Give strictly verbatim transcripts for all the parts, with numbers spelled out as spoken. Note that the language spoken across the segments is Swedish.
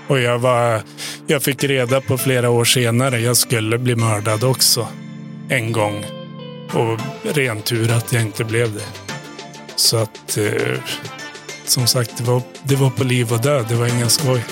Och jag, var, jag fick reda på flera år senare jag skulle bli mördad också. En gång. Och ren tur att jag inte blev det. Så att, eh, som sagt, det var, det var på liv och död. Det var ingen skoj.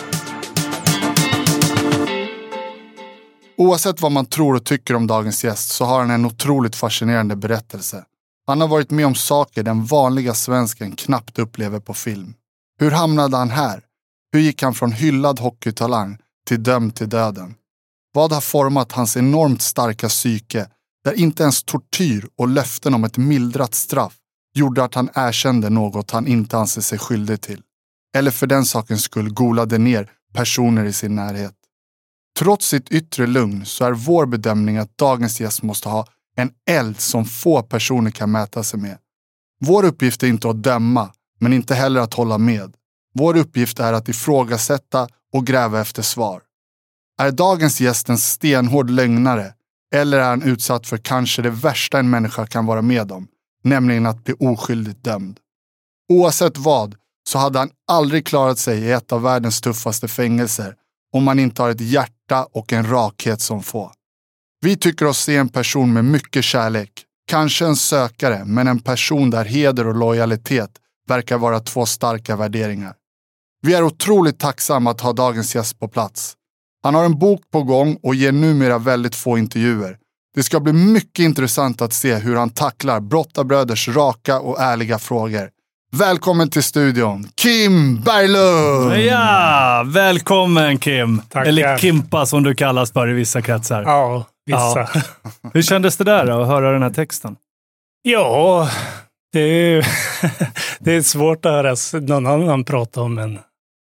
Oavsett vad man tror och tycker om dagens gäst så har han en otroligt fascinerande berättelse. Han har varit med om saker den vanliga svensken knappt upplever på film. Hur hamnade han här? Hur gick han från hyllad hockeytalang till dömd till döden? Vad har format hans enormt starka psyke där inte ens tortyr och löften om ett mildrat straff gjorde att han erkände något han inte anser sig skyldig till? Eller för den sakens skull golade ner personer i sin närhet. Trots sitt yttre lugn så är vår bedömning att dagens gäst måste ha en eld som få personer kan mäta sig med. Vår uppgift är inte att döma, men inte heller att hålla med. Vår uppgift är att ifrågasätta och gräva efter svar. Är dagens gäst en stenhård lögnare eller är han utsatt för kanske det värsta en människa kan vara med om, nämligen att bli oskyldigt dömd? Oavsett vad så hade han aldrig klarat sig i ett av världens tuffaste fängelser om man inte har ett hjärta och en rakhet som få. Vi tycker oss se en person med mycket kärlek, kanske en sökare, men en person där heder och lojalitet verkar vara två starka värderingar. Vi är otroligt tacksamma att ha dagens gäst på plats. Han har en bok på gång och ger numera väldigt få intervjuer. Det ska bli mycket intressant att se hur han tacklar Brottarbröders raka och ärliga frågor. Välkommen till studion, Kim Berglund! Ja, välkommen Kim. Tackar. Eller Kimpa som du kallas för i vissa kretsar. Ja, vissa. Ja. Hur kändes det där då, att höra den här texten? Ja, det är, det är svårt att höra någon annan prata om, men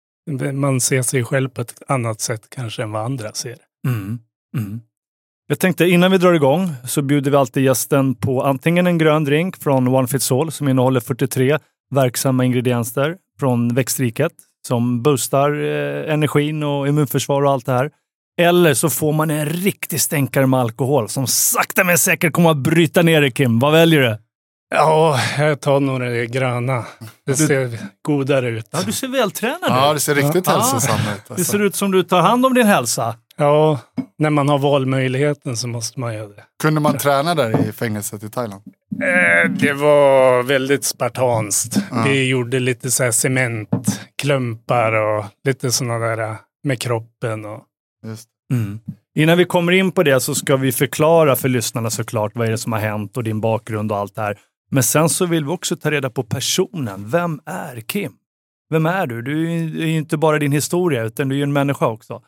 man ser sig själv på ett annat sätt kanske än vad andra ser. Mm. Mm. Jag tänkte innan vi drar igång så bjuder vi alltid gästen på antingen en grön drink från One Fits All som innehåller fyrtiotre verksamma ingredienser från växtriket som boostar eh, energin och immunförsvar och allt det här. Eller så får man en riktig stänkare med alkohol som sakta men säkert kommer att bryta ner dig, Kim. Vad väljer du? Ja, jag tar nog det gröna. Det ser godare ut. Ja, du ser vältränad ut. Ja, det ser riktigt ja. hälsosamt ut. Det Alltså. ser ut som du tar hand om din hälsa. Ja, när man har valmöjligheten så måste man göra det. Kunde man träna där i fängelset i Thailand? Eh, det var väldigt spartanskt. Ja. Vi gjorde lite så här cementklumpar och lite sådana där med kroppen. Och... Just. Mm. Innan vi kommer in på det så ska vi förklara för lyssnarna såklart vad är det som har hänt och din bakgrund och allt det här. Men sen så vill vi också ta reda på personen. Vem är Kim? Vem är du? Du är ju inte bara din historia utan du är ju en människa också.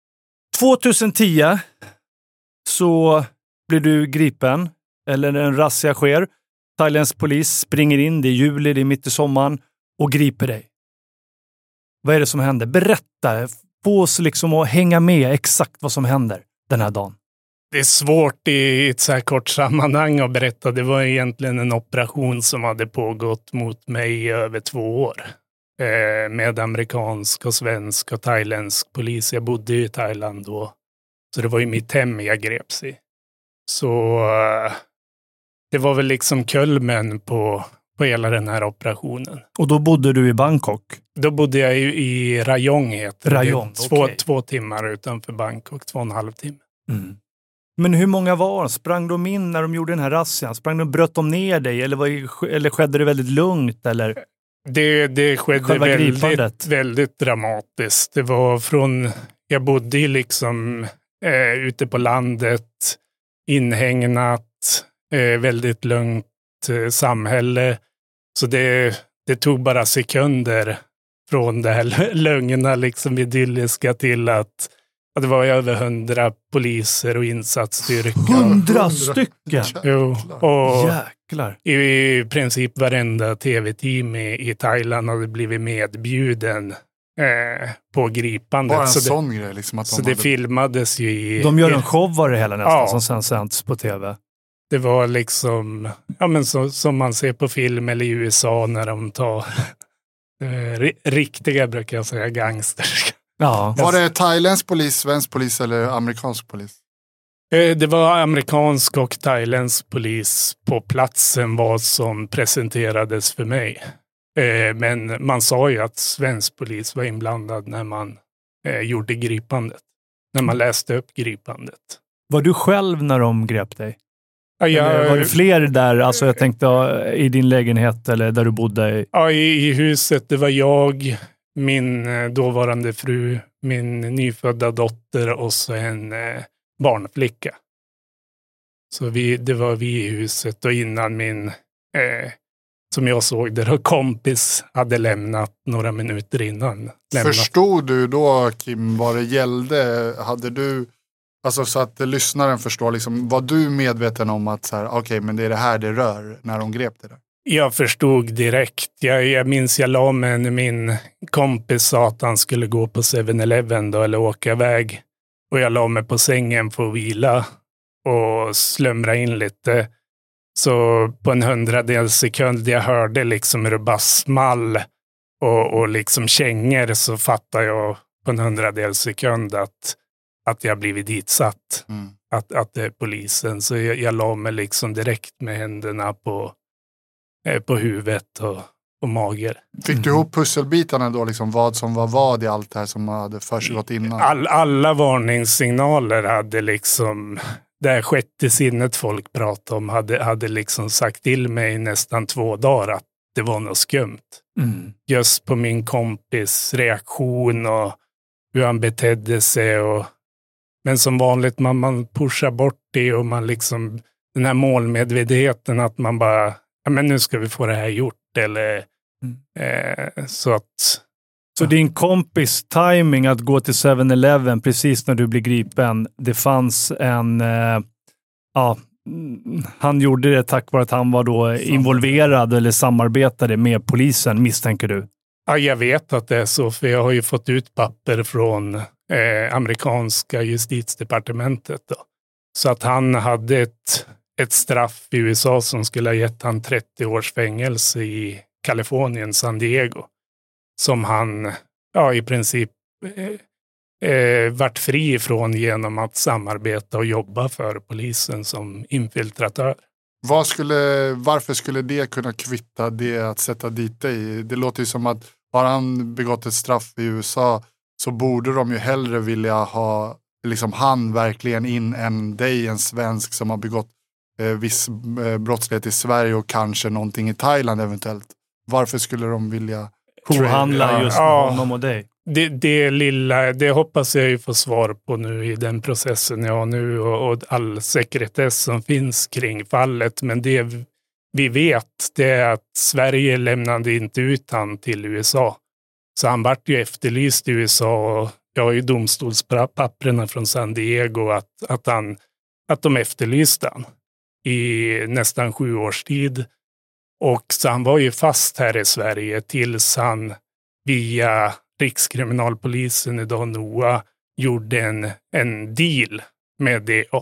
tjugohundratio så blir du gripen, eller en razzia sker. Thailands polis springer in, det är juli, det är mitt i sommaren och griper dig. Vad är det som händer? Berätta, få oss liksom att hänga med exakt vad som händer den här dagen. Det är svårt i ett så här kort sammanhang att berätta. Det var egentligen en operation som hade pågått mot mig i över två år. Eh, med amerikansk och svensk och thailändsk polis. Jag bodde i Thailand då. Så det var ju mitt hem jag greps i. Så eh, det var väl liksom kulmen på, på hela den här operationen. Och då bodde du i Bangkok? Då bodde jag i, i Rayong heter Rayong, det. Två, okay. två timmar utanför Bangkok, två och en halv timme. Mm. Men hur många var de? Sprang de in när de gjorde den här razzian? Sprang de, bröt de ner dig? Eller, var, eller skedde det väldigt lugnt? Eller? Det, det skedde väldigt, väldigt dramatiskt. Det var från, jag bodde ju liksom eh, ute på landet, inhägnat, eh, väldigt lugnt eh, samhälle. Så det, det tog bara sekunder från det här lugna, liksom idylliska till att, att det var över hundra poliser och insatsstyrka. Hundra stycken? Jo, och jäklar. I, i princip varenda tv-team i, i Thailand hade blivit medbjuden eh, på gripandet. Bara en så sån det, grej. Liksom att de så det hade... filmades ju i... De gör en i, show var det hela nästan ja, som sen sänds på tv. Det var liksom, ja men så, som man ser på film eller i U S A när de tar eh, riktiga, brukar jag säga, gangsters. Ja. Var det thailändsk polis, svensk polis eller amerikansk polis? Det var amerikansk och thailändsk polis på platsen vad som presenterades för mig. Men man sa ju att svensk polis var inblandad när man eh, gjorde gripandet. När man läste upp gripandet. Var du själv när de grep dig? Ja, jag, eller var det fler där? Alltså jag tänkte i din lägenhet eller där du bodde? Ja, i, i huset. Det var jag, min dåvarande fru, min nyfödda dotter och så en eh, barnflicka. Så vi, det var vi i huset och innan min, eh, som jag såg det, kompis hade lämnat några minuter innan. Lämnat. Förstod du då, Kim, vad det gällde? Hade du, alltså så att lyssnaren förstår, liksom, var du medveten om att så här, okej, okay, men det är det här det rör när de grep det där? Jag förstod direkt. Jag, jag minns jag la mig när min kompis sa att han skulle gå på seven eleven då, eller åka iväg. Och jag la mig på sängen för att vila och slumra in lite. Så på en hundradels sekund jag hörde liksom hur det bara small och, och liksom kängor, så fattade jag på en hundradels sekund att, att jag blivit ditsatt. Mm. Att, att det är polisen. Så jag, jag la mig liksom direkt med händerna på, eh, på huvudet och, och mager. Fick du ihop pusselbitarna då, liksom vad som var vad i allt det här som hade försiggått innan? All, alla varningssignaler hade liksom, det här sjätte sinnet folk pratade om, hade, hade liksom sagt till mig nästan två dagar att det var något skumt. Mm. Just på min kompis reaktion och hur han betedde sig. Och, men som vanligt, man, man pushar bort det och man liksom, den här målmedvetenheten att man bara, ja men nu ska vi få det här gjort. Eller, mm. eh, så att... Så din kompis timing att gå till seven eleven precis när du blir gripen, det fanns en... Eh, ja, han gjorde det tack vare att han var då involverad eller samarbetade med polisen, misstänker du? Ja, jag vet att det är så, för jag har ju fått ut papper från eh, amerikanska justitiedepartementet då. Så att han hade ett, ett straff i U S A som skulle ha gett han trettio års fängelse i Kalifornien, San Diego. Som han ja, i princip eh, eh, varit fri ifrån genom att samarbeta och jobba för polisen som infiltratör. Vad skulle, varför skulle det kunna kvitta det att sätta dit dig? Det låter ju som att har han begått ett straff i U S A så borde de ju hellre vilja ha liksom han verkligen in än dig, en svensk som har begått eh, viss eh, brottslighet i Sverige och kanske någonting i Thailand eventuellt. Varför skulle de vilja kohandla just ja, honom och dig? Det, det lilla, det hoppas jag ju få svar på nu i den processen jag har nu och, och all sekretess som finns kring fallet. Men det vi vet, det är att Sverige lämnade inte ut han till U S A. Så han vart ju efterlyst i U S A och jag har ju domstolspapperna från San Diego att, att, han, att de efterlyste han i nästan sju års tid. Och så han var ju fast här i Sverige tills han via Rikskriminalpolisen idag N O A gjorde en, en deal med D A.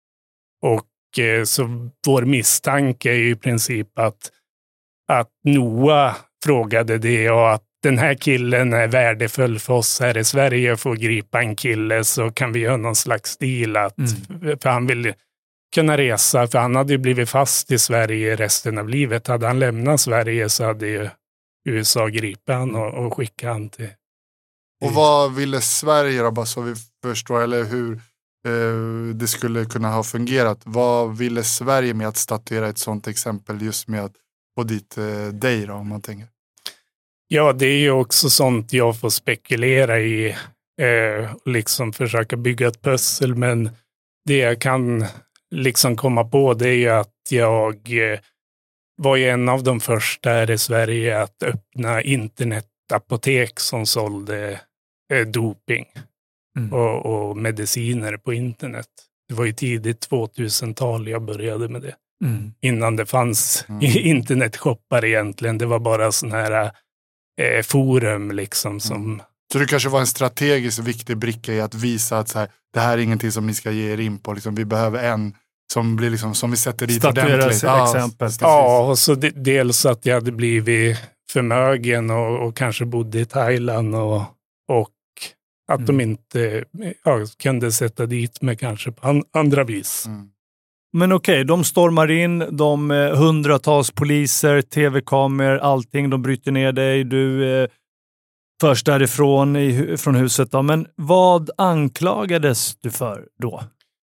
Och eh, så vår misstanke är ju i princip att, att N O A frågade D A att den här killen är värdefull för oss här i Sverige, får gripa en kille så kan vi göra någon slags deal att, mm. för han vill kunna resa, för han hade ju blivit fast i Sverige resten av livet. Hade han lämnat Sverige så hade ju U S A gripit han och, och skickat han till... Och vad ville Sverige då, bara så vi förstår, eller hur eh, det skulle kunna ha fungerat? Vad ville Sverige med att statuera ett sånt exempel just med att få dit eh, dig då, om man tänker? Ja, det är ju också sånt jag får spekulera i eh, och liksom försöka bygga ett pussel, men det jag kan liksom komma på det är ju att jag eh, var ju en av de första här i Sverige att öppna internetapotek som sålde eh, doping mm. och, och mediciner på internet. Det var ju tidigt tvåtusental jag började med det. Mm. Innan det fanns mm. internetshoppar egentligen. Det var bara sån här eh, forum liksom som... Mm. Så det kanske var en strategiskt viktig bricka i att visa att så här, det här är ingenting som ni ska ge er in på. Liksom, vi behöver en som blir liksom, som vi sätter dit ordentligt. Ja, exempel. Ja, och så de, dels att jag hade blivit förmögen och, och kanske bodde i Thailand och, och att mm. de inte ja, kunde sätta dit mig kanske på an, andra vis. Mm. Men okej, okay, de stormar in, de eh, hundratals poliser, tv-kameror, allting, de bryter ner dig, du... Eh, förs därifrån i, från huset då. Men vad anklagades du för då?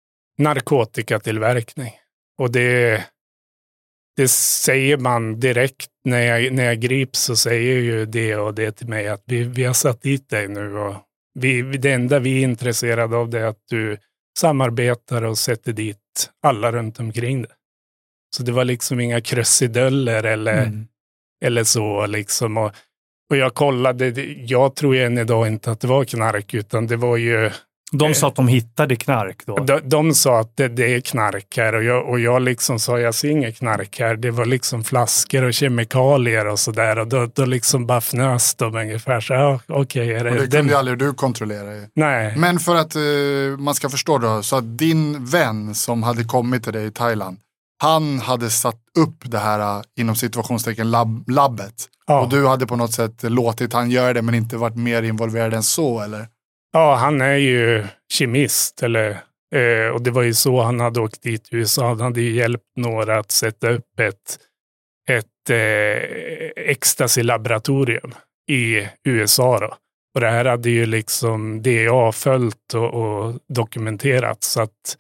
Narkotikatillverkning. Och det, det säger man direkt när jag, när jag grips, så säger ju det och det till mig att vi, vi har satt dit dig nu och vi, det enda vi är intresserade av det är att du samarbetar och sätter dit alla runt omkring det. Så det var liksom inga krusiduller eller, mm. eller så liksom. Och, och jag kollade, jag tror ju än idag inte att det var knark, utan det var ju... De sa att de hittade knark då? De, de sa att det, det är knark här och jag, och jag liksom sa jag ser inget knark här. Det var liksom flaskor och kemikalier och sådär och då, då liksom bara fnös de ungefär. Så ja, okej. Okay, det, det kunde ju aldrig du kontrollera. Nej. Men för att uh, man ska förstå då, så att din vän som hade kommit till dig i Thailand, han hade satt upp det här uh, inom situationstecken lab, labbet. Ja. Och du hade på något sätt låtit han göra det men inte varit mer involverad än så, eller? Ja, han är ju kemist, eller, eh, och det var ju så han hade åkt dit i U S A. Han hade ju hjälpt några att sätta upp ett, ett eh, ecstasy-laboratorium i U S A då. Och det här hade ju liksom D A följt och, och dokumenterat, så att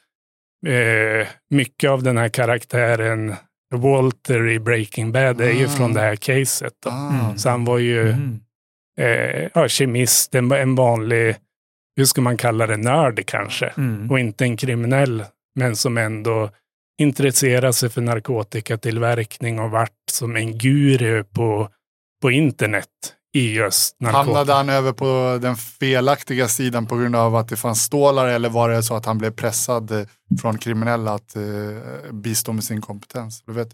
eh, mycket av den här karaktären Walter i Breaking Bad är ju ah. från det här caset då. Ah. Så han var ju mm. eh, ja, kemist, en, en vanlig, hur ska man kalla det, nörd kanske. Mm. Och inte en kriminell, men som ändå intresserar sig för narkotikatillverkning och vart som en guru på, på internet i just narkotika. Hamnade han över på den felaktiga sidan på grund av att det fanns stålar, eller var det så att han blev pressad från kriminella att eh, bistå med sin kompetens? Du vet.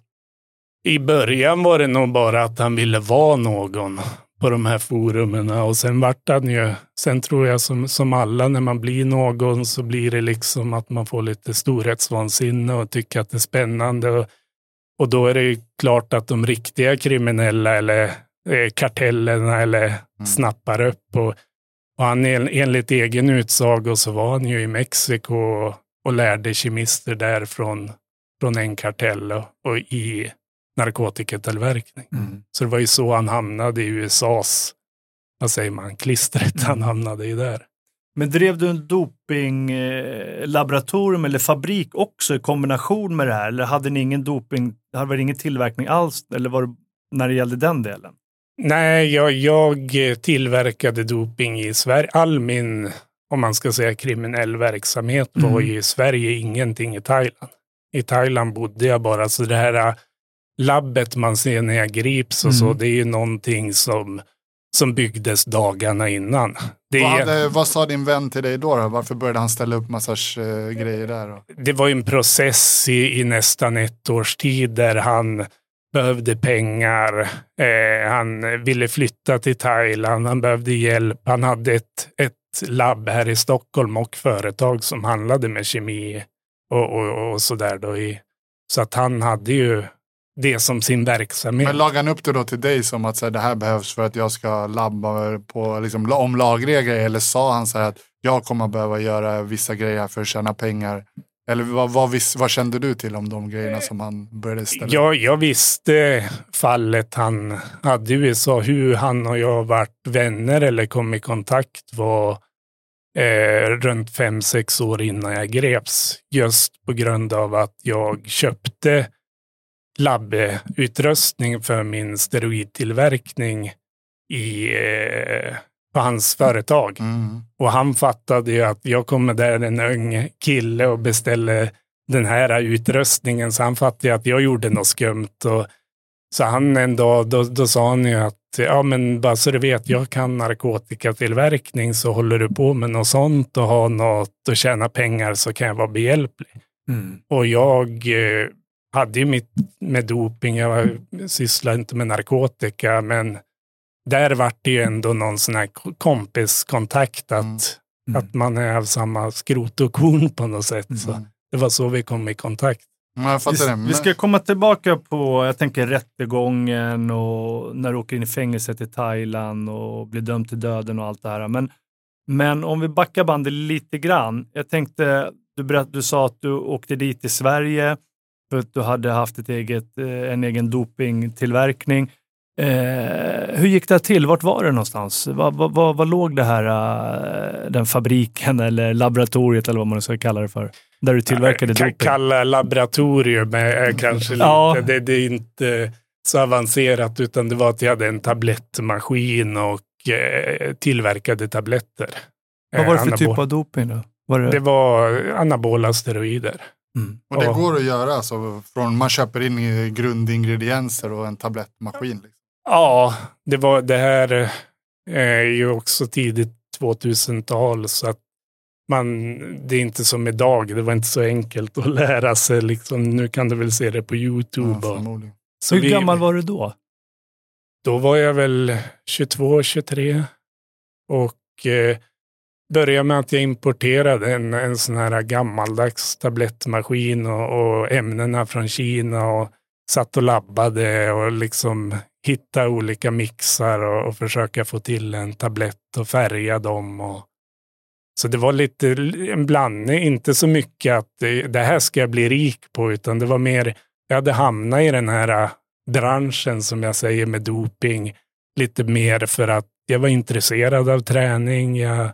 I början var det nog bara att han ville vara någon på de här forumen, och sen vart han ju, sen tror jag som, som alla, när man blir någon så blir det liksom att man får lite storhetsvansinne och tycker att det är spännande, och, och då är det ju klart att de riktiga kriminella eller eh, kartellerna eller mm. snappar upp, och, och han enligt egen utsago så var han ju i Mexiko och, och lärde kemister där från, från en kartell och, och i narkotikatillverkning. Mm. Så det var ju så han hamnade i U S A:s, vad säger man, klistret mm. han hamnade i där. Men drev du en dopinglaboratorium eller fabrik också i kombination med det här? Eller hade ni ingen doping, hade det ingen tillverkning alls, eller var det när det gällde den delen? Nej, jag, jag tillverkade doping i Sverige. All min, om man ska säga, kriminell verksamhet var mm. ju i Sverige, ingenting i Thailand. I Thailand bodde jag bara, så det här labbet man ser när jag grips och mm. så, det är ju någonting som, som byggdes dagarna innan. Det, vad, hade, vad sa din vän till dig då, då? Varför började han ställa upp massa uh, grejer där då? Det var ju en process i, i nästan ett års tid där han behövde pengar. Eh, han ville flytta till Thailand. Han behövde hjälp. Han hade ett, ett labb här i Stockholm och företag som handlade med kemi och, och, och sådär då. I, så att han hade ju det som sin verksamhet. Men lagade han upp det då till dig som att så här, det här behövs för att jag ska labba på liksom, om lagregler, eller sa han så här att jag kommer behöva göra vissa grejer för att tjäna pengar? Eller vad, vad, vad kände du till om de grejerna som han började ställa? Ja, jag visste fallet han hade i U S A, hur han och jag varit vänner eller kom i kontakt var eh, runt fem, sex år innan jag greps. Just på grund av att jag köpte labbutrustning för min steroidtillverkning i, eh, på hans företag. Mm. Och han fattade ju att jag kommer där en ung kille och beställer den här utrustningen, så han fattade att jag gjorde något skumt. Och, så han en dag, då, då sa han ju att ja, men bara så du vet, jag kan narkotikatillverkning, så håller du på med något sånt och har något och tjäna pengar så kan jag vara behjälplig. Mm. Och jag eh, hade ju mitt med doping, jag sysslar inte med narkotika, men där var det ju ändå någon sån här kompiskontakt att, mm. Mm. att man är av samma skrot och korn på något sätt. Mm. Så det var så vi kom i kontakt. Jag fattar vi, det, men... vi ska komma tillbaka på, jag tänker, rättegången och när du åker in i fängelset i Thailand och blir dömd till döden och allt det här. Men, men om vi backar bandet lite grann. Jag tänkte, du, berätt, du sa att du åkte dit i Sverige för att du hade haft ett eget, en egen dopingtillverkning. Eh, hur gick det till? Vart var det någonstans? Var, var, var, var låg det här, uh, den fabriken eller laboratoriet eller vad man ska kalla det för? Där du tillverkade doping? Kan kalla laboratorium är kanske lite, ja. det, det är inte så avancerat, utan det var att jag hade en tablettmaskin och eh, tillverkade tabletter. Vad var det för Anabol- typ av doping då? Var det... det var anabola steroider. Mm. Och det och... går att göra alltså, från man köper in grundingredienser och en tablettmaskin liksom. Ja, det var det här är ju också tidigt tvåtusental, så att man, det är inte som idag, det var inte så enkelt att lära sig liksom. Nu kan du väl se det på YouTube. Ja, och, så Hur vi, gammal var du då? Då var jag väl tjugotvå tjugotre och eh, började med att jag importerade en, en sån här gammaldags tablettmaskin och, och ämnena från Kina och satt och labbade och liksom hitta olika mixar och, och försöka få till en tablett och färga dem. Och, så det var lite en blandning, inte så mycket att det, det här ska jag bli rik på, utan det var mer, jag hade hamnat i den här branschen som jag säger med doping lite mer för att jag var intresserad av träning, jag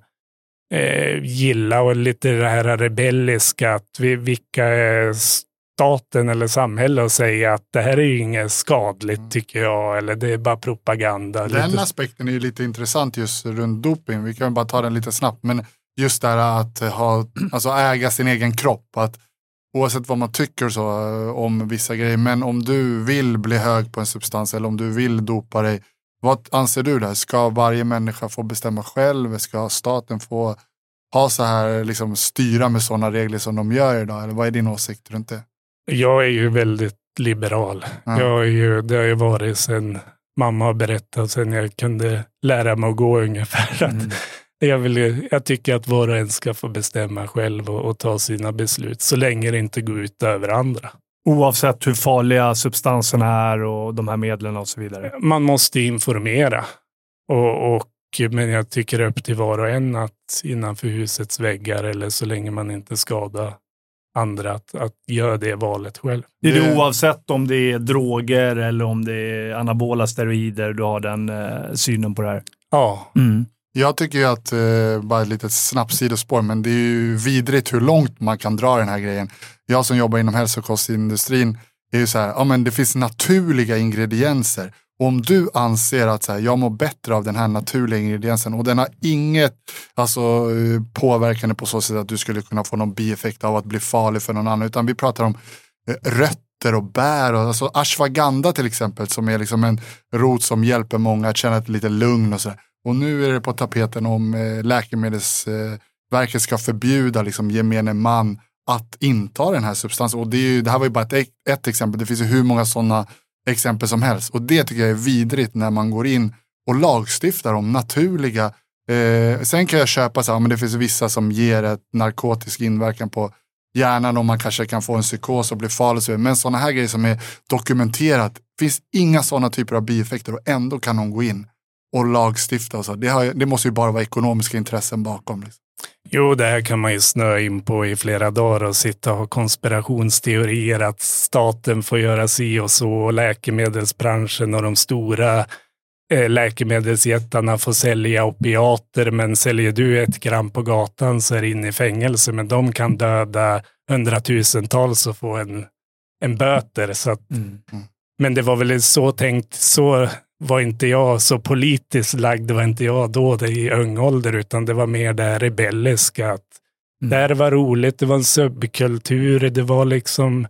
eh, gillade och lite det här rebelliska, att vi, vilka är staten eller samhället och säga att det här är ju inget skadligt mm. tycker jag, eller det är bara propaganda. Den lite... aspekten är ju lite intressant just runt doping, vi kan bara ta den lite snabbt, men just det här att ha, alltså äga sin egen kropp, att oavsett vad man tycker så om vissa grejer, men om du vill bli hög på en substans eller om du vill dopa dig, vad anser du där? Ska varje människa få bestämma själv? Ska staten få ha så här, liksom styra med sådana regler som de gör idag? Eller vad är din åsikt runt det? Jag är ju väldigt liberal. Ja. Jag är ju, det har ju varit sedan mamma har berättat, sen jag kunde lära mig att gå ungefär. Mm. Att jag, vill, jag tycker att var och en ska få bestämma själv och, och ta sina beslut, så länge det inte går ut över andra. Oavsett hur farliga substanserna är och de här medlen och så vidare. Man måste informera. Och, och, men jag tycker upp till var och en att innanför husets väggar eller så länge man inte skadar andra att, att göra det valet själv. Det är det oavsett om det är droger eller om det är anabola steroider, du har den eh, synen på det här. Ja. Mm. Jag tycker ju att, eh, bara ett litet snabbt sidospår, men det är ju vidrigt hur långt man kan dra den här grejen. Jag som jobbar inom hälsokostindustrin är ju så här, ja men det finns naturliga ingredienser. Och om du anser att så här, jag mår bättre av den här naturliga ingrediensen och den har inget alltså, påverkande på så sätt att du skulle kunna få någon bieffekt av att bli farlig för någon annan, utan vi pratar om eh, rötter och bär och alltså ashwagandha till exempel, som är liksom en rot som hjälper många att känna ett lite lugn och sådär. Och nu är det på tapeten om eh, läkemedelsverket eh, ska förbjuda liksom, gemene man att inta den här substansen. Och det, är ju, det här var ju bara ett, ett exempel. Det finns ju hur många sådana exempel som helst. Och det tycker jag är vidrigt när man går in och lagstiftar om naturliga. Eh, sen kan jag köpa så här, men det finns vissa som ger ett narkotisk inverkan på hjärnan och man kanske kan få en psykos och bli farlig. Men sådana här grejer som är dokumenterat, finns inga sådana typer av bieffekter och ändå kan någon gå in och lagstifta och så. Det, har, det måste ju bara vara ekonomiska intressen bakom. Liksom. Jo, det här kan man ju snöa in på i flera dagar och sitta och ha konspirationsteorier att staten får göra si och så och läkemedelsbranschen och de stora eh, läkemedelsjättarna får sälja opiater, men säljer du ett gram på gatan så är det in i fängelse, men de kan döda hundratusentals och få en, en böter. Så att, mm. Men det var väl så tänkt, så var inte jag så politiskt lagd, det var inte jag då det i ung ålder, utan det var mer det rebelliska. Att mm. det var roligt, det var en subkultur, det var liksom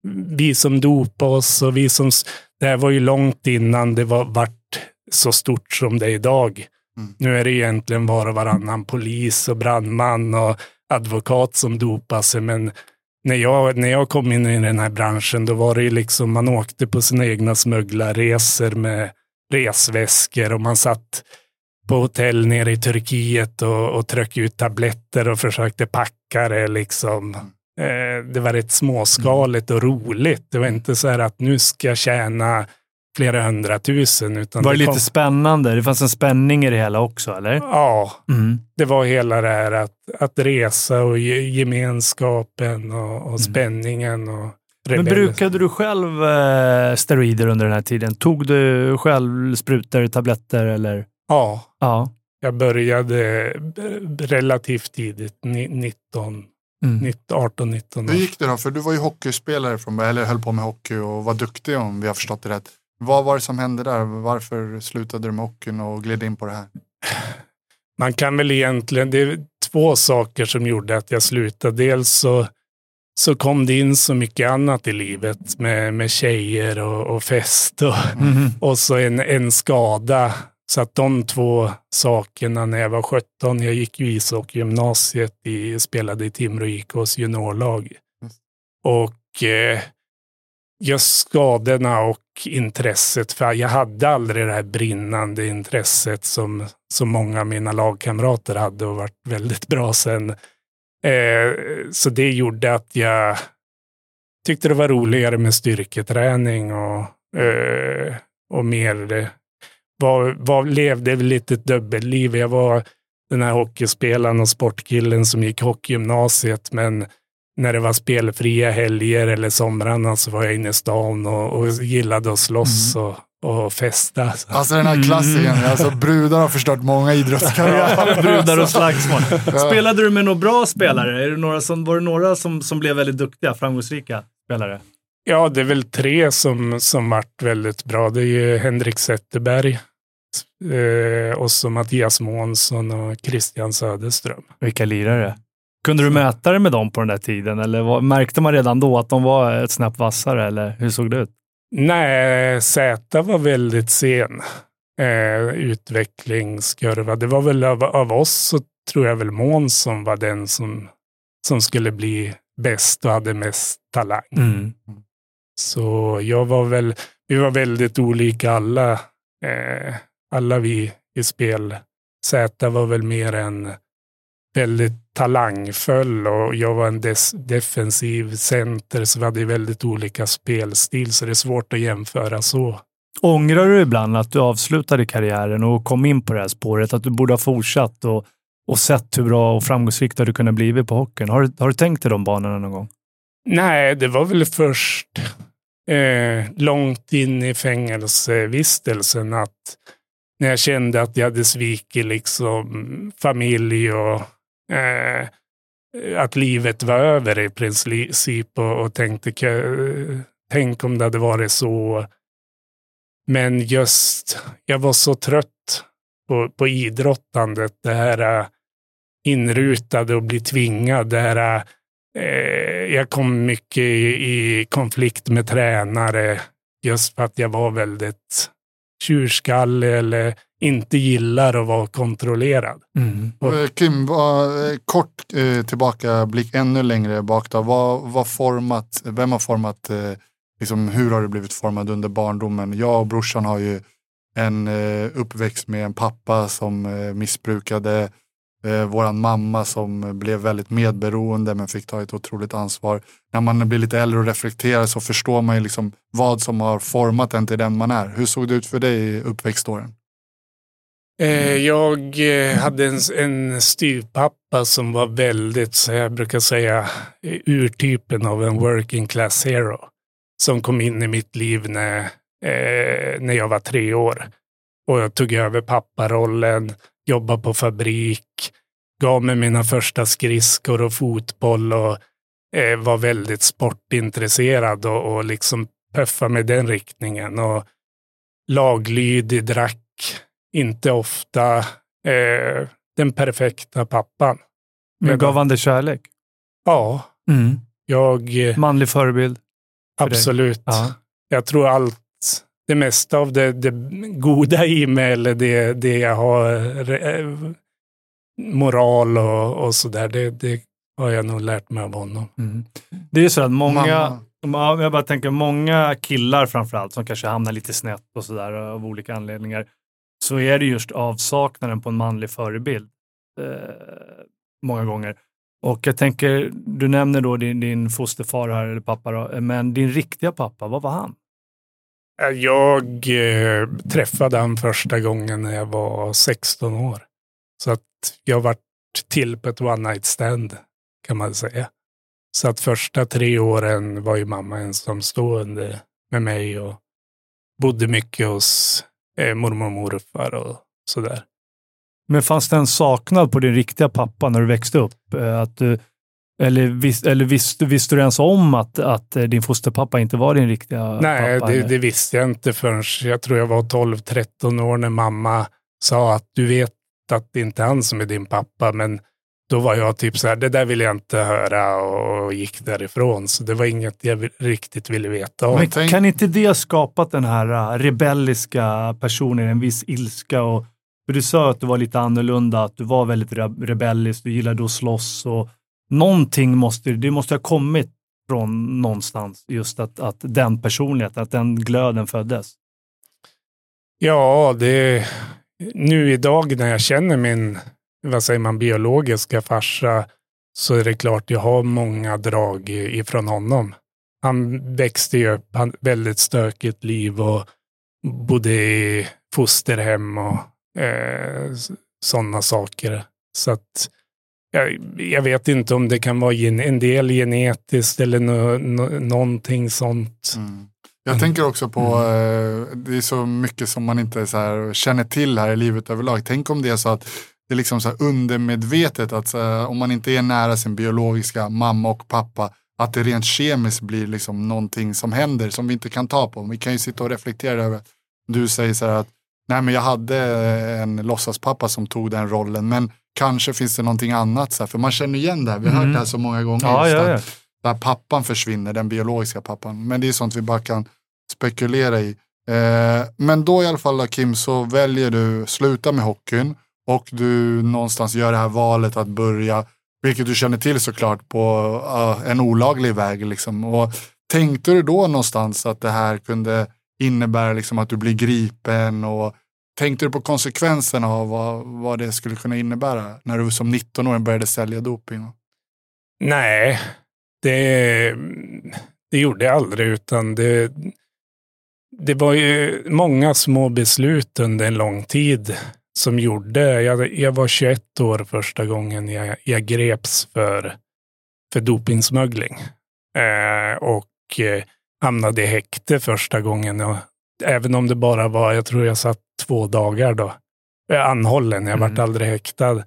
vi som dopade oss och vi som, det här var ju långt innan det var vart så stort som det är idag. Mm. Nu är det egentligen var och varannan polis och brandman och advokat som dopar sig, men När jag, när jag kom in i den här branschen, då var det ju liksom, man åkte på sina egna smugglarresor med resväskor och man satt på hotell nere i Turkiet och, och tryckte ut tabletter och försökte packa det liksom. Eh, det var rätt småskaligt och roligt. Det var inte så här att nu ska jag tjäna flera hundratusen. Utan var det, det kom... lite spännande? Det fanns en spänning i det hela också, eller? Ja, mm. det var hela det här att, att resa och gemenskapen och, och spänningen. Och... Men brukade du själv eh, steroider under den här tiden? Tog du själv sprutor, tabletter eller? Ja, ja. Jag började relativt tidigt, nitton, mm. arton nitton år. Hur gick det då? För du var ju hockeyspelare från, eller höll på med hockey och var duktig om vi har förstått det rätt. Vad var det som hände där? Varför slutade du med hockeyn och gled in på det här? Man kan väl egentligen, det är två saker som gjorde att jag slutade. Dels så, så kom det in så mycket annat i livet med, med tjejer och, och fest och, mm. och så en, en skada. Så att de två sakerna när jag var sjutton, jag gick ju ishockeygymnasiet, i, spelade i Timrå I K:s juniorlag. Och eh, just skadorna och intresset, för jag hade aldrig det här brinnande intresset som, som många av mina lagkamrater hade och varit väldigt bra sen. Eh, så det gjorde att jag tyckte det var roligare med styrketräning och, eh, och mer... Var, var, levde lite ett dubbelliv. Jag var den här hockeyspelaren och sportkillen som gick hockeygymnasiet, men när det var spelfria helger eller somrarna så var jag inne i stan och, och gillade att slåss mm. och, och festa. Så. Alltså den här klassiken, mm. alltså brudar har förstört många idrottskarriärer. Brudar och slagsmål. Ja. Spelade du med några bra spelare? Är det några som, var det några som, som blev väldigt duktiga, framgångsrika spelare? Ja, det är väl tre som, som varit väldigt bra. Det är ju Henrik Zetterberg, eh, och så Mattias Månsson och Christian Söderström. Vilka lirare. Kunde du mäta det med dem på den där tiden? Eller var, märkte man redan då att de var ett snäpp vassare? Eller hur såg det ut? Nej, Zäta var väldigt sen. Eh, utvecklingskurva. Det var väl av, av oss så tror jag väl Månsson var den som, som skulle bli bäst och hade mest talang. Mm. Så jag var väl, vi var väldigt olika alla, eh, alla vi i spel. Zäta var väl mer en väldigt talangfull och jag var en des- defensiv center, så vi hade väldigt olika spelstil, så det är svårt att jämföra så. Ångrar du ibland att du avslutade karriären och kom in på det här spåret, att du borde ha fortsatt och, och sett hur bra och framgångsrikt du kunde bli på hockeyn? Har, har du tänkt i de banorna någon gång? Nej, det var väl först eh, långt in i fängelsevistelsen att när jag kände att jag hade svikit liksom familj och eh, att livet var över i princip och, och tänkte tänk om det hade varit så. Men just jag var så trött på, på idrottandet, det här inrutade och bli tvingad, det här eh, jag kom mycket i, i konflikt med tränare just för att jag var väldigt tjurskallig eller inte gillar att vara kontrollerad. Mm. Och, Kim, var, kort eh, tillbaka, blick ännu längre bak då. Vad, vad format, vem har format, eh, liksom, hur har du blivit formad under barndomen? Jag och brorsan har ju en eh, uppväxt med en pappa som eh, missbrukade, eh, våran mamma som blev väldigt medberoende men fick ta ett otroligt ansvar. När man blir lite äldre och reflekterar så förstår man ju liksom vad som har format en till den man är. Hur såg det ut för dig i uppväxtåren? Jag hade en, en styvpappa som var väldigt, så jag brukar säga, urtypen av en working class hero. Som kom in i mitt liv när, eh, när jag var tre år. Och jag tog över papparollen, jobbade på fabrik, gav mig mina första skridskor och fotboll och eh, var väldigt sportintresserad och, och liksom puffa med den riktningen. Och laglydig, drack inte ofta, eh, den perfekta pappan. Men gav han dig kärlek? Ja. Mm. Jag, manlig förebild? Absolut. Ja. Jag tror allt, det mesta av det, det goda i mig eller det, det jag har, eh, moral och, och sådär, det, det har jag nog lärt mig av honom. Mm. Det är så att många, Mamma. jag bara tänker många killar framförallt som kanske hamnar lite snett och sådär av olika anledningar, så är det just avsaknaden på en manlig förebild eh, många gånger. Och jag tänker, du nämner då din, din fosterfar här, eller pappa då, men din riktiga pappa, vad var han? Jag eh, träffade han första gången när jag var sexton år. Så att jag varit till på ett one night stand, kan man säga. Så att första tre åren var ju mamma ensamstående med mig och bodde mycket hos eh, mormor och morfar och sådär. Men fanns det en saknad på din riktiga pappa när du växte upp? Att du, eller vis, eller visste, visste du ens om att, att din fosterpappa inte var din riktiga Nej, pappa? Nej, det, det visste jag inte förrän jag tror jag var tolv tretton år när mamma sa att du vet att det inte är han som är din pappa, men då var jag typ så här, det där vill jag inte höra och gick därifrån. Så det var inget jag riktigt ville veta om. Men tänk... kan inte det ha skapat den här rebelliska personen, en viss ilska? Och, för du sa att du var lite annorlunda, att du var väldigt rebellisk, du gillade att slåss och någonting måste, det måste ha kommit från någonstans, just att, att den personligheten, att den glöden föddes. Ja, det nu idag när jag känner min, vad säger man, biologiska farsa, så är det klart jag har många drag ifrån honom. Han växte ju upp, han väldigt stökigt liv och bodde i fosterhem och eh, sådana saker. Så att jag, jag vet inte om det kan vara gen, en del genetiskt eller no, no, någonting sånt. Mm. Jag tänker också på, mm. eh, det är så mycket som man inte så här, känner till här i livet överlag. Tänk om det är så att det är liksom så här undermedvetet att så här, om man inte är nära sin biologiska mamma och pappa, att det rent kemiskt blir liksom någonting som händer som vi inte kan ta på. Vi kan ju sitta och reflektera över. Du säger så här att nej, men jag hade en låtsaspappa som tog den rollen, men kanske finns det någonting annat så här, för man känner igen det här. Vi har mm. hört det här så många gånger. Ja, ja, ja. Att, där pappan försvinner, den biologiska pappan. Men det är sånt vi bara kan spekulera i. Eh, men då i alla fall, Kim, så väljer du sluta med hockeyn och du någonstans gör det här valet att börja, vilket du känner till såklart, på uh, en olaglig väg liksom. Och tänkte du då någonstans att det här kunde innebära liksom att du blir gripen, och tänkte du på konsekvenserna av vad, vad det skulle kunna innebära när du som nitton-åring började sälja doping? Nej, det, det gjorde jag aldrig, utan det, det var ju många små beslut under en lång tid som gjorde, jag, jag var tjugoett år första gången jag, jag greps för, för dopingsmuggling eh, och eh, hamnade i häkte första gången, och även om det bara var, jag tror jag satt två dagar då, anhållen, jag mm. vart aldrig häktad.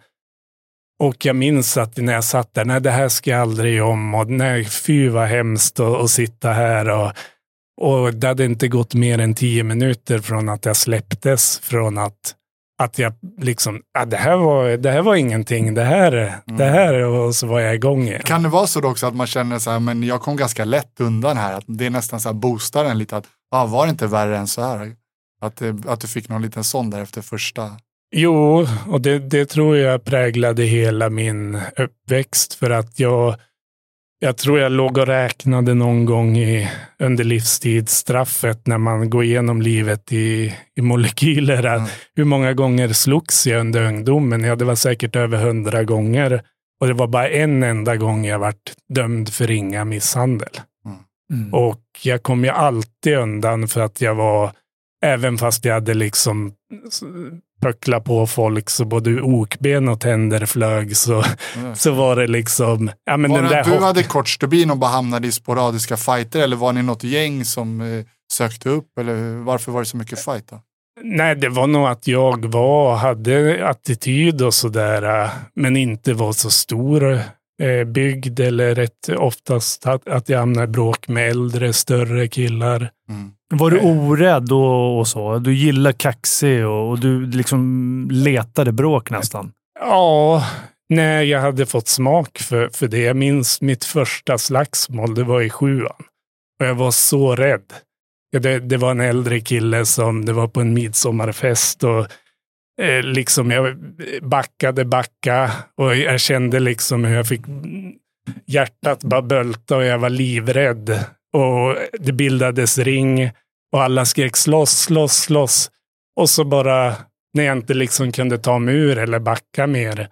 Och jag minns att när jag satt där, nej det här ska jag aldrig om, och nej fy vad hemskt att, att sitta här, och, och det hade inte gått mer än tio minuter från att jag släpptes, från att, att jag liksom, ja, det, här var, det här var ingenting, det här, mm. det här, och så var jag igång igen. Kan det vara så då också att man känner så här, men jag kom ganska lätt undan här, att det är nästan så här boostar en lite, att ah, var det inte värre än så här? Att, att du fick någon liten sån där efter första... Jo, och det, det tror jag präglade hela min uppväxt, för att jag, jag tror jag låg och räknade någon gång i, under livstidsstraffet när man går igenom livet i, i molekyler. Mm. Hur många gånger slogs jag under ungdomen? Ja, det var säkert över hundra gånger, och det var bara en enda gång jag varit dömd för ringa misshandel. Mm. Mm. Och jag kom ju alltid undan för att jag var, även fast jag hade liksom pöckla på folk så både okben och tänder flög, så, mm. så var det liksom... Ja, men var den det där att du hopp... hade kort stubin och bara hamnade i sporadiska fighter, eller var ni något gäng som eh, sökte upp, eller varför var det så mycket fight då? Nej, det var nog att jag var, hade attityd och sådär, men inte var så stor eh, byggd, eller rätt oftast att, att jag hamnade i bråk med äldre, större killar. Mm. Var du orädd och, och så? Du gillar kaxig och, och du liksom letade bråk nästan? Ja, nej, jag hade fått smak för, för det. Jag minns mitt första slagsmål, det var i sjuan. Och jag var så rädd. Det, det var en äldre kille som, det var på en midsommarfest, och eh, liksom jag backade, backa, och jag kände liksom hur jag fick hjärtat bara bölta, och jag var livrädd. Och det bildades ring och alla skrek slåss, slåss, slåss. Och så bara, när jag inte liksom kunde ta mig ur eller backa mer,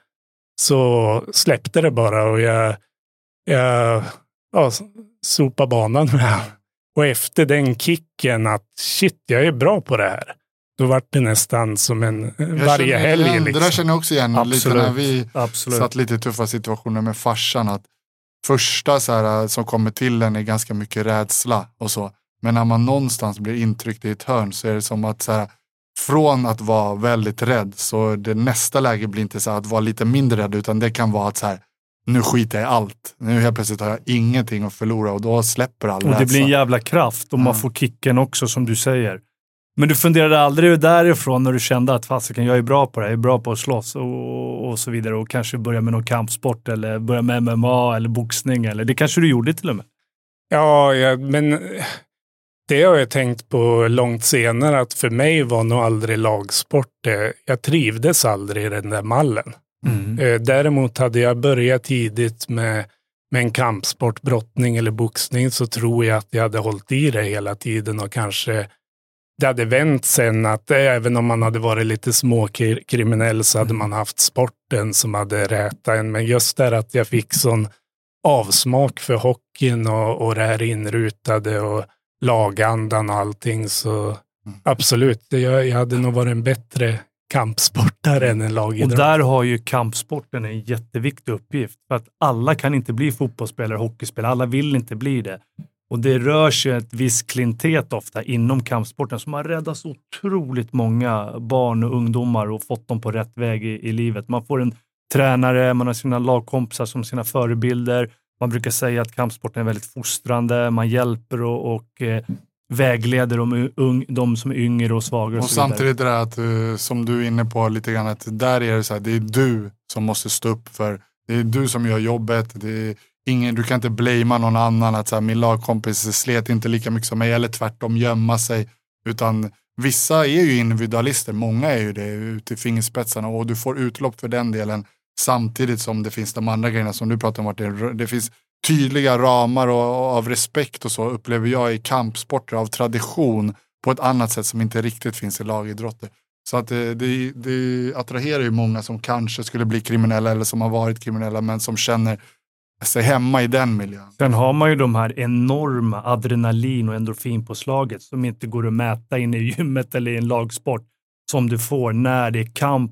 så släppte det bara, och jag, jag ja, sopade banan med. Och efter den kicken att shit, jag är bra på det här. Då var det nästan som en jag varje helg. Igen, liksom. Det där känner jag också igen. Absolut. Lite när vi Absolut. satt lite i tuffa situationer med farsan, att första så här, som kommer till en är ganska mycket rädsla och så. Men när man någonstans blir intryckt i ett hörn så är det som att så här, från att vara väldigt rädd så det nästa läge blir inte så här, att vara lite mindre rädd, utan det kan vara att så här, nu skiter jag i allt. Nu helt plötsligt har jag ingenting att förlora och då släpper all rädsla. Och det blir en jävla kraft och man får kicken också, som du säger. Men du funderade aldrig därifrån när du kände att fasiken, jag är bra på det, jag är bra på att slåss och, och så vidare, och kanske börja med någon kampsport eller börja med M M A eller boxning, eller det kanske du gjorde till och med? Ja, ja, men det har jag tänkt på långt senare, att för mig var nog aldrig lagsport det. Jag trivdes aldrig i den där mallen. Mm. Däremot hade jag börjat tidigt med, med en kampsport, brottning eller boxning, så tror jag att jag hade hållit i det hela tiden och kanske det hade vänt sen att även om man hade varit lite småkriminell så hade man haft sporten som hade rätat en. Men just där att jag fick sån avsmak för hockeyn och, och det här inrutade och lagandan och allting, så absolut, jag, jag hade nog varit en bättre kampsportare än en lagidrott. Och där har ju kampsporten en jätteviktig uppgift, för att alla kan inte bli fotbollsspelare, hockeyspelare, alla vill inte bli det. Och det rör sig ett viss klintet ofta inom kampsporten som har räddat så otroligt många barn och ungdomar och fått dem på rätt väg i, i livet. Man får en tränare, man har sina lagkompisar som sina förebilder. Man brukar säga att kampsporten är väldigt fostrande, man hjälper och, och eh, vägleder de, ung, de som är yngre och svagare. Och, och samtidigt är det att, uh, som du är inne på lite grann, att där är det så här, det är du som måste stå upp för, det är du som gör jobbet, det är ingen, du kan inte blamea någon annan att så här, min lagkompis slet inte lika mycket som mig, eller tvärtom gömma sig, utan vissa är ju individualister, många är ju det ute i fingerspetsarna, och du får utlopp för den delen samtidigt som det finns de andra grejerna som du pratar om, att det, det finns tydliga ramar och, och av respekt och så upplever jag i kampsporter av tradition på ett annat sätt som inte riktigt finns i lagidrotter. Så att det, det, det attraherar ju många som kanske skulle bli kriminella eller som har varit kriminella men som känner sig hemma i den miljön. Sen har man ju de här enorma adrenalin- och endorfinpåslaget som inte går att mäta in i gymmet eller i en lagsport, som du får när det är kamp,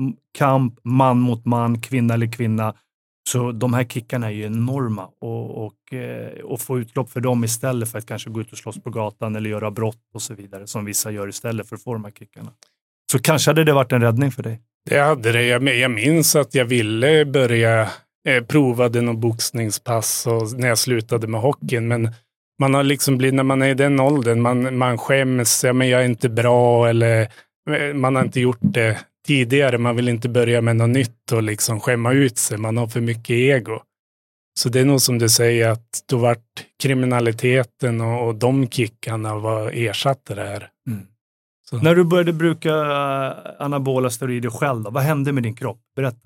kamp man mot man, kvinna eller kvinna. Så de här kickarna är ju enorma, och, och, och få utlopp för dem istället för att kanske gå ut och slåss på gatan eller göra brott och så vidare, som vissa gör istället för att få de här kickarna. Så kanske hade det varit en räddning för dig. Det hade det. Jag, jag minns att jag ville börja eh, prova någon boxningspass och när jag slutade med hockeyn, men man har liksom blivit, när man är i den åldern, man, man skäms, ja, men jag är inte bra, eller man har inte gjort det tidigare, man vill inte börja med något nytt och liksom skämma ut sig, man har för mycket ego. Så det är nog som du säger, att då vart kriminaliteten och, och de kickarna var ersatte det här. Mm. När du började bruka anabola steroider själv då, vad hände med din kropp? Berätta.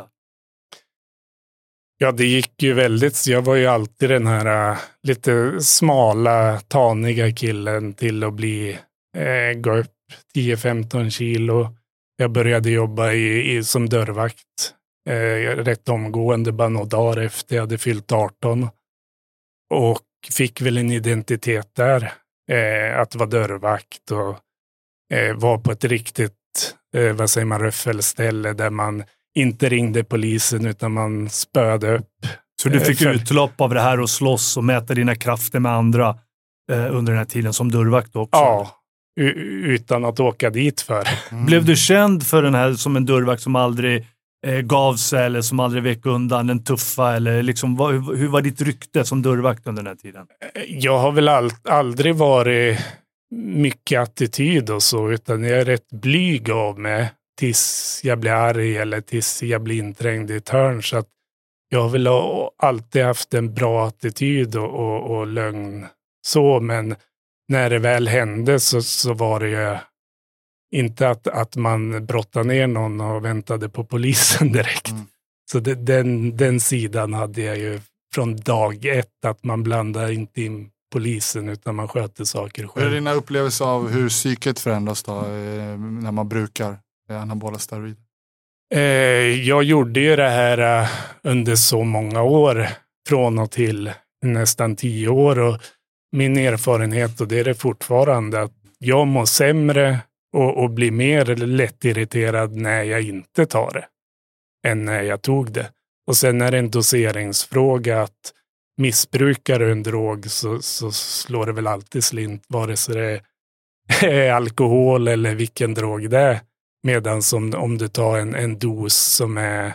Ja, det gick ju väldigt, jag var ju alltid den här uh, lite smala, taniga killen till att bli, uh, gå upp tio femton kilo. Jag började jobba i, i, som dörrvakt uh, rätt omgående, bara några dagar efter jag hade fyllt arton. Och fick väl en identitet där, uh, att vara dörrvakt och uh, var på ett riktigt, uh, vad säger man, röffelställe där man inte ringde polisen utan man spöde upp. Så du fick för... utlopp av det här och slåss och mäta dina krafter med andra eh, under den här tiden som dörrvakt också? Ja, u- utan att åka dit för. Mm. Blev du känd för den här som en dörrvakt som aldrig eh, gav sig eller som aldrig vek undan, den tuffa? Eller liksom, vad, hur var ditt rykte som dörrvakt under den här tiden? Jag har väl all, aldrig varit mycket attityd och så, utan jag är rätt blyg av mig tills jag blir arg eller tills jag blir inträngd i ett hörn. Så att jag har väl alltid haft en bra attityd och, och, och lögn så, men när det väl hände så, så var det ju inte att, att man brottade ner någon och väntade på polisen direkt. Mm. Så det, den, den sidan hade jag ju från dag ett, att man blandar inte in polisen utan man sköter saker själv. Hur är dina upplevelser av hur psyket förändras då när man brukar anabola steroider? Eh, jag gjorde ju det här uh, under så många år, från och till nästan tio år, och min erfarenhet, och det är det fortfarande, att jag mår sämre och, och blir mer lättirriterad när jag inte tar det än när jag tog det. Och sen är det en doseringsfråga, att missbrukar en drog så, så slår det väl alltid slint, vare sig det är alkohol eller vilken drog det är. Medan som om du tar en, en dos som är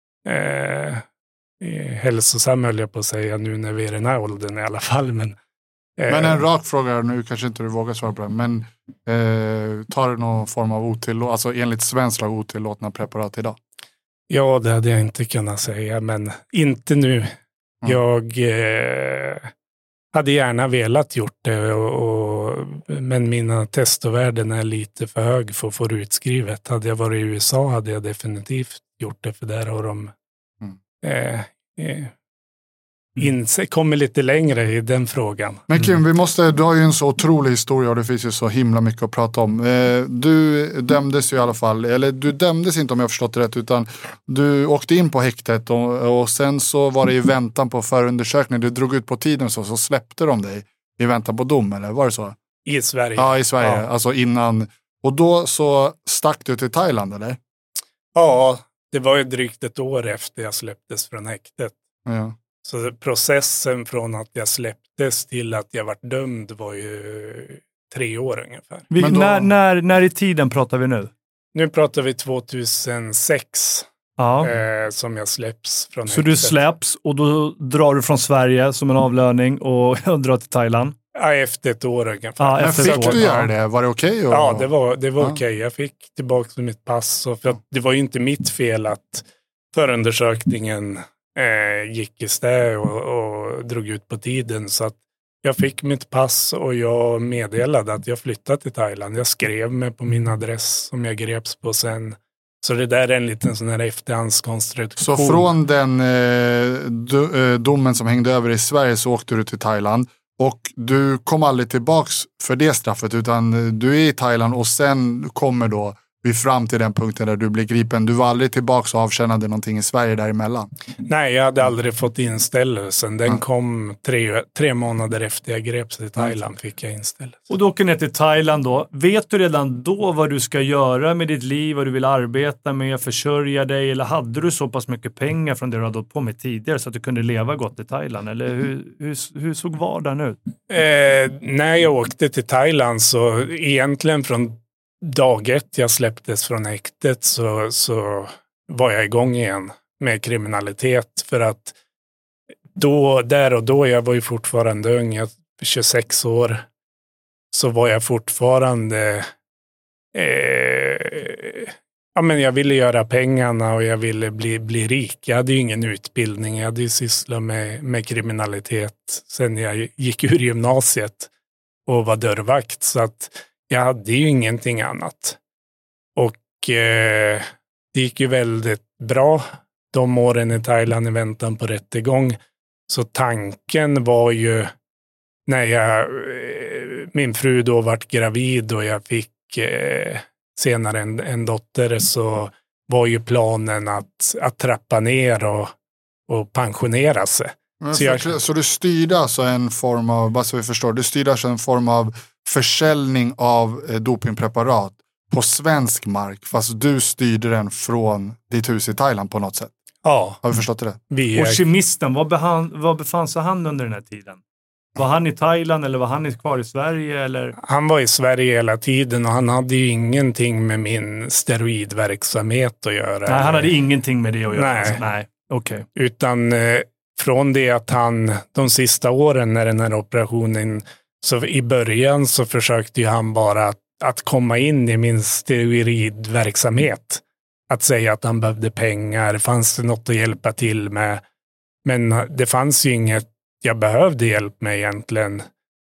eh, hälsosam, höll jag på att säga, nu när vi är i den här åldern i alla fall. Men, eh, men en rak fråga, nu kanske inte du vågar svara på det, men eh, tar du någon form av otillåtna, alltså enligt svensk lag otillåtna preparat idag? Ja, det hade jag inte kunnat säga, men inte nu. Mm. Jag eh, hade gärna velat gjort det, och, och, men mina testovärden är lite för hög för att få det utskrivet. Hade jag varit i U S A hade jag definitivt gjort det, för där har de mm. eh, eh, inse, kommer lite längre i den frågan. Men Kim, vi måste, du har ju en så otrolig historia och det finns ju så himla mycket att prata om. Eh, du dömdes ju i alla fall, eller du dömdes inte om jag förstått det rätt, utan du åkte in på häktet och, och sen så var det i väntan på förundersökning. Du drog ut på tiden så, så släppte de dig i väntan på dom, eller var det så? I Sverige. Ja, i Sverige. Ja. Alltså innan. Och då så stack du till Thailand, eller? Ja, det var ju drygt ett år efter jag släpptes från häktet. Ja. Så processen från att jag släpptes till att jag var dömd var ju tre år ungefär. Vi, då, när, när, när i tiden pratar vi nu? Nu pratar vi tjugohundrasex. Ja. Eh, som jag släpps från Så häktet. Du släpps och då drar du från Sverige som en avlöning och drar till Thailand? Ja, efter ett år ungefär. Ja, men fick år. Du göra det? Var det okej? Okay och... Ja, det var, det var ja. okej. Okay. Jag fick tillbaka mitt pass. Och för att det var ju inte mitt fel att förundersökningen eh, gick i stä och, och drog ut på tiden. Så att jag fick mitt pass och jag meddelade att jag flyttade till Thailand. Jag skrev mig på min adress som jag greps på sen. Så det där är en liten sån här efterhandskonstruktion. Så från den eh, do, eh, domen som hängde över i Sverige så åkte du till Thailand. Och du kom aldrig tillbaks för det straffet, utan du är i Thailand och sen kommer då vi fram till den punkten där du blir gripen. Du var aldrig tillbaks och avtjänade någonting i Sverige däremellan? Nej, jag hade aldrig fått inställelsen. Den mm. kom tre, tre månader efter jag greps i Thailand mm. fick jag inställelsen. Och då åker ner till Thailand då. Vet du redan då vad du ska göra med ditt liv, vad du vill arbeta med, försörja dig, eller hade du så pass mycket pengar från det du hade på med tidigare så att du kunde leva gott i Thailand? Eller hur, hur, hur såg vardagen ut? Eh, när jag åkte till Thailand så egentligen från dag ett jag släpptes från häktet så, så var jag igång igen med kriminalitet, för att då, där och då, jag var ju fortfarande ung, jag tjugosex år, så var jag fortfarande eh, ja, men jag ville göra pengarna och jag ville bli, bli rik. Jag hade ju ingen utbildning, jag hade ju sysslat med, med kriminalitet sen jag gick ur gymnasiet och var dörrvakt, så att jag hade ju ingenting annat. Och eh, det gick ju väldigt bra de åren i Thailand i väntan på rättegång. Så tanken var ju när jag, eh, min fru då vart gravid och jag fick eh, senare en, en dotter, så var ju planen att, att trappa ner och, och pensionera sig. Men så, jag, så du styrde alltså en form av, bara så vi förstår, du styrde alltså en form av försäljning av eh, dopingpreparat på svensk mark, fast du styrde den från ditt hus i Thailand på något sätt. Ja. Har vi förstått det? Vi är... Och kemisten, var, behan, var befann sig han under den här tiden? Var han i Thailand eller var han kvar i Sverige? Eller? Han var i Sverige hela tiden och han hade ju ingenting med min steroidverksamhet att göra. Nej, han hade ingenting med det att göra. Nej, alltså. Nej. Okay. Utan eh, från det att han, de sista åren när den här operationen, så i början så försökte ju han bara att, att komma in i min steroidverksamhet. Att säga att han behövde pengar, fanns det något att hjälpa till med. Men det fanns ju inget jag behövde hjälp med egentligen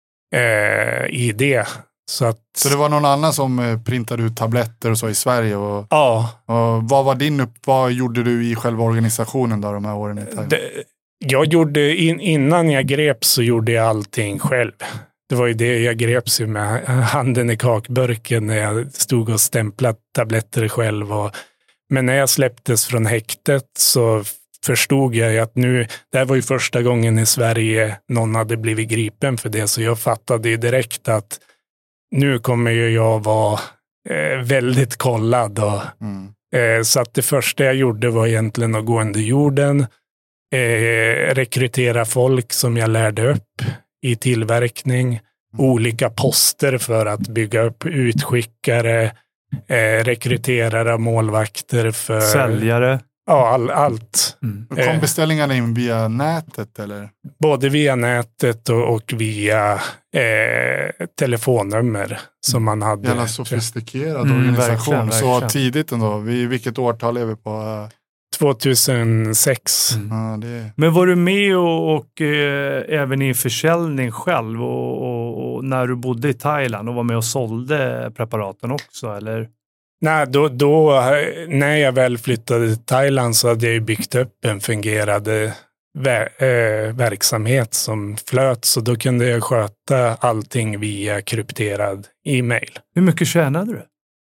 eh, i det. Så, att, så det var någon annan som printade ut tabletter och så i Sverige? Och, ja. Och vad var din upp, vad gjorde du i själva organisationen då de här åren i Thailand? Det, jag gjorde, in, innan jag greps så gjorde jag allting själv. Det var ju det jag greps ju med, handen i kakburken när jag stod och stämplade tabletter själv. Och, men när jag släpptes från häktet så förstod jag att nu, det här var ju första gången i Sverige någon hade blivit gripen för det, så jag fattade ju direkt att nu kommer ju jag vara eh, väldigt kollad. Och, mm. eh, så att det första jag gjorde var egentligen att gå under jorden. eh, rekrytera folk som jag lärde upp i tillverkning, olika poster för att bygga upp utskickare, eh, rekryterare, målvakter för... Säljare. Ja, all, allt. Mm. Kom beställningarna in via nätet eller? Både via nätet och, och via eh, telefonnummer som man hade. Jävla sofistikerad mm, organisation. Verkligen, så verkligen. Tidigt ändå. Vi, vilket årtal är vi på? tjugohundrasex. Mm. Ja, det... Men var du med och, och eh, även i försäljning själv och, och, och när du bodde i Thailand och var med och sålde preparaten också, eller? Nej, då, då, när jag väl flyttade till Thailand så hade jag byggt upp en fungerande ver- äh, verksamhet som flöt, så då kunde jag sköta allting via krypterad e-mail. Hur mycket tjänade du?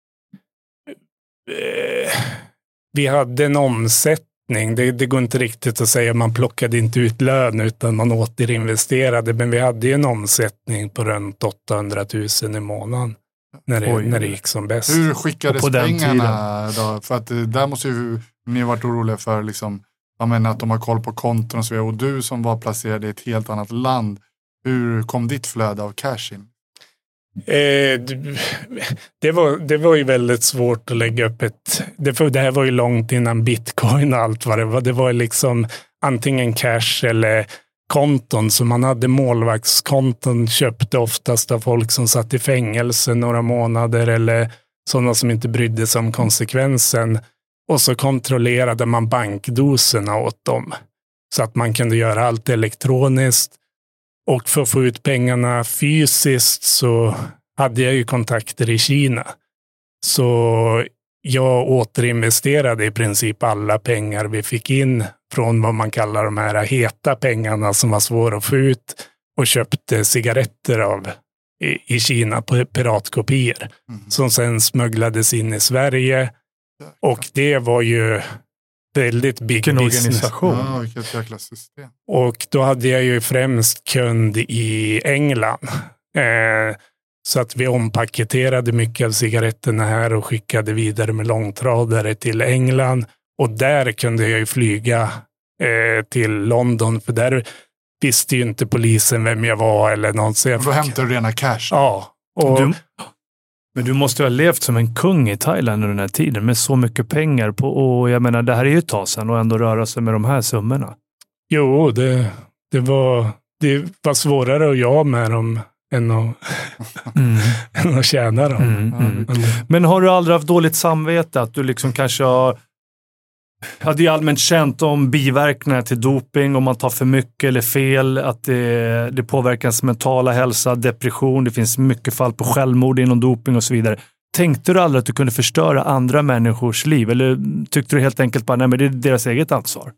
Eh, vi hade en omsättning, det, det går inte riktigt att säga, man plockade inte ut lön utan man återinvesterade, men vi hade en omsättning på runt åttahundratusen i månaden. När det, när det gick som bäst. Hur skickades pengarna då? För att där måste ju ni varit oroliga för liksom, jag menar, att de har koll på konton och så vidare. Och du som var placerad i ett helt annat land, hur kom ditt flöde av cash in? Eh, det, var, det var ju väldigt svårt att lägga upp ett... Det, det här var ju långt innan bitcoin och allt vad det var. Det var liksom antingen cash eller konton, så man hade målvaktskonton, köpte oftast av folk som satt i fängelse några månader eller sådana som inte brydde sig om konsekvensen, och så kontrollerade man bankdoserna åt dem så att man kunde göra allt elektroniskt. Och för att få ut pengarna fysiskt så hade jag ju kontakter i Kina, så jag återinvesterade i princip alla pengar vi fick in från vad man kallar de här heta pengarna som var svåra att få ut, och köpte cigaretter av i, i Kina på piratkopior mm. som sen smugglades in i Sverige. Och det var ju väldigt big vilken business. Organisation. Ja, vilket jäkla system. Och då hade jag ju främst kund i England. Eh, Så att vi ompaketerade mycket av cigaretterna här och skickade vidare med långtradare till England. Och där kunde jag ju flyga eh, till London, för där visste ju inte polisen vem jag var eller någon. Så jag fick... Då hämtade du rena cash. Ja. Och... Du, men du måste ha levt som en kung i Thailand under den här tiden med så mycket pengar på, och jag menar, det här är ju ett tag sedan, och ändå röra sig med de här summorna. Jo, det, det, var, det var svårare att göra med dem än att, mm. än att tjäna dem. Mm, mm. Men har du aldrig haft dåligt samvete att du liksom kanske har, hade ju allmänt känt om biverkningar till doping, om man tar för mycket eller fel, att det, det påverkar ens mentala hälsa, depression, det finns mycket fall på självmord inom doping och så vidare. Tänkte du aldrig att du kunde förstöra andra människors liv, eller tyckte du helt enkelt bara, nej men det är deras eget ansvar?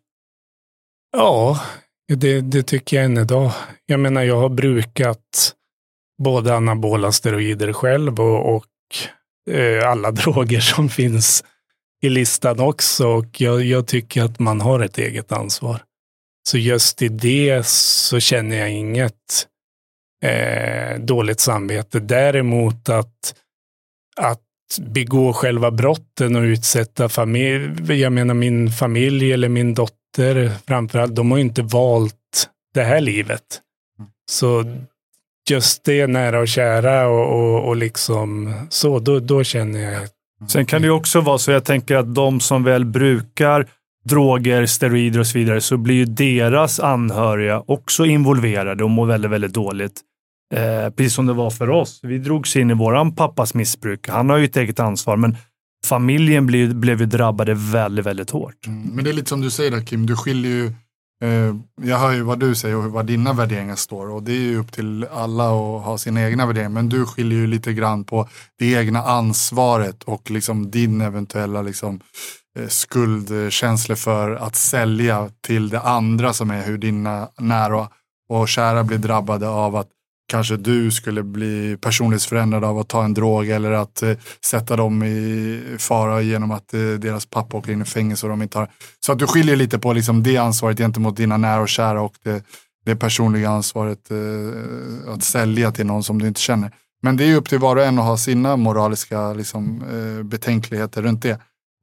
Ja, det, det tycker jag än idag. Jag menar, jag har brukat både anabola steroider själv och, och eh, alla droger som finns i listan också, och jag, jag tycker att man har ett eget ansvar. Så just i det så känner jag inget eh, dåligt samvete. Däremot att, att begå själva brotten och utsätta familj, jag menar min familj eller min dotter framförallt, de har ju inte valt det här livet. Så just det nära och kära och, och, och liksom så, då, då känner jag. Sen kan det ju också vara så, jag tänker att de som väl brukar droger, steroider och så vidare, så blir ju deras anhöriga också involverade och mår väldigt, väldigt dåligt. Eh, precis som det var för oss. Vi drogs in i våran pappas missbruk. Han har ju ett eget ansvar, men familjen blev, blev ju drabbade väldigt, väldigt hårt. Mm, men det är lite som du säger där, Kim, du skiljer ju, eh, jag hör ju vad du säger och vad dina värderingar står, och det är ju upp till alla att ha sina egna värderingar, men du skiljer ju lite grann på det egna ansvaret och liksom din eventuella liksom eh, skuldkänslor för att sälja till det andra, som är hur dina nära och kära blir drabbade av att kanske du skulle bli personlighetsförändrad av att ta en drog, eller att eh, sätta dem i fara genom att eh, deras pappa åker in i fängelse och de inte har. Så att du skiljer lite på liksom det ansvaret gentemot dina nära och kära och det, det personliga ansvaret eh, att sälja till någon som du inte känner. Men det är ju upp till var och en att ha sina moraliska liksom, eh, betänkligheter runt det.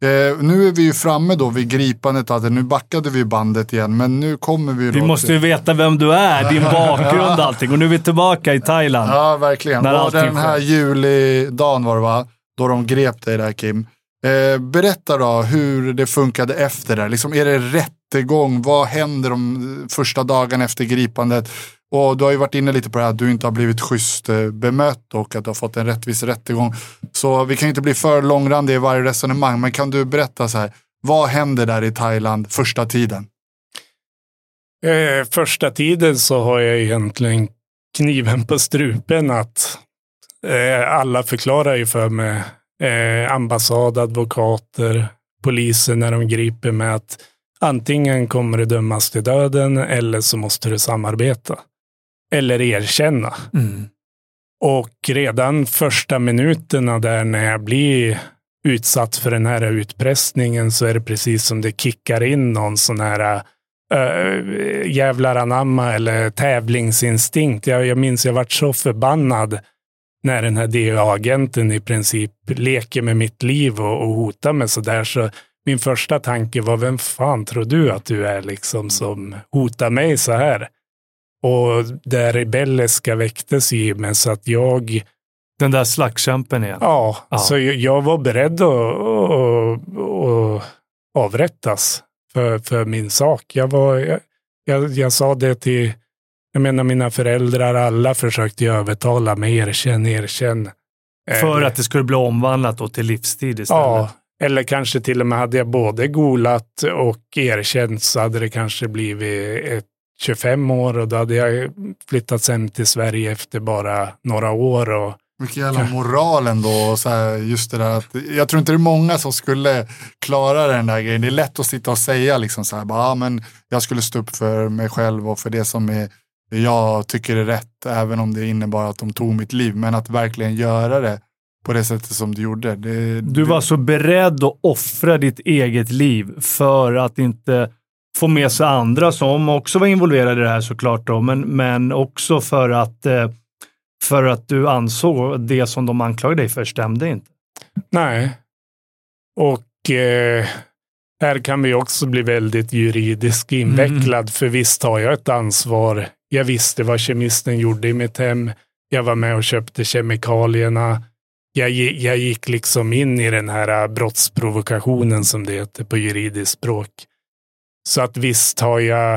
Eh, nu är vi ju framme då vid gripandet. Alltså, nu backade vi bandet igen, men nu kommer vi... Vi måste ju veta vem du är, din bakgrund och allting. Och nu är vi tillbaka i Thailand. Ja, verkligen. Och den här julidagen var det, va? Då de grep dig där, Kim. Eh, berätta då hur det funkade efter det. Liksom, är det rättegång? Vad händer de första dagarna efter gripandet? Och du har ju varit inne lite på det här att du inte har blivit schysst bemött och att du har fått en rättvis rättegång. Så vi kan inte bli för långrandiga i varje resonemang, men kan du berätta så här, vad händer där i Thailand första tiden? Eh, första tiden så har jag egentligen kniven på strupen att eh, alla förklarar ju för mig, eh, ambassad, advokater, polisen när de griper med att antingen kommer du dömas till döden eller så måste du samarbeta. Eller erkänna. Mm. Och redan första minuterna där när jag blir utsatt för den här utpressningen så är det precis som det kickar in någon sån här äh, jävlar anamma eller tävlingsinstinkt. Jag, jag minns jag varit så förbannad när den här D A-agenten i princip leker med mitt liv och, och hotar mig så där. Så min första tanke var, vem fan tror du att du är liksom som hotar mig så här? Och det rebelliska väcktes i mig så att jag... Den där slagskämpen igen. Ja, ja. Så jag, jag var beredd att, att, att avrättas för, för min sak. Jag, var, jag, jag, jag sa det till, jag menar mina föräldrar, alla försökte övertala mig, erkänn, erkänn. För att det skulle bli omvandlat då till livstid istället. Ja, eller kanske till och med hade jag både golat och erkänt så hade det kanske blivit ett tjugofem år och då hade jag flyttat hem till Sverige efter bara några år. Och mycket jävla moralen då. Så här, just det där att, jag tror inte det är många som skulle klara den där grejen. Det är lätt att sitta och säga liksom så här, bara, ah, men jag skulle stå upp för mig själv och för det som är, jag tycker är rätt, även om det innebar att de tog mitt liv. Men att verkligen göra det på det sättet som du gjorde. Det, du var det... så beredd att offra ditt eget liv för att inte få med sig andra som också var involverade i det här såklart då, men, men också för att, för att du ansåg det som de anklagade dig för stämde inte. Nej. Och eh, här kan vi också bli väldigt juridiskt invecklad mm. för visst har jag ett ansvar. Jag visste vad kemisten gjorde i mitt hem. Jag var med och köpte kemikalierna. Jag, jag gick liksom in i den här brottsprovokationen som det heter på juridiskt språk. Så att visst har jag,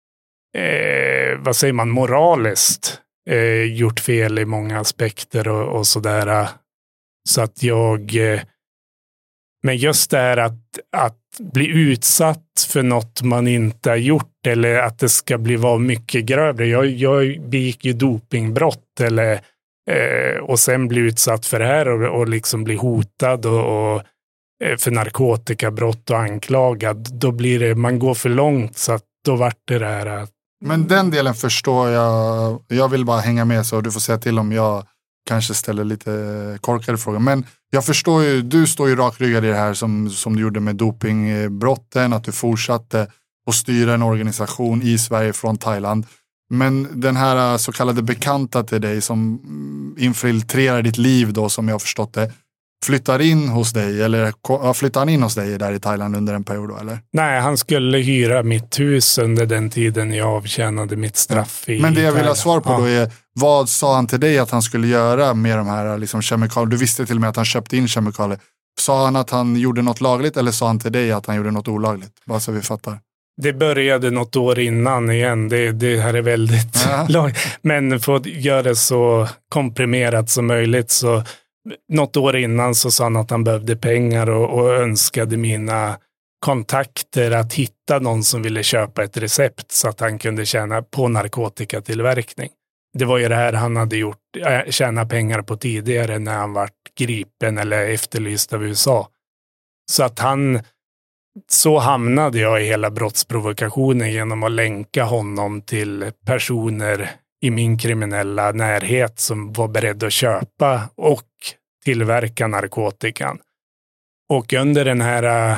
eh, vad säger man, moraliskt eh, gjort fel i många aspekter och, och sådär. Så att jag, eh, men just det här att, att bli utsatt för något man inte har gjort eller att det ska bli vara mycket grövre. Jag, jag begick ju dopingbrott eller, eh, och sen bli utsatt för det här och, och liksom bli hotad och, och för narkotikabrott och anklagad, då blir det, man går för långt så att då vart det det här. Men den delen förstår jag, jag vill bara hänga med så du får säga till om jag kanske ställer lite korkade frågor. Men jag förstår ju, du står ju rakryggad i det här som, som du gjorde med dopingbrotten, att du fortsatte att styra en organisation i Sverige från Thailand. Men den här så kallade bekanta till dig som infiltrerar ditt liv då, som jag har förstått det, flyttar in hos dig eller flyttar han in hos dig där i Thailand under en period då, eller? Nej, han skulle hyra mitt hus under den tiden jag avtjänade mitt straff i Men det jag vill ha Thailand. svar på ja. då är, vad sa han till dig att han skulle göra med de här liksom, kemikalier? Du visste till och med att han köpte in kemikalier. Sa han att han gjorde något lagligt eller sa han till dig att han gjorde något olagligt? Bara så vi fattar. Det började något år innan igen. Det, det här är väldigt ja. långt. Men för att göra det så komprimerat som möjligt så något år innan så sa han att han behövde pengar och, och önskade mina kontakter att hitta någon som ville köpa ett recept så att han kunde tjäna på narkotikatillverkning. Det var ju det här han hade gjort, tjäna pengar på tidigare när han var gripen eller efterlyst av U S A. Så att han, så hamnade jag i hela brottsprovokationen genom att länka honom till personer i min kriminella närhet som var beredd att köpa och tillverka narkotikan. Och under den här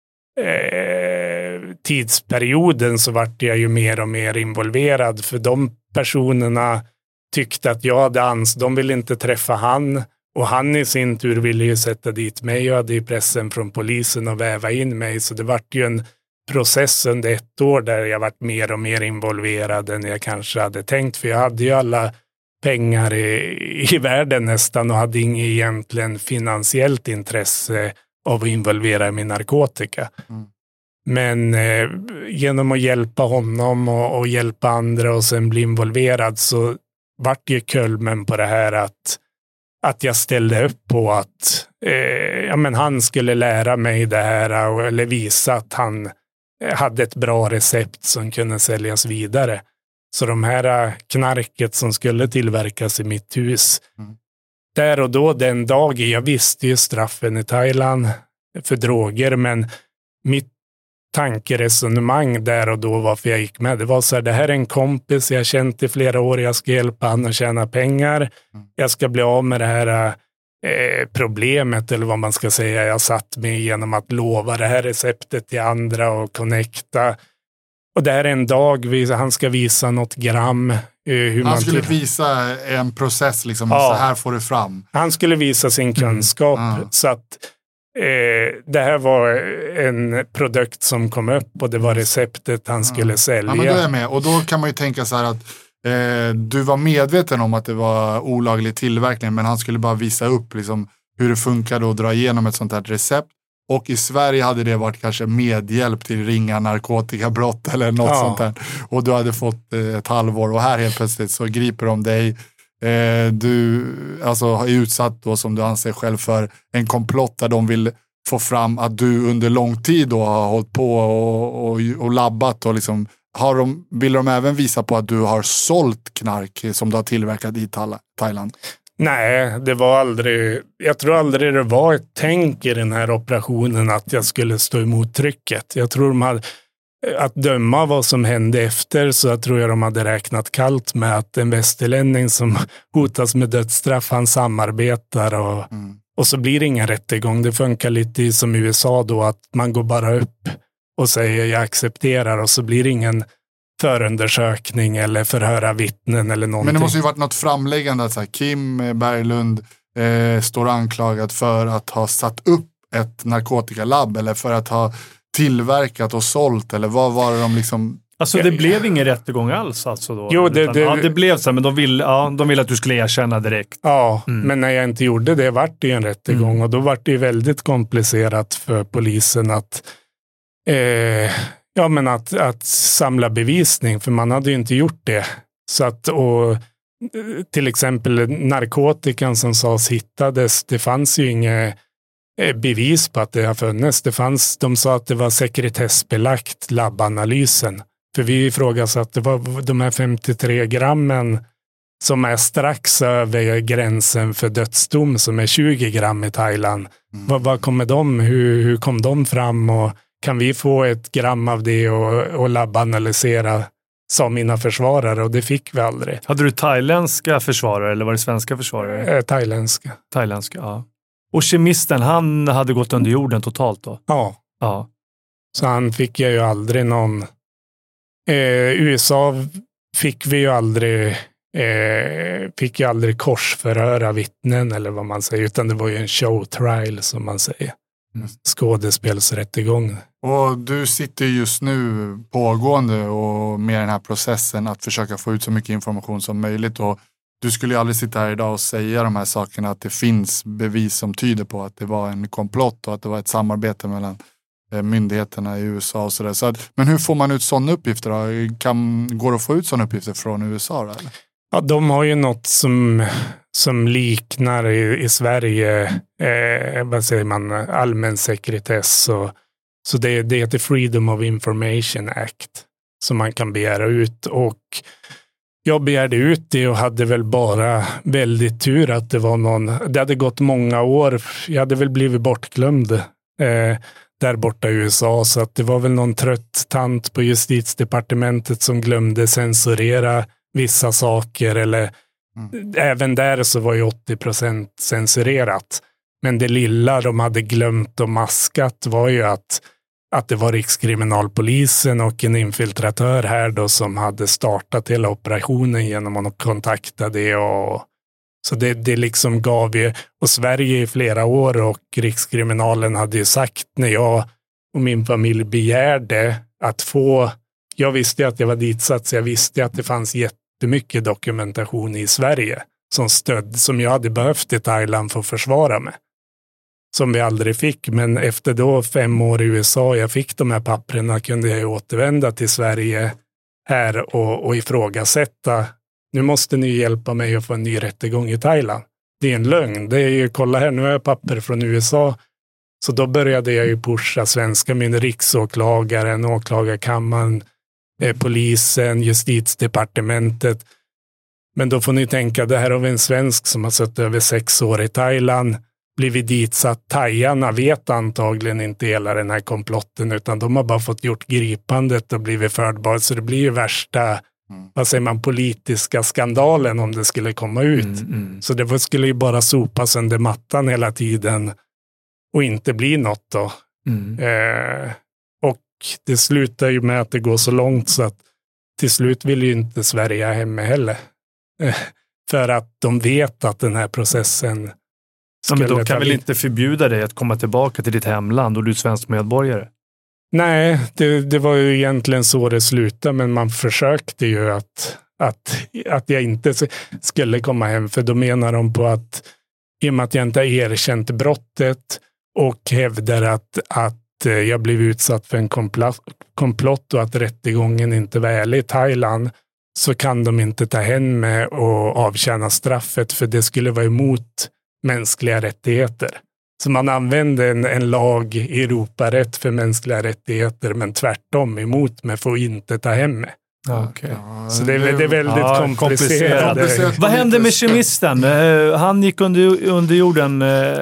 eh, tidsperioden så vart jag ju mer och mer involverad för de personerna tyckte att jag hade ans, de ville inte träffa han Och han i sin tur ville ju sätta dit mig och hade ju pressen från polisen och väva in mig. Så det vart ju en process under ett år där jag varit mer och mer involverad än jag kanske hade tänkt. För jag hade ju alla pengar i, i världen nästan och hade inget egentligen finansiellt intresse av att involvera mig i narkotika. Mm. Men eh, genom att hjälpa honom och, och hjälpa andra och sen bli involverad så vart ju kulmen på det här att, att jag ställde upp på att eh, ja, men han skulle lära mig det här och, eller visa att han hade ett bra recept som kunde säljas vidare. Så de här knarket som skulle tillverkas i mitt hus. Mm. Där och då den dagen, jag visste ju straffen i Thailand för droger, men mitt tankeresonemang där och då varför jag gick med, det var så här, det här är en kompis jag har känt i flera år, jag ska hjälpa han att tjäna pengar. Mm. Jag ska bli av med det här eh, problemet eller vad man ska säga. Jag satt med genom att lova det här receptet till andra och connecta. Och det här är en dag, han ska visa något gram. Eh, hur han man skulle till... visa en process, liksom, ja. Så här får du fram. Han skulle visa sin kunskap. Mm. Mm. Så att eh, det här var en produkt som kom upp och det var receptet han skulle mm. sälja. Ja, men då är jag med. Och då kan man ju tänka så här att eh, du var medveten om att det var olaglig tillverkning, men han skulle bara visa upp liksom, hur det funkade och dra igenom ett sånt här recept. Och i Sverige hade det varit kanske medhjälp till ringa narkotikabrott eller något ja. sånt där. Och du hade fått eh, ett halvår och här helt plötsligt så griper de dig. Eh, du alltså, är utsatt då, som du anser själv, för en komplott där de vill få fram att du under lång tid då har hållit på och, och, och labbat. Och liksom, har de, vill de även visa på att du har sålt knark som du har tillverkat i Thailand? Nej, det var aldrig, jag tror aldrig det var ett tänk i den här operationen att jag skulle stå emot trycket. Jag tror de hade, att döma vad som hände efter, så jag tror jag de hade räknat kallt med att en västerlänning som hotas med dödsstraff, han samarbetar och, mm. och så blir det ingen rättegång. Det funkar lite som i U S A då, att man går bara upp och säger jag accepterar och så blir det ingen förundersökning eller förhöra vittnen eller någonting. Men det måste ju varit något framläggande att så här, Kim Berglund eh, står anklagad för att ha satt upp ett narkotikalabb eller för att ha tillverkat och sålt, eller vad var det de liksom... Alltså det blev ingen rättegång alls alltså då? Jo, det, utan, det, ja, det blev så, men de ville ja, de ville att du skulle erkänna direkt. Ja, mm. men när jag inte gjorde det vart det en rättegång mm. och då vart det väldigt komplicerat för polisen att eh, Ja, men att, att samla bevisning, för man hade ju inte gjort det. Så att, och till exempel narkotikan som sades hittades, det fanns ju inget bevis på att det har funnits. Det fanns, de sa att det var sekretessbelagt labbanalysen. För vi ifrågasatte vad de här femtiotre grammen som är strax över gränsen för dödsdom, som är tjugo gram i Thailand. Mm. Vad, vad kommer de, hur, hur kom de fram och kan vi få ett gram av det och, och labbanalysera, sa mina försvarare, och det fick vi aldrig. Hade du thailändska försvarare eller var det svenska försvarare? Eh, thailändska. Thailändska, ja. Och kemisten, han hade gått under jorden totalt då? Ja. Ja. Så han fick jag ju aldrig någon... Eh, U S A fick vi ju aldrig... Eh, fick ju aldrig korsförhöra vittnen eller vad man säger, utan det var ju en show trial som man säger. Mm. Skådespelsrättegång. Och du sitter just nu pågående och med den här processen att försöka få ut så mycket information som möjligt, och du skulle ju aldrig sitta här idag och säga de här sakerna, att det finns bevis som tyder på att det var en komplott och att det var ett samarbete mellan myndigheterna i U S A och sådär. Så att, men hur får man ut sådana uppgifter då? Kan, går det att få ut sådana uppgifter från U S A då, eller? Ja, de har ju något som, som liknar i, i Sverige, eh, vad säger man, allmän sekretess. Och, så det, det heter Freedom of Information Act som man kan begära ut. Och jag begärde ut det och hade väl bara väldigt tur att det var någon, det hade gått många år, jag hade väl blivit bortglömd eh, där borta i U S A, så att det var väl någon trött tant på justitiedepartementet som glömde censurera vissa saker, eller mm. även där så var ju åttio procent censurerat. Men det lilla de hade glömt och maskat var ju att, att det var Rikskriminalpolisen och en infiltratör här då som hade startat hela operationen genom att kontakta det och Så det, det liksom gav ju, och Sverige i flera år och Rikskriminalen hade ju sagt när jag och min familj begärde att få, jag visste att jag var ditsatt så jag visste att det fanns jättemycket dokumentation i Sverige som stöd som jag hade behövt i Thailand för att försvara mig. Som vi aldrig fick, men efter då fem år i U S A jag fick de här papperna kunde jag ju återvända till Sverige här och, och ifrågasätta. Nu måste ni hjälpa mig att få en ny rättegång i Thailand. Det är en lögn. Det är ju, kolla här, nu har jag papper från U S A. Så då började jag ju pusha svenska, min riksåklagaren, åklagarkammaren, eh, polisen, justitiedepartementet. Men då får ni tänka, det här har vi en svensk som har suttit över sex år i Thailand, blivit ditsatt. Thajarna vet antagligen inte hela den här komplotten, utan de har bara fått gjort gripandet och blivit fördbar. Så det blir ju värsta, mm. vad säger man, politiska skandalen om det skulle komma ut. Mm, mm. Så det skulle ju bara sopas under mattan hela tiden och inte bli något då. Mm. Eh, och det slutar ju med att det går så långt så att till slut vill ju inte Sverige hemma heller. Eh, för att de vet att den här processen ja, men de kan väl inte förbjuda dig att komma tillbaka till ditt hemland och du är svensk medborgare? Nej, det, det var ju egentligen så det slutade, men man försökte ju att, att, att jag inte skulle komma hem, för då menar de på att i och med att jag inte har erkänt brottet och hävdar att, att jag blev utsatt för en komplott och att rättegången inte var ärlig i Thailand, så kan de inte ta hem mig och avtjäna straffet, för det skulle vara emot mänskliga rättigheter. Så man använde en, en lag i Europarätt för mänskliga rättigheter, men tvärtom emot mig för att inte ta hem mig. Okay. Ja, så det är, det är väldigt ja, komplicerat. komplicerat. Vad hände med kemisten? Han gick under, under jorden.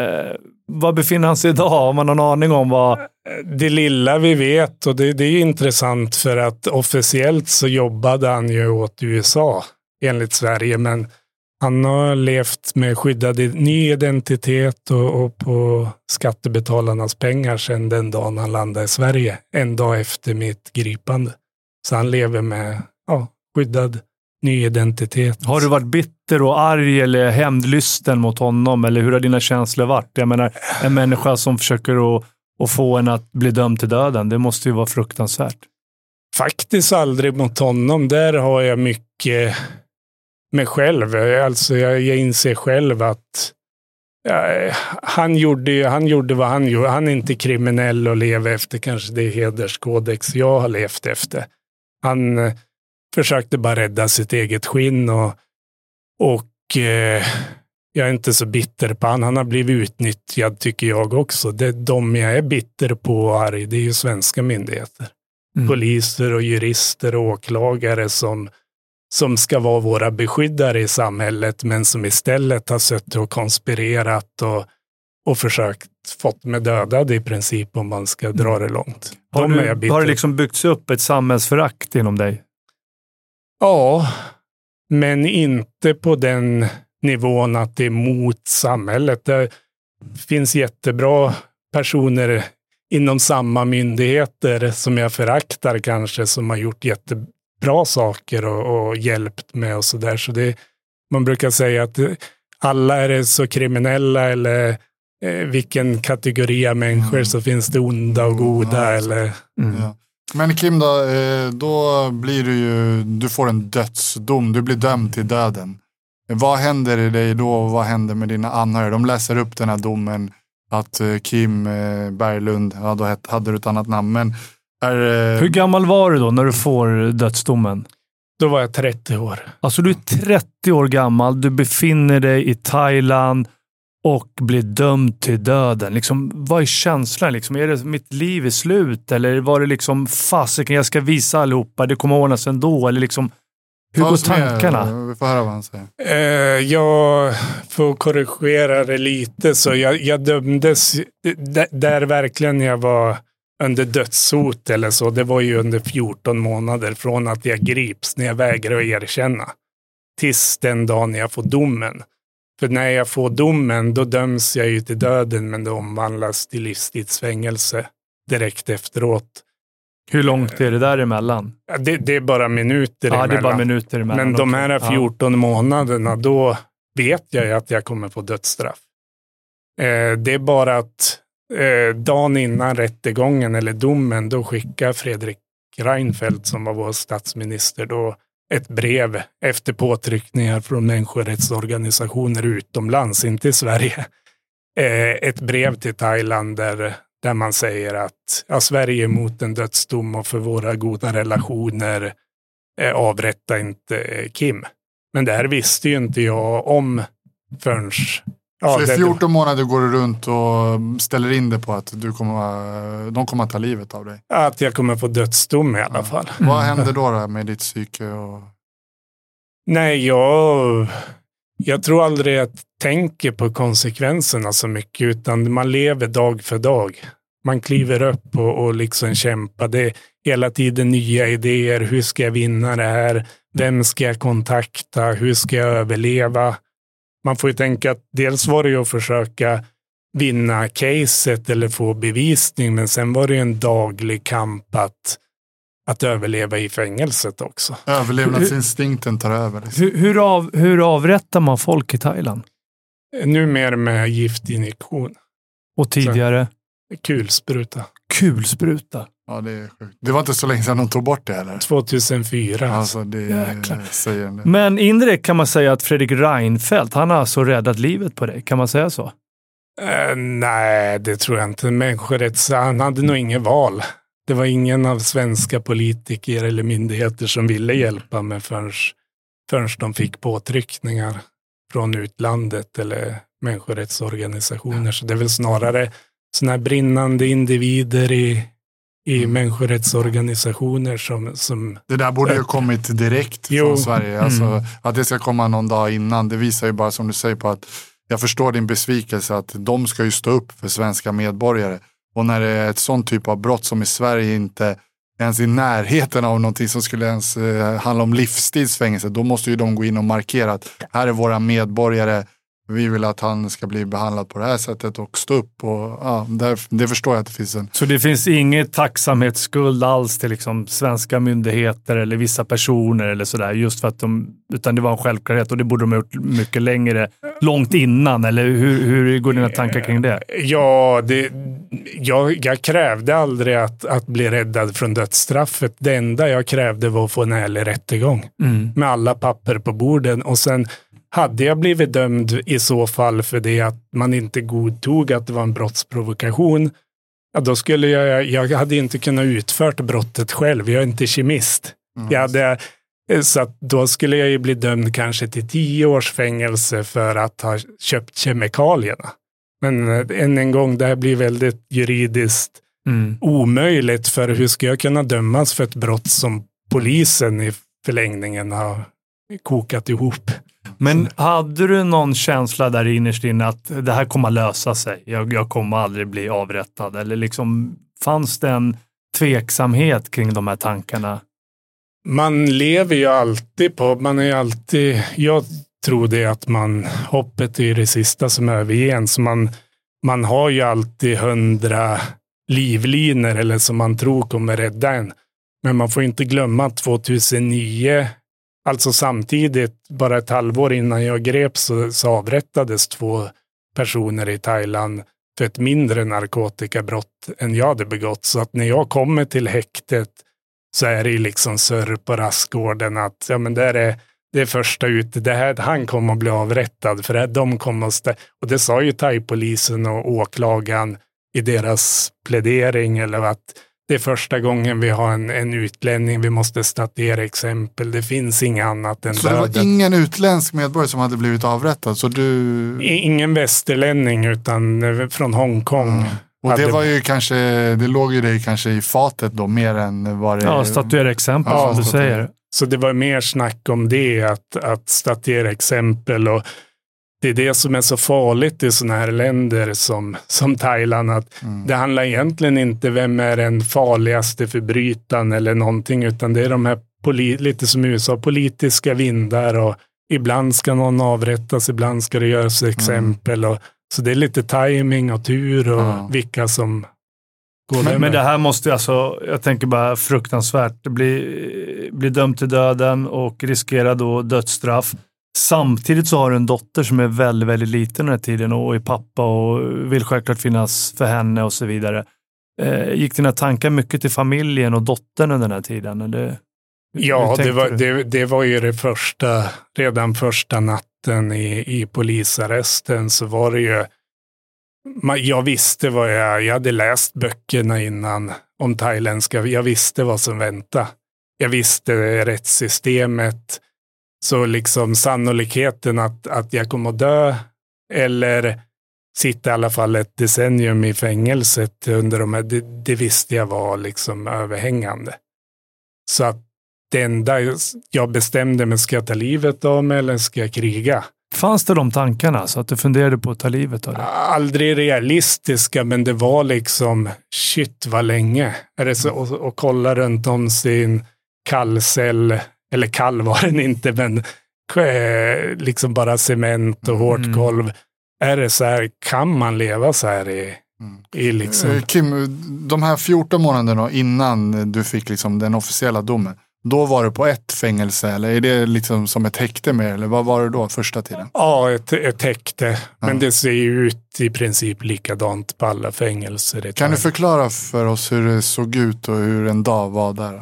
Vad befinner han sig idag? Har man någon aning om vad? Det lilla vi vet, och det, det är intressant för att officiellt så jobbade han ju åt U S A enligt Sverige, men han har levt med skyddad ny identitet och, och på skattebetalarnas pengar sedan den dagen han landade i Sverige. En dag efter mitt gripande. Så han lever med ja, skyddad ny identitet. Har du varit bitter och arg eller hämndlysten mot honom? Eller hur har dina känslor varit? Jag menar, en människa som försöker att, att få en att bli dömd till döden. Det måste ju vara fruktansvärt. Faktiskt aldrig mot honom. Där har jag mycket mig själv. Alltså jag, jag inser själv att ja, han, gjorde, han gjorde vad han gjorde. Han är inte kriminell och lever efter kanske det hederskodex jag har levt efter. Han eh, försökte bara rädda sitt eget skinn och, och eh, jag är inte så bitter på han. Han har blivit utnyttjad tycker jag också. Det är de jag är bitter på och arg, det är ju svenska myndigheter. Mm. Poliser och jurister och åklagare som som ska vara våra beskyddare i samhället, men som istället har suttit och konspirerat och, och försökt fått med dödade i princip, om man ska dra det långt. Har, De du, har det liksom byggts upp ett samhällsförakt inom dig? Ja, men inte på den nivån att det är mot samhället. Det finns jättebra personer inom samma myndigheter som jag föraktar kanske, som har gjort jättebra bra saker och, och hjälpt med och sådär. Så det, man brukar säga att alla är så kriminella eller eh, vilken kategori av människor mm. så finns det onda och goda. Mm. Eller, mm. Ja. Men Kim då, eh, då blir du ju, du får en dödsdom, du blir dömd till döden. Vad händer i dig då och vad händer med dina anhöriga? De läser upp den här domen att eh, Kim eh, Berglund, ja då hade du ett annat namn, men Är, Hur gammal var du då när du får dödsdomen? Då var jag trettio år. Alltså du är trettio år gammal, du befinner dig i Thailand och blir dömd till döden. Liksom, vad är känslan? Liksom, är det mitt liv är slut? Eller var det liksom fasiken, jag ska visa allihopa, det kommer ordnas ändå? Eller liksom, hur går tankarna? Vi får höra vad han säger. Eh, jag får korrigera det lite. Så jag, jag dömdes d- där verkligen jag var under dödshot eller så. Det var ju under fjorton månader från att jag grips när jag vägrar att erkänna tills den dagen jag får domen. För när jag får domen då döms jag ju till döden, men det omvandlas till livstidsfängelse direkt efteråt. Hur långt är det där emellan? Det, det är bara minuter ja, emellan. Det är bara minuter emellan. Men de här fjorton ja. månaderna då vet jag ju att jag kommer få dödsstraff. Eh, det är bara att eh, dagen innan rättegången eller domen, då skickar Fredrik Reinfeldt, som var vår statsminister då, ett brev efter påtryckningar från människorättsorganisationer utomlands, inte i Sverige. Eh, ett brev till Thailand där, där man säger att ja, Sverige är emot en dödsdom och för våra goda relationer eh, avrätta inte eh, Kim. Men det här visste ju inte jag om förrän... Ja, så i fjorton månader går du runt och ställer in det på att du kommer, de kommer att ta livet av dig? Att jag kommer få dödsdom i alla ja. fall. Mm. Vad händer då, då med ditt psyke? Och... Nej, jag, jag tror aldrig att jag tänker på konsekvenserna så mycket, utan man lever dag för dag. Man kliver upp och, och liksom kämpar. Det är hela tiden nya idéer. Hur ska jag vinna det här? Vem ska jag kontakta? Hur ska jag överleva? Man får ju tänka att dels var det ju att försöka vinna caset eller få bevisning, men sen var det ju en daglig kamp att, att överleva i fängelset också. Överlevnadsinstinkten tar över. Liksom. Hur, hur, av, hur avrättar man folk i Thailand? Numera med giftinjektion. Och tidigare? Så, kulspruta. Kulspruta? Ja, det är sjukt. Det var inte så länge sedan de tog bort det heller. tjugohundrafyra. Alltså, det säger det. Men indirekt kan man säga att Fredrik Reinfeldt, han har alltså räddat livet på dig. Kan man säga så? Uh, nej, det tror jag inte. Människorätts, han hade nog ingen val. Det var ingen av svenska politiker eller myndigheter som ville hjälpa mig förrän, förrän de fick påtryckningar från utlandet eller människorättsorganisationer. Så det är väl snarare såna här brinnande individer i i mm. människorättsorganisationer som, som... Det där borde ju kommit direkt jo. från Sverige. Alltså, mm. Att det ska komma någon dag innan, det visar ju bara, som du säger, på att jag förstår din besvikelse, att de ska ju stå upp för svenska medborgare. Och när det är ett sånt typ av brott som i Sverige inte ens i närheten av någonting som skulle ens eh, handla om livstidsfängelse, då måste ju de gå in och markera att här är våra medborgare, vi vill att han ska bli behandlad på det här sättet och stå upp. Och, ja, där, det förstår jag att det finns en... Så det finns inget tacksamhetsskuld alls till liksom svenska myndigheter eller vissa personer eller sådär, just för att de, utan det var en självklarhet och det borde de ha gjort mycket längre, långt innan, eller hur, hur går dina tankar kring det? Ja, det, jag, jag krävde aldrig att, att bli räddad från dödsstraffet. Det enda jag krävde var att få en ärlig rättegång mm. med alla papper på borden, och sen hade jag blivit dömd i så fall för det att man inte godtog att det var en brottsprovokation, ja, då skulle jag, jag hade inte kunnat utfört brottet själv. Jag är inte kemist. Mm. Jag hade, så att då skulle jag ju bli dömd kanske till tio års fängelse för att ha köpt kemikalierna. Men än en gång, det här blir väldigt juridiskt mm. omöjligt, för hur ska jag kunna dömas för ett brott som polisen i förlängningen har kokat ihop? Men hade du någon känsla där innerst inne att det här kommer att lösa sig? Jag, jag kommer aldrig bli avrättad. Eller liksom, fanns det en tveksamhet kring de här tankarna? Man lever ju alltid på, man är ju alltid, jag tror det att man, hoppet är det sista som överger, så man, man har ju alltid hundra livlinor eller som man tror kommer rädda en. Men man får inte glömma att tjugohundranio, alltså samtidigt, bara ett halvår innan jag greps, så, så avrättades två personer i Thailand för ett mindre narkotikabrott än jag hade begått. Så att när jag kommer till häktet så är det liksom surr på rastgården att ja, men där är det är första ute, det här, han kommer att bli avrättad för det här, de kommer att stä- och det sa ju thaipolisen och åklagaren i deras plädering, eller att det är första gången vi har en, en utlänning, vi måste statuera exempel, det finns inget annat än så döden. Det var ingen utländsk medborgare som hade blivit avrättad? Så du... Ingen västerlänning, utan från Hongkong. Mm. Och det var ju kanske, det låg ju dig kanske i fatet då, mer än vad det... Ja, statuera exempel, ja, som du säger. Så det var mer snack om det, att, att statuera exempel, och det är det som är så farligt i sådana här länder som, som Thailand, att mm. det handlar egentligen inte vem är den farligaste förbrytaren eller någonting, utan det är de här, poli- lite som i U S A, politiska vindar, och ibland ska någon avrättas, ibland ska det göras exempel, och så det är lite timing och tur och mm. vilka som går men, men det här måste alltså, jag tänker bara fruktansvärt, bli, bli dömd till döden och riskera då dödsstraff. Samtidigt så har du en dotter som är väldigt, väldigt liten den här tiden och är pappa och vill självklart finnas för henne och så vidare. Eh, gick dina tankar mycket till familjen och dottern under den här tiden? Eller, ja, det var, det, det var ju det första, redan första natten i, i polisarresten så var det ju, jag visste vad jag, jag hade läst böckerna innan om thailändska, jag visste vad som väntade. Jag visste rättssystemet, så liksom sannolikheten att, att jag kommer att dö eller sitta i alla fall ett decennium i fängelset under de här, det, det visste jag var liksom överhängande. Så att det enda jag bestämde mig, ska jag ta livet av mig eller ska jag kriga? Fanns det de tankarna så att du funderade på att ta livet av det? Aldrig realistiska, men det var liksom shit vad länge. Är det så, och, och kolla runt om sin kallcell, eller kall var den inte, men liksom bara cement och hårt mm. golv. Är det så här, kan man leva så här i, mm. i liksom... Kim, de här fjorton månaderna innan du fick liksom den officiella domen, då var du på ett fängelse eller är det liksom som ett häkte med eller vad var det då första tiden? Ja, ett, ett häkte. Men ja. Det ser ju ut i princip likadant på alla fängelser. Kan du förklara för oss hur det såg ut och hur en dag var där?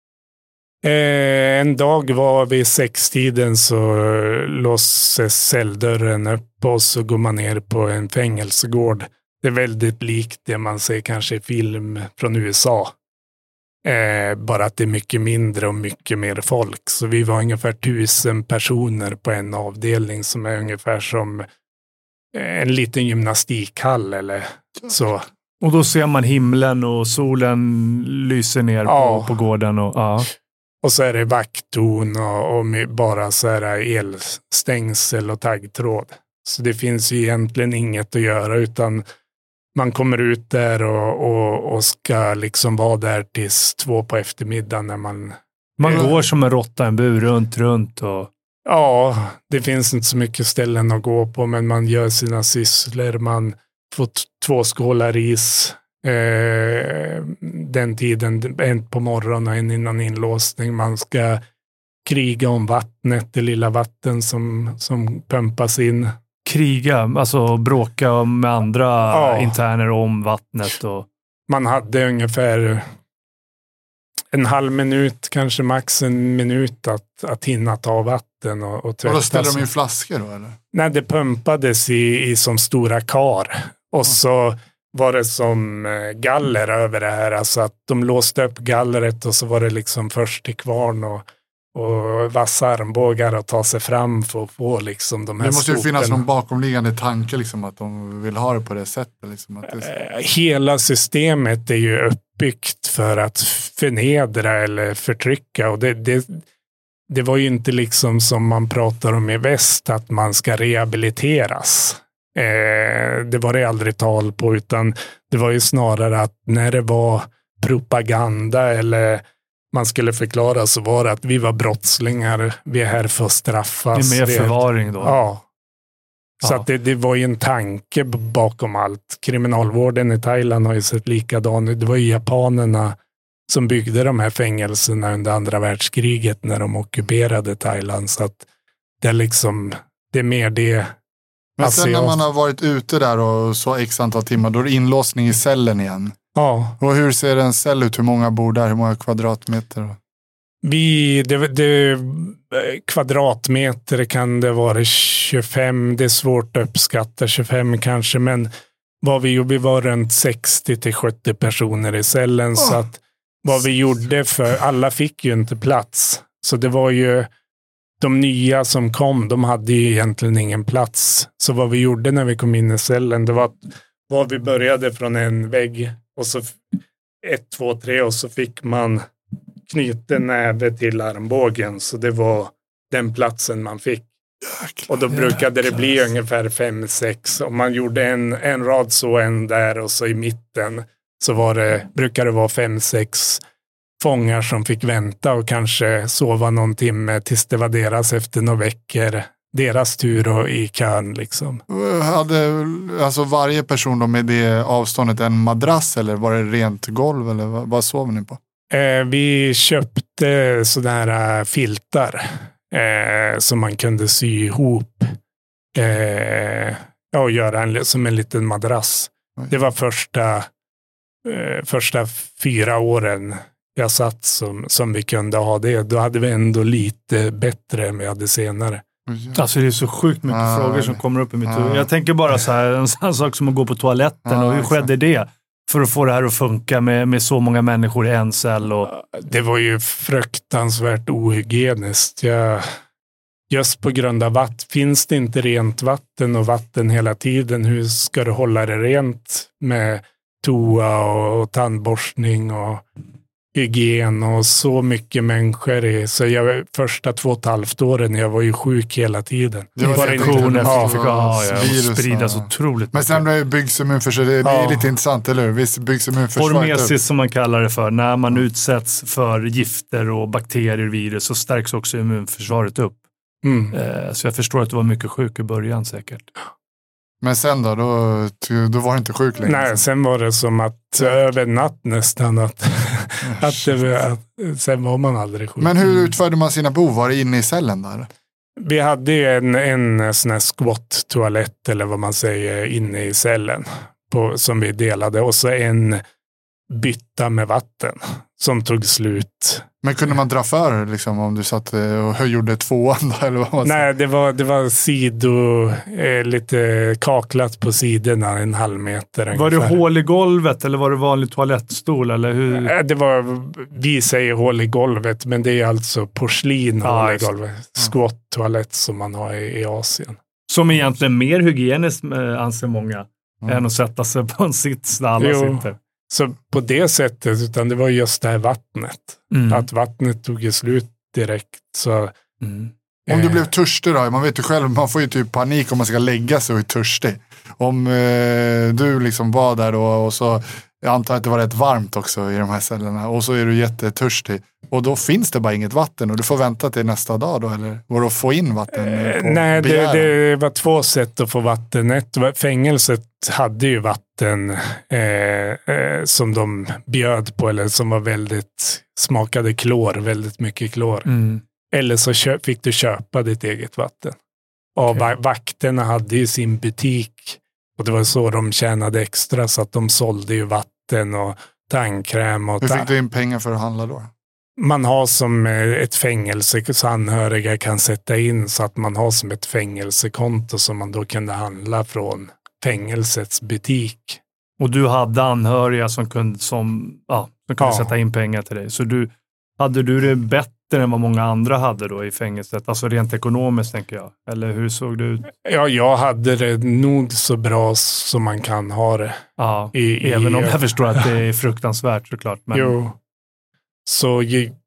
Eh, en dag var vid sextiden så låses celldörren upp och så går man ner på en fängelsegård. Det är väldigt likt det man ser kanske i film från U S A. Eh, bara att det är mycket mindre och mycket mer folk. Så vi var ungefär tusen personer på en avdelning som är ungefär som en liten gymnastikhall eller så. Och då ser man himlen och solen lyser ner ja. på, på gården. Och, ja. och så är det vakttorn och, och bara så här elstängsel och taggtråd. Så det finns ju egentligen inget att göra utan man kommer ut där och, och, och ska liksom vara där tills två på eftermiddagen när man... Man är... går som en råtta, en bur runt, runt och... Ja, det finns inte så mycket ställen att gå på men man gör sina sysslor. Man får t- två skålar ris eh, den tiden, en på morgonen och en innan inlåsning. Man ska kriga om vattnet, det lilla vatten som, som pumpas in. Kriga, alltså bråka med andra ja. interner om vattnet. Och... Man hade ungefär en halv minut, kanske max en minut att, att hinna ta vatten och, och tvätta. Och då ställde de i flaskor då eller? Nej, det pumpades i, i som stora kar. Och mm. så var det som galler över det här. Alltså att de låste upp gallret och så var det liksom först till kvarn och och vassa armbågar att ta sig fram för att få liksom de här. Det måste ju skopen. finnas någon bakomliggande tanke liksom att de vill ha det på det sättet. Liksom, att det... Hela systemet är ju uppbyggt för att förnedra eller förtrycka och det, det, det var ju inte liksom som man pratar om i väst att man ska rehabiliteras. Eh, det var det aldrig tal på utan det var ju snarare att när det var propaganda eller man skulle förklara så var det att vi var brottslingar, vi är här för att straffas. Det är mer förvaring då? Ja. Så ja. att det, det var ju en tanke bakom allt. Kriminalvården i Thailand har ju sett likadan ut. Det var ju japanerna som byggde de här fängelserna under andra världskriget när de ockuperade Thailand. Så att det är liksom, det är mer det. Men sen när man har varit ute där och så x antal timmar, då är det inlåsning i cellen igen. Ja. Och hur ser en cell ut? Hur många bor där? Hur många kvadratmeter? Vi, det, det, kvadratmeter kan det vara tjugofem. Det är svårt att uppskatta tjugofem kanske. Men vad vi gjorde, vi var runt sextio till sjuttio personer i cellen. Oh. Så att vad vi gjorde, för alla fick ju inte plats. Så det var ju de nya som kom, de hade ju egentligen ingen plats. Så vad vi gjorde när vi kom in i cellen, det var att var vi började från en vägg och så ett, två, tre och så fick man knyta näve till armbågen. Så det var den platsen man fick. Jäklar, och då brukade jäklar. Det bli ungefär fem, sex. Och man gjorde en, en rad så, en där och så i mitten så var det, brukade det vara fem, sex fångar som fick vänta och kanske sova någon timme tills det var deras efter några veckor. Deras tur och i kön liksom. Hade alltså varje person då med det avståndet en madrass eller var det rent golv eller vad, vad sov ni på? Eh, vi köpte sådana här filtar. eh, som man kunde sy ihop eh, ja, och göra en, som en liten madrass. Oj. Det var första, eh, första fyra åren jag satt som, som vi kunde ha det. Då hade vi ändå lite bättre än vi hade senare. Alltså det är så sjukt mycket ah, frågor som kommer upp i mitt huvud. Ah. Jag tänker bara så här, en sån sak som att gå på toaletten. Ah, och hur skedde det? För att få det här att funka med, med så många människor i en cell. Och... Det var ju fruktansvärt ohygieniskt. Jag, just på grund av vatten. Finns det inte rent vatten och vatten hela tiden? Hur ska du hålla det rent med toa och, och tandborstning och hygien och så mycket människor i. Så jag första två och ett halvt åren jag var ju sjuk hela tiden. Det var infektioner ja, fick ja, ja, spridas ja. otroligt. Men sen det byggs immunförsvar, det är ja. lite intressant, eller hur? Visst byggs immunförsvar. Hormesis som man kallar det för. När man utsätts för gifter och bakterier, virus, så stärks också immunförsvaret upp. Mm. Eh, så jag förstår att du var mycket sjuk i början säkert. Men sen då, då, då var det inte sjuk längre. Nej, sen var det som att ja. över natt nästan att, att, det, att sen var man aldrig sjuk. Men hur utförde man sina behov? Var det inne i cellen där? Vi hade en, en sån här squat-toalett eller vad man säger inne i cellen på, som vi delade och så en bytta med vatten som tog slut. Men kunde man dra för liksom, om du satt och gjorde tvåan då, eller vad man Nej, det var, det var sido, eh, lite kaklat på sidorna, en halv meter. Var ungefär. Det hål i golvet eller var det vanlig toalettstol? Eller hur? Eh, det var, vi säger hål i golvet, men det är alltså porslin ah, hål i golvet. Squat-toalett som man har i, i Asien. Som egentligen mer hygieniskt anser många mm. än att sätta sig på en sits där alla jo. sitter. Så på det sättet, utan det var just det här vattnet. Mm. Att vattnet tog ju slut direkt. Så, mm. eh. Om du blev törstig då, man vet ju själv, man får ju typ panik om man ska lägga sig och är törstig. Om eh, du liksom var där då och så, jag antar att det var rätt varmt också i de här cellerna. Och så är du jättetörstig. Och då finns det bara inget vatten och du får vänta till nästa dag då, eller var det att få in vatten? Eh, nej, det, det var två sätt att få vatten. Ett, fängelset hade ju vatten eh, eh, som de bjöd på eller som var väldigt, smakade klor, väldigt mycket klor. Mm. Eller så köp, fick du köpa ditt eget vatten. Och okay. vakterna hade ju sin butik och det var så de tjänade extra så att de sålde ju vatten och tandkräm. Och Hur fick du in pengar för att handla då? Man har som ett fängelse så anhöriga kan sätta in så att man har som ett fängelsekonto som man då kunde handla från fängelsets butik. Och du hade anhöriga som kunde, som, ja, som kunde ja. sätta in pengar till dig. Så du, hade du det bättre än vad många andra hade då i fängelset? Alltså rent ekonomiskt tänker jag. Eller hur såg det ut? Ja, jag hade det nog så bra som man kan ha det. Ja, i, även i, om jag förstår att det är fruktansvärt såklart. Men... Jo. Så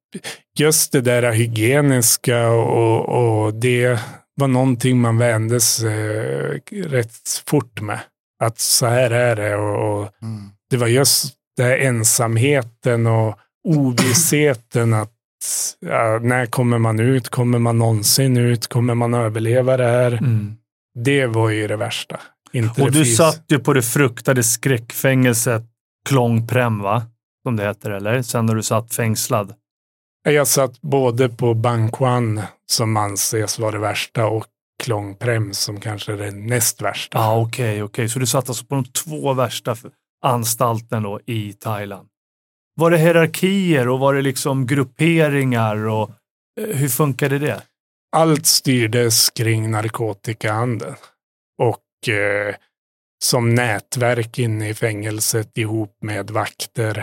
just det där hygieniska och, och det var någonting man vände sig rätt fort med. Att så här är det. Och, och mm. det var just det här ensamheten och ovissheten att ja, när kommer man ut? Kommer man någonsin ut? Kommer man överleva det här? Mm. Det var ju det värsta. Inte och det du fys- satt ju på det fruktade skräckfängelset Klong Prem, va? Som det heter, eller? Sen när du satt fängslad. Jag satt både på Ban Quan som anses vara det värsta och Klong Prem som kanske är det näst värsta. Ja, ah, okej, okay, okej. Okay. Så du satt alltså på de två värsta anstalten då i Thailand. Var det hierarkier och var det liksom grupperingar och eh, hur funkade det? Allt styrdes kring narkotikahandeln och eh, som nätverk inne i fängelset ihop med vakter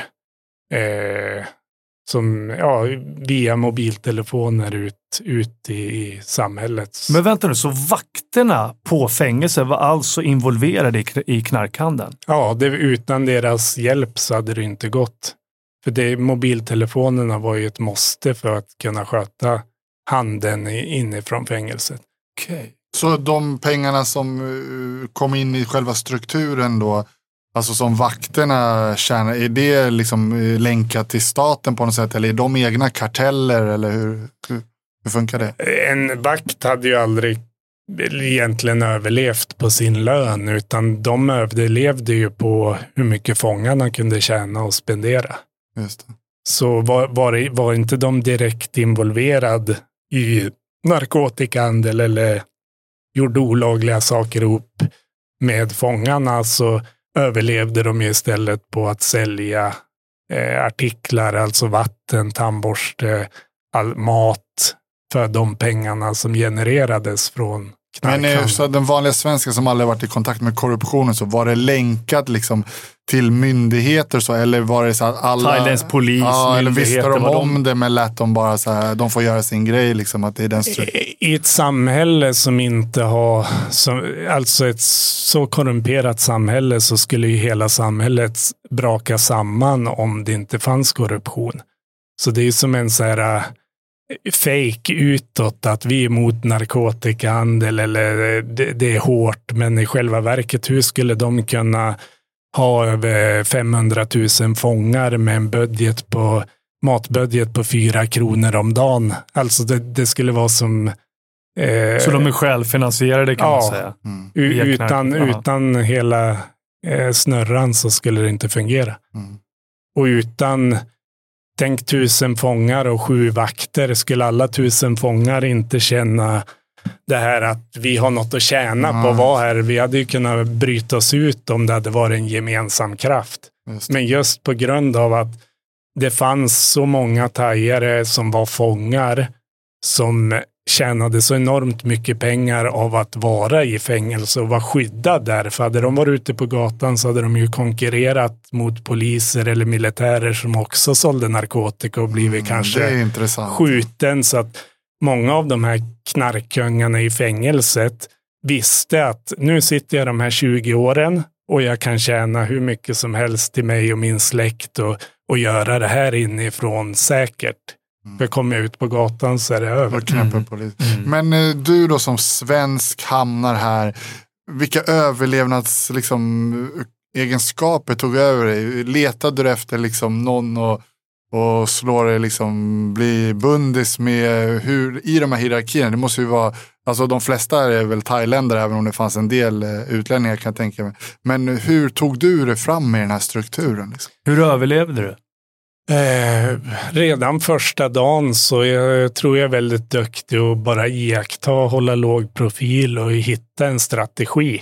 eh, som ja, via mobiltelefoner ut, ut i, i samhället. Men vänta nu, så vakterna på fängelset var alltså involverade i, i knarkhandeln? Ja, det, utan deras hjälp så hade det inte gått. För det, mobiltelefonerna var ju ett måste för att kunna sköta handeln inifrån fängelset. Okej. Okay. Så de pengarna som kom in i själva strukturen då, alltså som vakterna tjänar, är det liksom länkat till staten på något sätt? Eller är de egna karteller? Eller hur, hur, hur funkar det? En vakt hade ju aldrig egentligen överlevt på sin lön, utan de överlevde ju på hur mycket fångarna kunde tjäna och spendera. Just det. Så var, var, var inte de direkt involverade i narkotikahandel eller gjorde olagliga saker ihop med fångarna, så överlevde de istället på att sälja eh, artiklar, alltså vatten, tandborste, all mat för de pengarna som genererades från knarkhandeln. Men så den vanliga svensken som aldrig varit i kontakt med korruptionen, så var det länkat liksom till myndigheter så, eller var det så att alla Thailands polis, ja, eller visste de om de... det, men lät de bara så här, de får göra sin grej liksom, att det är den stru- I ett samhälle som inte har som, alltså ett så korrumperat samhälle, så skulle ju hela samhället braka samman om det inte fanns korruption. Så det är som en så här fake utåt att vi är emot narkotikahandel eller det, det är hårt, men i själva verket, hur skulle de kunna ha över femhundratusen fångar med en budget på matbudget på fyra kronor om dagen? Alltså det, det skulle vara som eh, så de är självfinansierade kan ja, man säga. Mm. Utan, utan hela eh, snurran så skulle det inte fungera. Mm. Och utan tänk tusen fångar och sju vakter, skulle alla tusen fångar inte känna det här att vi har något att tjäna mm. på att vara här. Vi hade ju kunnat bryta oss ut om det hade varit en gemensam kraft. Just. Men just på grund av att det fanns så många thaiare som var fångar som tjänade så enormt mycket pengar av att vara i fängelse och vara skyddad där. För hade de varit ute på gatan så hade de ju konkurrerat mot poliser eller militärer som också sålde narkotika och blivit mm, kanske skjuten. Så att många av de här knarkkungarna i fängelset visste att nu sitter jag de här tjugo åren och jag kan tjäna hur mycket som helst till mig och min släkt och, och göra det här inifrån säkert. Mm. För kommer jag ut på gatan så är det över. Mm. Mm. Men du då som svensk hamnar här, vilka överlevnads liksom, egenskaper tog över dig? Letade du efter liksom, någon och, och slå dig, liksom, bli bundis med hur, i de här hierarkierna? Det måste ju vara, alltså de flesta är väl thailändare, även om det fanns en del utlänningar kan jag tänka mig. Men hur tog du dig fram med den här strukturen? Liksom? Hur överlevde du? Eh, redan första dagen så jag tror jag är väldigt duktig att bara iaktta, hålla låg profil och hitta en strategi.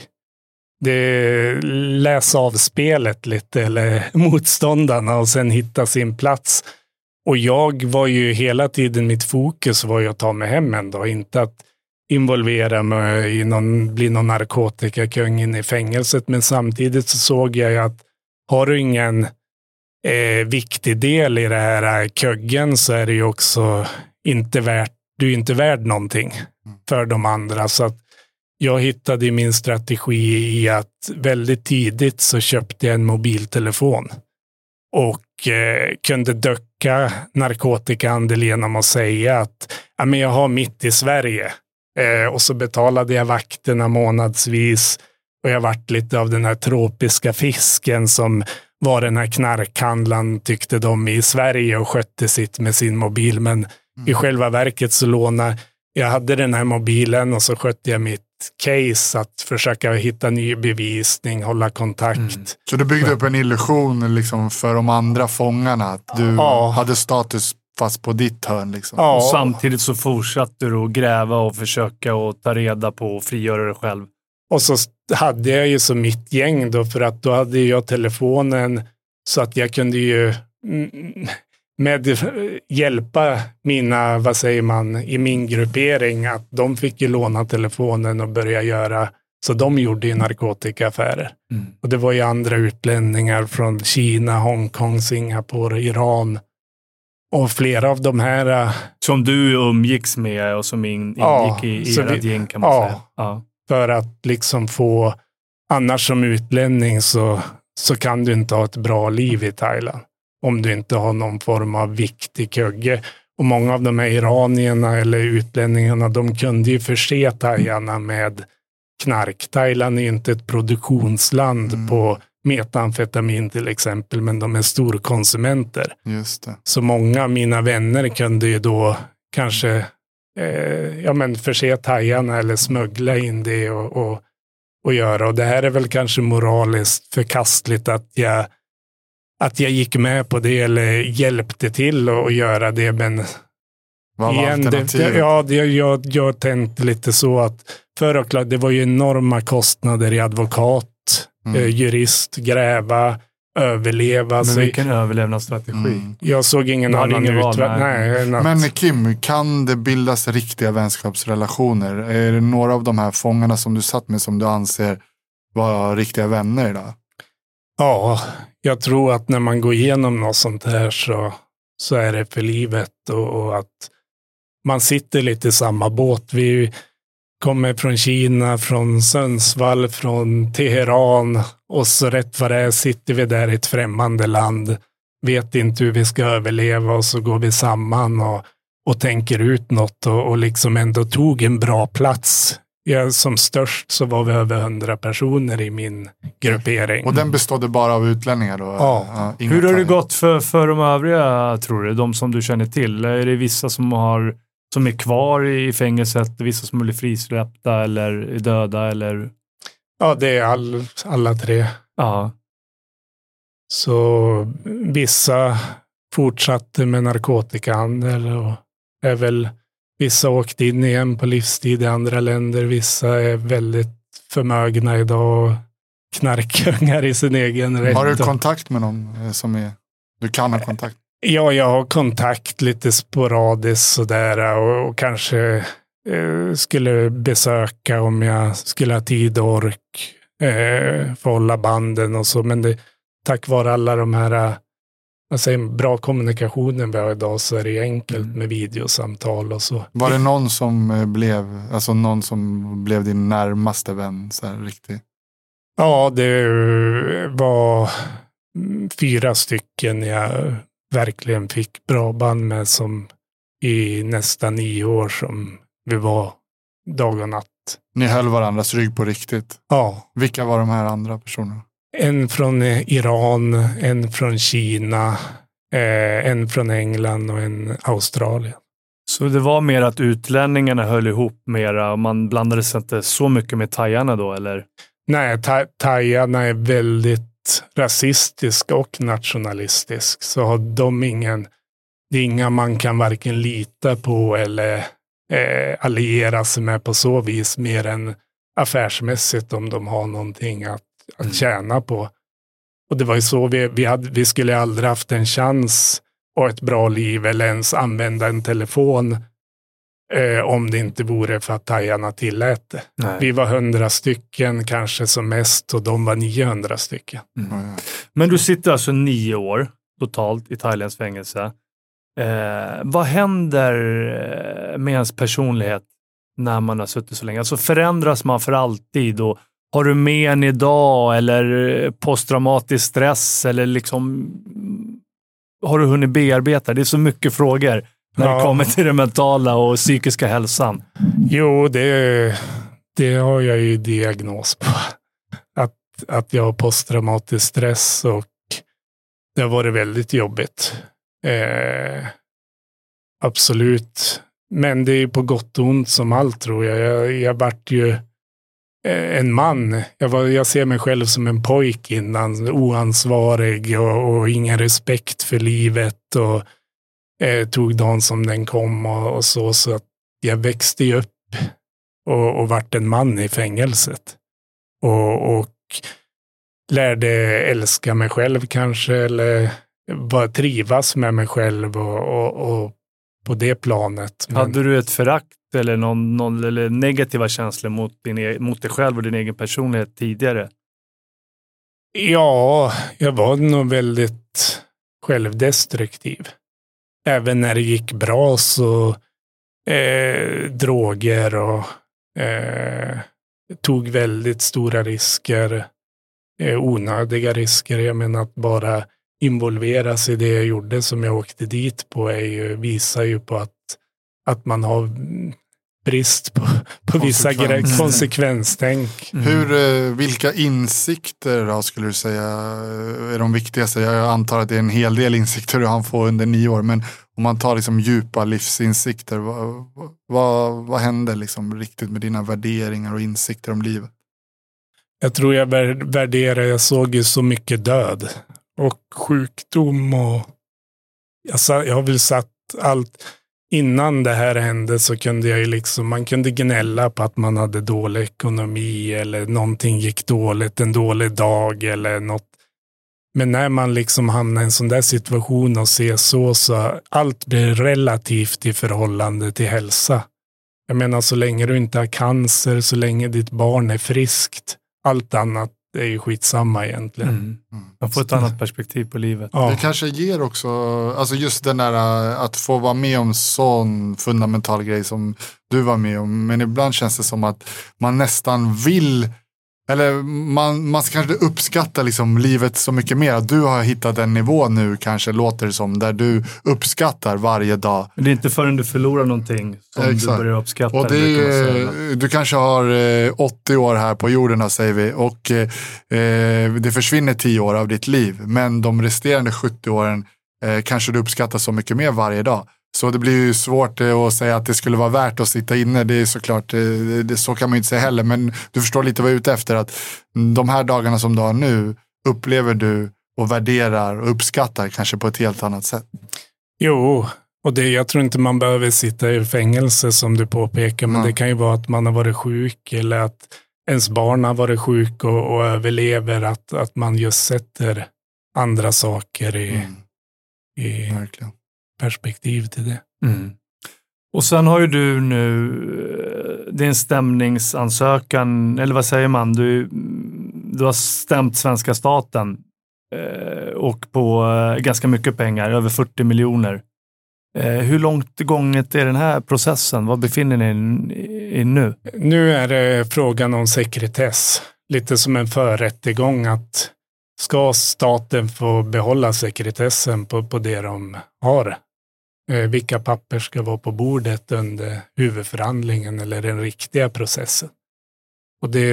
Det läsa av spelet lite eller motståndarna och sen hitta sin plats. Och jag var ju hela tiden, mitt fokus var ju att ta mig hem en dag, inte att involvera mig i någon, bli någon narkotikakung in i fängelset. Men samtidigt så såg jag ju att har du ingen Eh, viktig del i det här köggen så är det ju också inte värt, du är inte värd någonting för de andra. Så att jag hittade min strategi i att väldigt tidigt så köpte jag en mobiltelefon och eh, kunde döcka narkotikahandel genom att säga att ja, men jag har mitt i Sverige eh, och så betalade jag vakterna månadsvis och jag vart lite av den här tropiska fisken som var den här knarkhandlaren tyckte de i Sverige och skötte sitt med sin mobil. Men mm. i själva verket så lånade jag hade den här mobilen och så skötte jag mitt case att försöka hitta ny bevisning, hålla kontakt. Mm. Så du byggde upp en illusion liksom för de andra fångarna att du ja. hade status fast på ditt hörn liksom. Ja. Och samtidigt så fortsatte du att gräva och försöka och ta reda på och frigöra dig själv. Och så hade jag ju som mitt gäng då, för att då hade jag telefonen så att jag kunde ju med hjälpa mina, vad säger man, i min gruppering att de fick ju låna telefonen och börja göra, så de gjorde ju narkotikaaffärer. Mm. Och det var ju andra utlänningar från Kina, Hongkong, Singapore, Iran och flera av de här som du umgicks med och som in, ingick ja, i, i era gäng kan man ja. säga. Ja. För att liksom få, annars som utlänning så, så kan du inte ha ett bra liv i Thailand. Om du inte har någon form av viktig kögge. Och många av de här iranierna eller utlänningarna, de kunde ju förse thaierna med knark. Thailand är ju inte ett produktionsland mm. på metamfetamin till exempel, men de är storkonsumenter. Just det. Så många av mina vänner kunde ju då kanske Eh, ja, men förse thaierna eller smuggla in det och, och, och göra. Och det här är väl kanske moraliskt förkastligt att jag, att jag gick med på det eller hjälpte till att göra det. Men Vad var Igen, alternativet? Det, ja, det, jag, jag tänkte lite så att för det var ju enorma kostnader i advokat, mm. eh, jurist, gräva, överleva. Men så vilken överlevnadsstrategi? Mm. Jag såg ingen annan utväg. Men Kim, kan det bildas riktiga vänskapsrelationer? Är det några av de här fångarna som du satt med som du anser var riktiga vänner idag? Ja, jag tror att när man går igenom något sånt här så, så är det för livet och, och att man sitter lite i samma båt. Vi kommer från Kina, från Sundsvall, från Teheran och så rätt vad det är sitter vi där i ett främmande land, vet inte hur vi ska överleva och så går vi samman och, och tänker ut något och, och liksom ändå tog en bra plats. Ja, som störst så var vi över hundra personer i min gruppering. Och den bestod bara av utlänningar då? Ja. ja hur har det gått för, för de övriga, tror du? De som du känner till? Är det vissa som har som är kvar i fängelset, vissa som blir frisläppta eller är döda? Eller? Ja, det är all, alla tre. Ja. Så vissa fortsatte med narkotikahandel och är väl vissa åkte in igen på livstid i andra länder. Vissa är väldigt förmögna idag och knarkungar i sin egen rätt. Har du kontakt med någon som är, du kan ha kontakt? Ja, jag har kontakt lite sporadiskt sådär och, och kanske eh, skulle besöka om jag skulle ha tid och ork eh, för hålla banden och så. Men det, tack vare alla de här alltså, bra kommunikationen vi har idag så är det enkelt med videosamtal och så. Var det någon som blev, alltså någon som blev din närmaste vän så här riktigt? Ja, det var fyra stycken jag verkligen fick bra band med som i nästan nio år som vi var dag och natt. Ni höll varandras rygg på riktigt? Ja. Vilka var de här andra personerna? En från Iran, en från Kina, eh, en från England och en Australien. Så det var mer att utlänningarna höll ihop mera och man blandade sig inte så mycket med thajarna då, eller? Nej, tha- thajarna är väldigt rasistiska och nationalistisk. Så har de ingen, det är inga man kan varken lita på eller eh, alliera sig med på så vis mer än affärsmässigt om de har någonting att, att tjäna på. Och det var ju så vi, vi, hade, vi skulle aldrig haft en chans och ett bra liv eller ens använda en telefon eh, om det inte vore för att thajarna tillät det. Nej. Vi var hundra stycken kanske som mest och de var niohundra stycken. Mm. Men du sitter alltså nio år totalt i Thailands fängelse. Eh, vad händer med ens personlighet när man har suttit så länge? Alltså förändras man för alltid och har du med en idag eller posttraumatisk stress eller liksom har du hunnit bearbeta? Det är så mycket frågor när ja. det kommer till den mentala och psykiska hälsan. Jo, det, det har jag ju diagnos på. Att, att jag har posttraumatisk stress och det har varit väldigt jobbigt. Eh, absolut. Men det är på gott och ont som allt tror jag. Jag, jag vart ju en man. Jag, var, jag ser mig själv som en pojk innan. Oansvarig och, och ingen respekt för livet. Och eh, tog dagen som den kom och, och så. Så att jag växte ju upp och, och vart en man i fängelset. Och, och lärde älska mig själv kanske. Eller bara trivas med mig själv och, och, och på det planet. Men hade du ett förakt eller, någon, någon, eller negativa känslor mot, din, mot dig själv och din egen personlighet tidigare? Ja, jag var nog väldigt självdestruktiv. Även när det gick bra så eh, droger och eh, tog väldigt stora risker. Eh, onödiga risker. Jag menar att bara involveras i det jag gjorde som jag åkte dit på är ju, visar ju på att, att man har brist på, på vissa gre- konsekvenstänk. Mm. Hur, vilka insikter då, skulle du säga är de viktigaste? Jag antar att det är en hel del insikter du han får under nio år, men om man tar liksom djupa livsinsikter, vad, vad, vad händer liksom riktigt med dina värderingar och insikter om livet? Jag tror jag värderar, jag såg ju så mycket död och sjukdom och jag, sa, jag har väl satt allt innan det här hände så kunde jag ju liksom, man kunde gnälla på att man hade dålig ekonomi eller någonting gick dåligt, en dålig dag eller något. Men när man liksom hamnar i en sån där situation och ser så, så allt blir relativt i förhållande till hälsa. Jag menar, så länge du inte har cancer, så länge ditt barn är friskt, allt annat är ju skitsamma egentligen. Mm. Man får ett annat perspektiv på livet. Ja. Det kanske ger också, alltså just den där att få vara med om sån fundamental grej som du var med om. Men ibland känns det som att man nästan vill, eller man, man ska kanske uppskatta liksom livet så mycket mer. Du har hittat en nivå nu, kanske låter det som, där du uppskattar varje dag. Det är inte förrän du förlorar någonting som Exakt. du börjar uppskatta. Och det är, du kanske har eh, åttio år här på jorden, säger vi, och eh, det försvinner tio år av ditt liv. Men de resterande sjuttio åren eh, kanske du uppskattar så mycket mer varje dag. Så det blir ju svårt att säga att det skulle vara värt att sitta inne. Det är såklart, det, det, så kan man ju inte säga heller. Men du förstår lite vad jag är ute efter. Att de här dagarna som du har nu upplever du och värderar och uppskattar kanske på ett helt annat sätt. Jo, och det, jag tror inte man behöver sitta i fängelse som du påpekar. Men mm. det kan ju vara att man har varit sjuk eller att ens barn har varit sjuk och, och överlever. Att, att man just sätter andra saker i... Mm. i Verkligen. perspektiv till det. Mm. Och sen har ju du nu din stämningsansökan, eller vad säger man, du, du har stämt svenska staten eh, och på eh, ganska mycket pengar, över fyrtio miljoner. Eh, hur långt gånget är den här processen? Vad befinner ni i, i nu? Nu är det frågan om sekretess. Lite som en förrättegång, att ska staten få behålla sekretessen på, på det de har? Eh, vilka papper ska vara på bordet under huvudförhandlingen eller den riktiga processen? Och det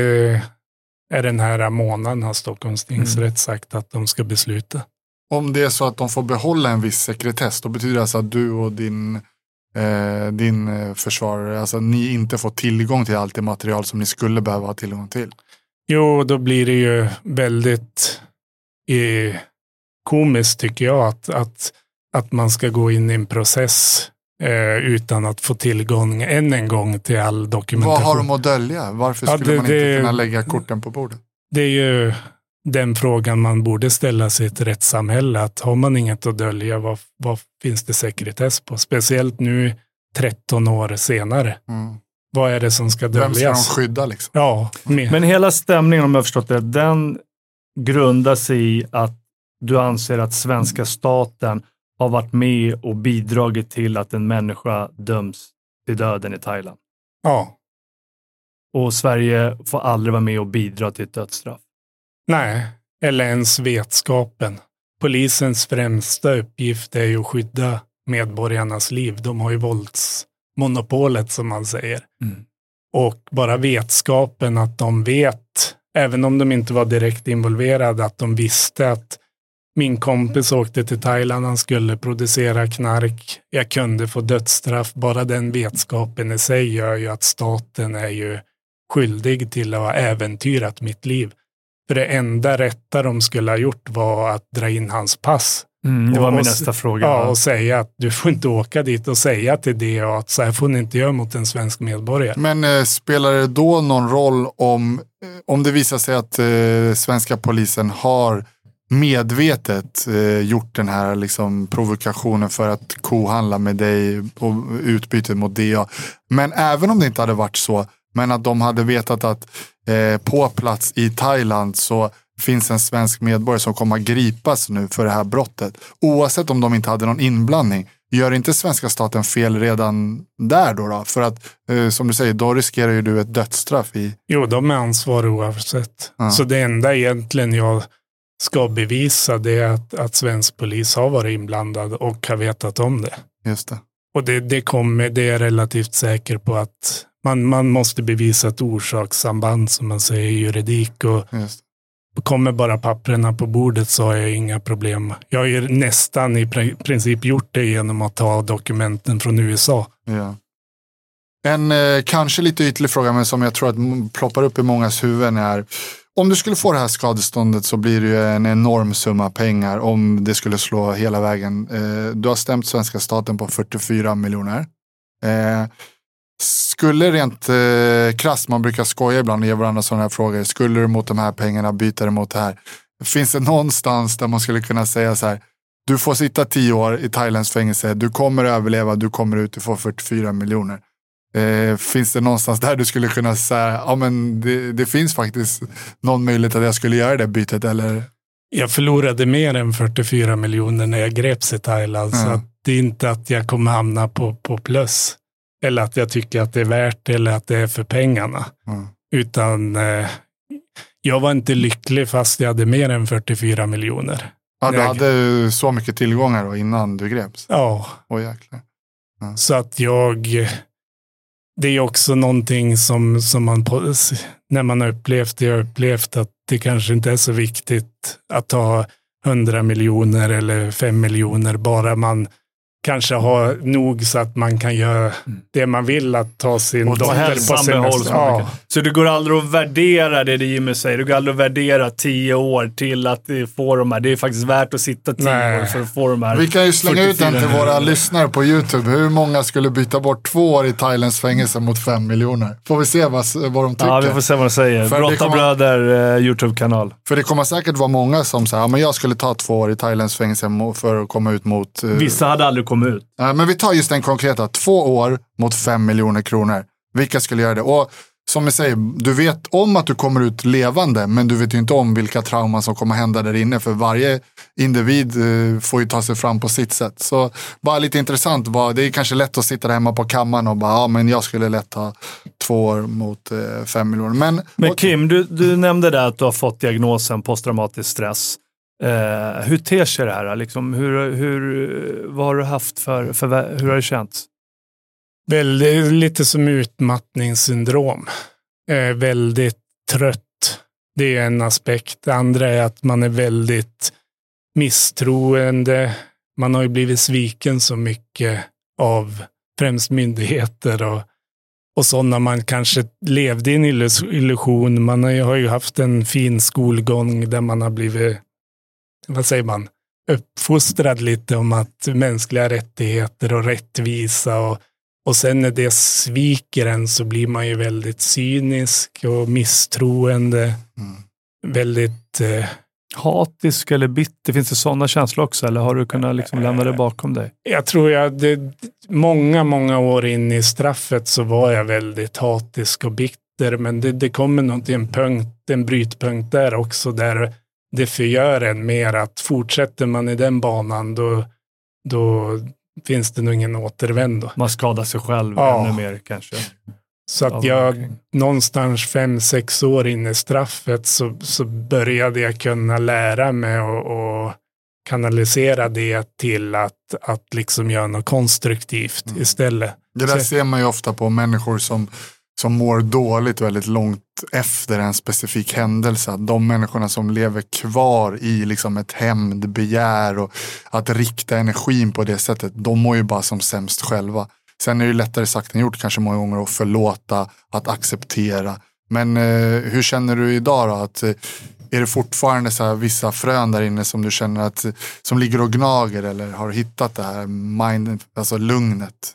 är den här månaden har Stockholms tingsrätt mm. sagt att de ska besluta. Om det är så att de får behålla en viss sekretess, då betyder det alltså att du och din, eh, din försvarare, alltså ni inte får tillgång till allt det material som ni skulle behöva ha tillgång till? Jo, då blir det ju väldigt eh, komiskt tycker jag att, att, att man ska gå in i en process eh, utan att få tillgång än en gång till all dokumentation. Vad har de att dölja? Varför skulle ja, det, man inte det, kunna lägga korten på bordet? Det är ju den frågan man borde ställa sig i ett rättssamhälle. Att har man inget att dölja, vad, vad finns det sekretess på? Speciellt nu tretton år senare. Mm. Vad är det som ska döljas? Vem ska de skydda liksom? Ja, med. Men hela stämningen, om jag har förstått det, den grundar sig i att du anser att svenska staten har varit med och bidragit till att en människa döms till döden i Thailand. Ja. Och Sverige får aldrig vara med och bidra till ett dödsstraff. Nej, eller ens vetskapen. Polisens främsta uppgift är ju att skydda medborgarnas liv. De har ju våldsmonopolet som man säger. Mm. Och bara vetskapen att de vet, även om de inte var direkt involverade, att de visste att min kompis åkte till Thailand, han skulle producera knark, jag kunde få dödsstraff. Bara den vetskapen i sig gör ju att staten är ju skyldig till att ha äventyrat mitt liv. För det enda rätta de skulle ha gjort var att dra in hans pass. Mm, det var och, min nästa fråga. Ja, och säga att du får inte åka dit och säga till det och att så här får ni inte göra mot en svensk medborgare. Men eh, spelar det då någon roll om, om det visar sig att eh, svenska polisen har medvetet eh, gjort den här liksom, provokationen för att kohandla med dig och utbytet mot D A. Men även om det inte hade varit så, men att de hade vetat att eh, på plats i Thailand så finns en svensk medborgare som kommer att gripas nu för det här brottet. Oavsett om de inte hade någon inblandning. Gör inte svenska staten fel redan där då? då? För att, eh, som du säger, då riskerar ju du ett dödsstraff i... Jo, de är ansvariga oavsett. Ja. Så det enda egentligen jag ska bevisa det är att, att svensk polis har varit inblandad och har vetat om det. Just det. Och det, det kommer, det är relativt säker på att man, man måste bevisa ett orsakssamband som man säger i juridik. Och Just det. Kommer bara papperna på bordet så har jag inga problem. Jag har ju nästan i princip gjort det genom att ta dokumenten från U S A. Ja. En eh, kanske lite ytterlig fråga, men som jag tror att ploppar upp i mångas huvuden är, om du skulle få det här skadeståndet så blir det ju en enorm summa pengar om det skulle slå hela vägen. Eh, du har stämt svenska staten på fyrtiofyra miljoner. Eh, skulle rent eh, krasst, man brukar skoja ibland och ge varandra sådana här frågor, skulle du mot de här pengarna byta det mot det här? Finns det någonstans där man skulle kunna säga så här, du får sitta tio år i Thailands fängelse, du kommer överleva, du kommer ut, du får fyrtiofyra miljoner. Eh, finns det någonstans där du skulle kunna säga, ja men det, det finns faktiskt någon möjlighet att jag skulle göra det bytet, eller? Jag förlorade mer än fyrtiofyra miljoner när jag greps i Thailand, mm. så att det är inte att jag kommer hamna på, på plus. Eller att jag tycker att det är värt eller att det är för pengarna. Mm. Utan eh, jag var inte lycklig fast jag hade mer än fyrtiofyra miljoner. Ja, du jag... hade så mycket tillgångar då innan du greps? Ja. Åh, jäklar. Ja. Så att jag... Det är också någonting som, som man... På, när man har upplevt det, jag har upplevt att det kanske inte är så viktigt att ta hundra miljoner eller fem miljoner. Bara man kanske har nog så att man kan göra det man vill, att ta sin och dotter på semester. Ja. Så det går aldrig att värdera det det Jimmy säger. Det går aldrig att värdera tio år till att få de här. Det är faktiskt värt att sitta tio Nej. år för att få de här. Vi kan ju slänga ut den till våra lyssnare på YouTube. Hur många skulle byta bort två år i Thailands fängelse mot fem miljoner? Får vi se vad, vad de tycker. Ja, vi får se vad de säger. Brottabröder uh, YouTube-kanal. För det kommer säkert vara många som säger, ja, men jag skulle ta två år i Thailands fängelse för att komma ut mot... Uh... Vissa hade aldrig kommit ut. Ja, men vi tar just den konkreta. Två år mot fem miljoner kronor. Vilka skulle göra det? Och som jag säger, du vet om att du kommer ut levande, men du vet ju inte om vilka trauman som kommer hända där inne. För varje individ uh, får ju ta sig fram på sitt sätt. Så bara lite intressant. Bara, det är kanske lätt att sitta där hemma på kammaren och bara, ja men jag skulle lätt ta två år mot uh, fem miljoner. Men, men och, Kim, du, du nämnde där att du har fått diagnosen posttraumatisk stress. Uh, hur ter sig det här? Liksom, hur, hur, vad har du haft för, för hur har det känts? Väldigt, lite som utmattningssyndrom. Uh, väldigt trött. Det är en aspekt. Det andra är att man är väldigt misstroende. Man har ju blivit sviken så mycket av främst myndigheter och, och sådana man kanske levde i en illusion. Man har ju, har ju haft en fin skolgång där man har blivit, vad säger man, uppfostrad lite om att mänskliga rättigheter och rättvisa och, och sen när det sviker en så blir man ju väldigt cynisk och misstroende. Mm. Väldigt... Eh, hatisk eller bitter, finns det sådana känslor också eller har du kunnat liksom lämna det bakom dig? Jag tror jag, det, många, många år in i straffet så var jag väldigt hatisk och bitter, men det, det kommer nog till en punkt, en brytpunkt där också där det förgör en mer att fortsätter man i den banan då, då finns det nog ingen återvändo. Man skadar sig själv ja. ännu mer kanske. Så att jag någonstans fem, sex år in i straffet så, så började jag kunna lära mig och, och kanalisera det till att, att liksom göra något konstruktivt mm. istället. Det där så, ser man ju ofta på människor som, som mår dåligt väldigt långt efter en specifik händelse. De människorna som lever kvar i liksom ett hämndbegär och att rikta energin på det sättet, de mår ju bara som sämst själva. Sen är det lättare sagt än gjort kanske många gånger att förlåta, att acceptera. Men eh, hur känner du idag då? Att, eh, är det fortfarande så här vissa frön där inne som du känner att som ligger och gnager eller har du hittat det här mind, alltså lugnet?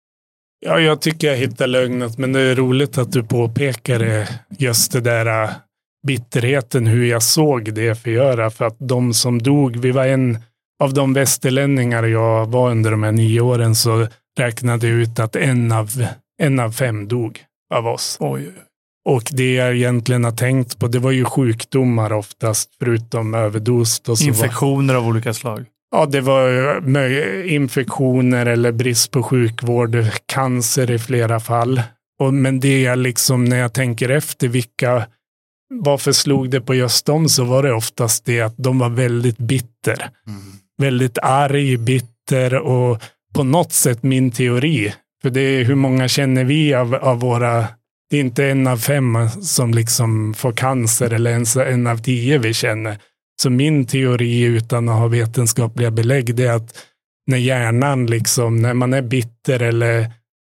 Ja, jag tycker jag hittar lugnet, men det är roligt att du påpekar det, just det där bitterheten, hur jag såg det förgöra. För att de som dog, vi var en av de västerlänningar jag var under de här nio åren så räknade ut att en av, en av fem dog av oss. Oj. Och det jag egentligen har tänkt på, det var ju sjukdomar oftast, förutom överdos. Och så infektioner var, av olika slag? Ja, det var infektioner eller brist på sjukvård, cancer i flera fall. Och, men det är liksom, när jag tänker efter vilka, varför slog det på just dem, så var det oftast det att de var väldigt bitter. Mm. Väldigt arg, bitter och på något sätt min teori. För det är hur många känner vi av, av våra... Det är inte en av fem som liksom får cancer eller ens en av tio vi känner. Så min teori utan att ha vetenskapliga belägg det är att när hjärnan liksom, när man är bitter eller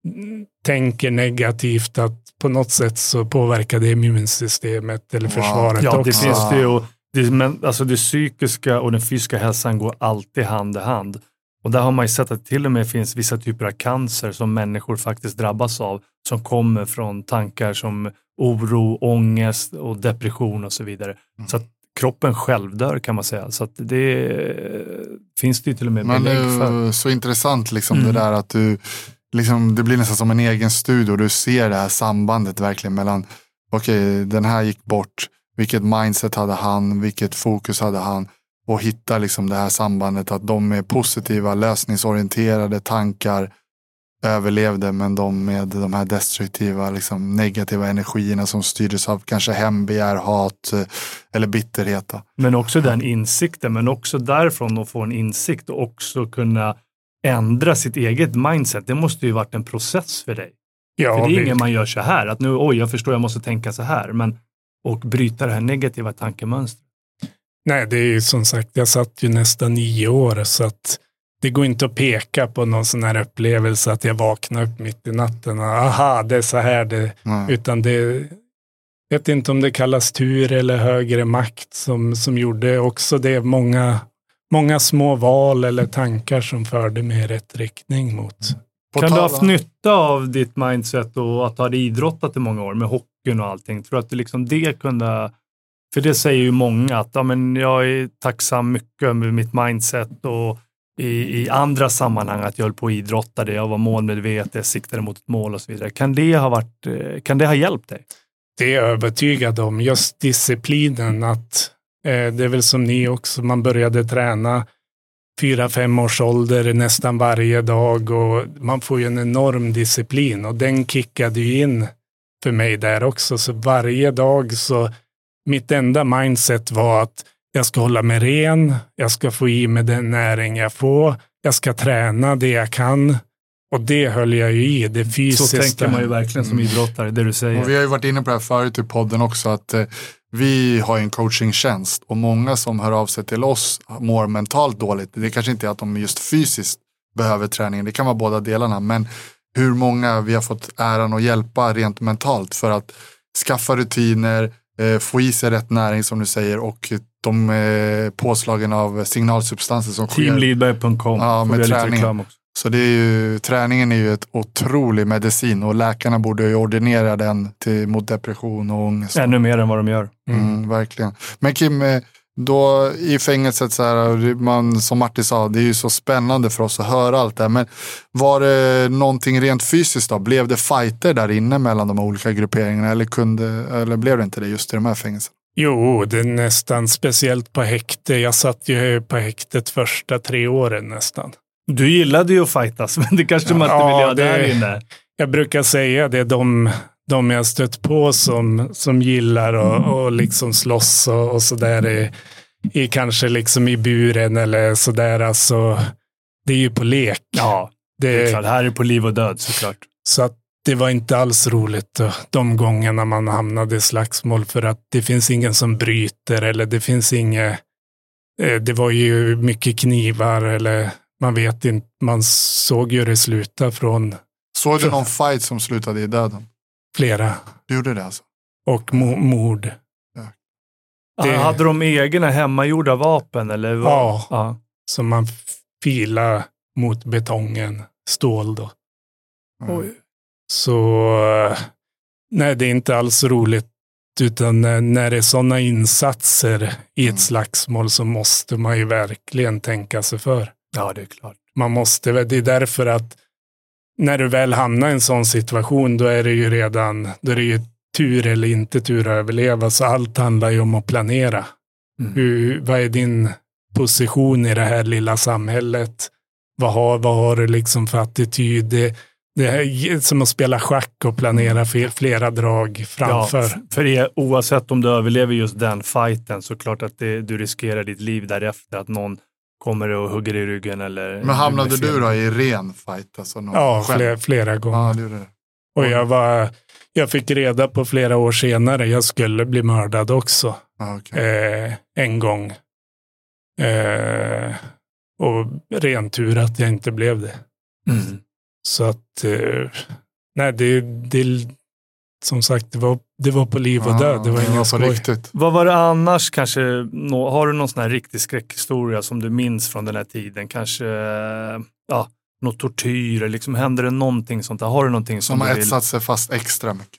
tänker negativt, att på något sätt så påverkar det immunsystemet eller försvaret ja, också. Det finns det ju. Det, men, alltså det psykiska och den fysiska hälsan går alltid hand i hand. Och där har man ju sett att till och med finns vissa typer av cancer som människor faktiskt drabbas av, som kommer från tankar som oro, ångest och depression och så vidare. Mm. Så att kroppen själv dör, kan man säga. Så att det finns det ju till och med belägg för. Men det är så intressant liksom mm. det där att du liksom, det blir nästan som en egen studie och du ser det här sambandet verkligen mellan okej, okay, den här gick bort, vilket mindset hade han, vilket fokus hade han, och hitta liksom det här sambandet att de med positiva, lösningsorienterade tankar överlevde, men de med de här destruktiva, liksom negativa energierna som styrdes av kanske hembegär, hat eller bitterhet. Men också den insikten, men också därifrån att få en insikt och också kunna ändra sitt eget mindset. Det måste ju varit en process för dig. Ja, för det är ingen man gör så här, att nu, oj, jag förstår, jag måste tänka så här, men och bryta det här negativa tankemönstret. Nej, det är ju som sagt, jag satt ju nästan nio år, så att det går inte att peka på någon sån här upplevelse att jag vaknar upp mitt i natten och aha, det är så här det, mm. utan det, vet inte om det kallas tur eller högre makt som, som gjorde också det, många, många små val eller tankar som förde mig i rätt riktning mot. Kan du ha haft nytta av ditt mindset och att du hade idrottat i många år med hockeyn och allting? Tror du att det liksom det kunde, för det säger ju många att ja, men jag är tacksam mycket med mitt mindset och i, i andra sammanhang att jag höll på att idrotta det, jag var målmedveten, jag siktade mot ett mål och så vidare. Kan det ha varit, kan det ha hjälpt dig? Det är jag övertygad om, just disciplinen, att eh, det är väl som ni också, man började träna fyra, fem års ålder nästan varje dag och man får ju en enorm disciplin och den kickade ju in för mig där också, så varje dag så mitt enda mindset var att jag ska hålla mig ren, jag ska få i mig den näring jag får, jag ska träna det jag kan, och det höll jag ju i, det fysiska. Så tänker man ju verkligen som idrottare, det du säger. Och vi har ju varit inne på det här förut i podden också, att eh, vi har en coachingtjänst och många som hör av sig till oss mår mentalt dåligt. Det kanske inte är att de just fysiskt behöver träning, det kan vara båda delarna, men hur många vi har fått äran att hjälpa rent mentalt för att skaffa rutiner, eh, få i sig rätt näring som du säger, och de eh, påslagen av signalsubstanser som sker. teamleadberg punkt com. Ja, med träning. Så det är ju, träningen är ju ett otrolig medicin och läkarna borde ju ordinera den till, mot depression och ångest. Ännu mer än vad de gör. Mm. Mm, verkligen. Men Kim, då i fängelset så här, man, som Martin sa, det är ju så spännande för oss att höra allt det här. Men var det någonting rent fysiskt då? Blev det fighter där inne mellan de olika grupperingarna eller, kunde, eller blev det inte det just i de här fängelserna? Jo, det är nästan speciellt på häkte. Jag satt ju på häktet första tre åren nästan. Du gillade ju att fightas, men det kanske man inte ja, vill göra det, där inne. Jag brukar säga det, de, de jag stött på som, som gillar och, och liksom slåss och, och sådär i, i kanske liksom i buren eller sådär. Alltså, det är ju på lek. Ja, det, det är klart. Här är på liv och död såklart. Så att det var inte alls roligt då, de gångerna man hamnade i slagsmål, för att det finns ingen som bryter eller det finns inget, eh, det var ju mycket knivar eller man vet inte, man såg ju det sluta från... Såg du någon fight som slutade i döden? Flera. Du gjorde det alltså? Och mo- mord. Ja. Det... Hade de egna hemmagjorda vapen eller vad? Ja, ja. Som man filade mot betongen, stål då. Mm. Oj. Så nej, det är inte alls roligt, utan när det är sådana insatser i ett mm. slagsmål så måste man ju verkligen tänka sig för. Ja, det är klart. Man måste, det är därför att när du väl hamnar i en sån situation, då är det ju redan, då är det ju tur eller inte tur att överleva, så allt handlar ju om att planera. Mm. Hur, vad är din position i det här lilla samhället? Vad har, vad har du liksom för attityd? Det, det är som att spela schack och planera för flera drag framför. Ja, för det, oavsett om du överlever just den fighten, så klart att det, du riskerar ditt liv därefter, att någon kommer och hugger i ryggen. Eller, men hamnade du då i ren fight? Alltså ja, flera, flera gånger. Ja, det det. Och jag, var, jag fick reda på flera år senare, jag skulle bli mördad också. Ah, okay. eh, en gång. Eh, och ren tur att jag inte blev det. Mm. Så att, eh, nej det, det som sagt, det var, det var på liv och död. Det var ingen skoj. Riktigt. Vad var det annars kanske? Nå, har du någon sån här riktig skräckhistoria som du minns från den här tiden? Kanske, ja, något tortyr, liksom händer det någonting sånt där? Har du någonting som, som har vill... etsat sig fast extra mycket?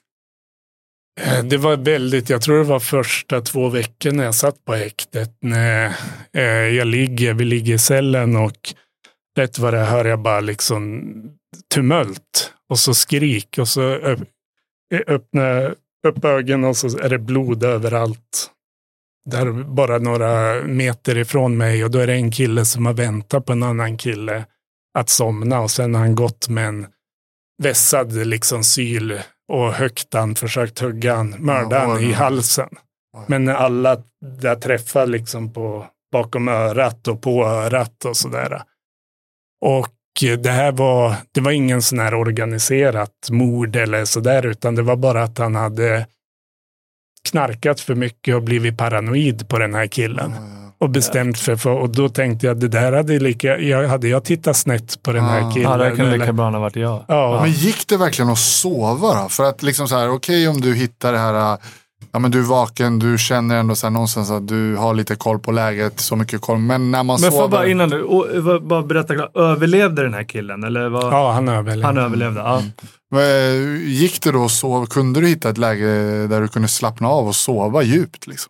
Det var väldigt, jag tror det var första två veckor när jag satt på häktet. När eh, jag ligger, vi ligger i cellen och rätt vad det hör jag bara liksom tumult och så skrik och så öpp, öppnar upp ögonen och så är det blod överallt. Där bara några meter ifrån mig och då är det en kille som har väntat på en annan kille att somna och sen har han gått med en vässad liksom syl och högt han försökt hugga han, mörda han i halsen. Men alla där träffar liksom på bakom örat och på örat och sådär. Och det här var, det var ingen sån här organiserat mord eller sådär, utan det var bara att han hade knarkat för mycket och blivit paranoid på den här killen. Och bestämt för, för och då tänkte jag, det där hade lika, jag, hade jag tittat snett på den här killen. Ja, det kunde lika bra ha varit jag. Ja. Men gick det verkligen att sova då? För att liksom så här, okej okay, om du hittar det här, ja men du är vaken, du känner ändå så här någonstans att du har lite koll på läget, så mycket koll, men när man men sover... Men bara innan du, och, bara berätta klart, överlevde den här killen? Eller var... Ja, han överlevde. Han överlevde, ja. Mm. Men, gick det då att sova? Kunde du hitta ett läge där du kunde slappna av och sova djupt liksom?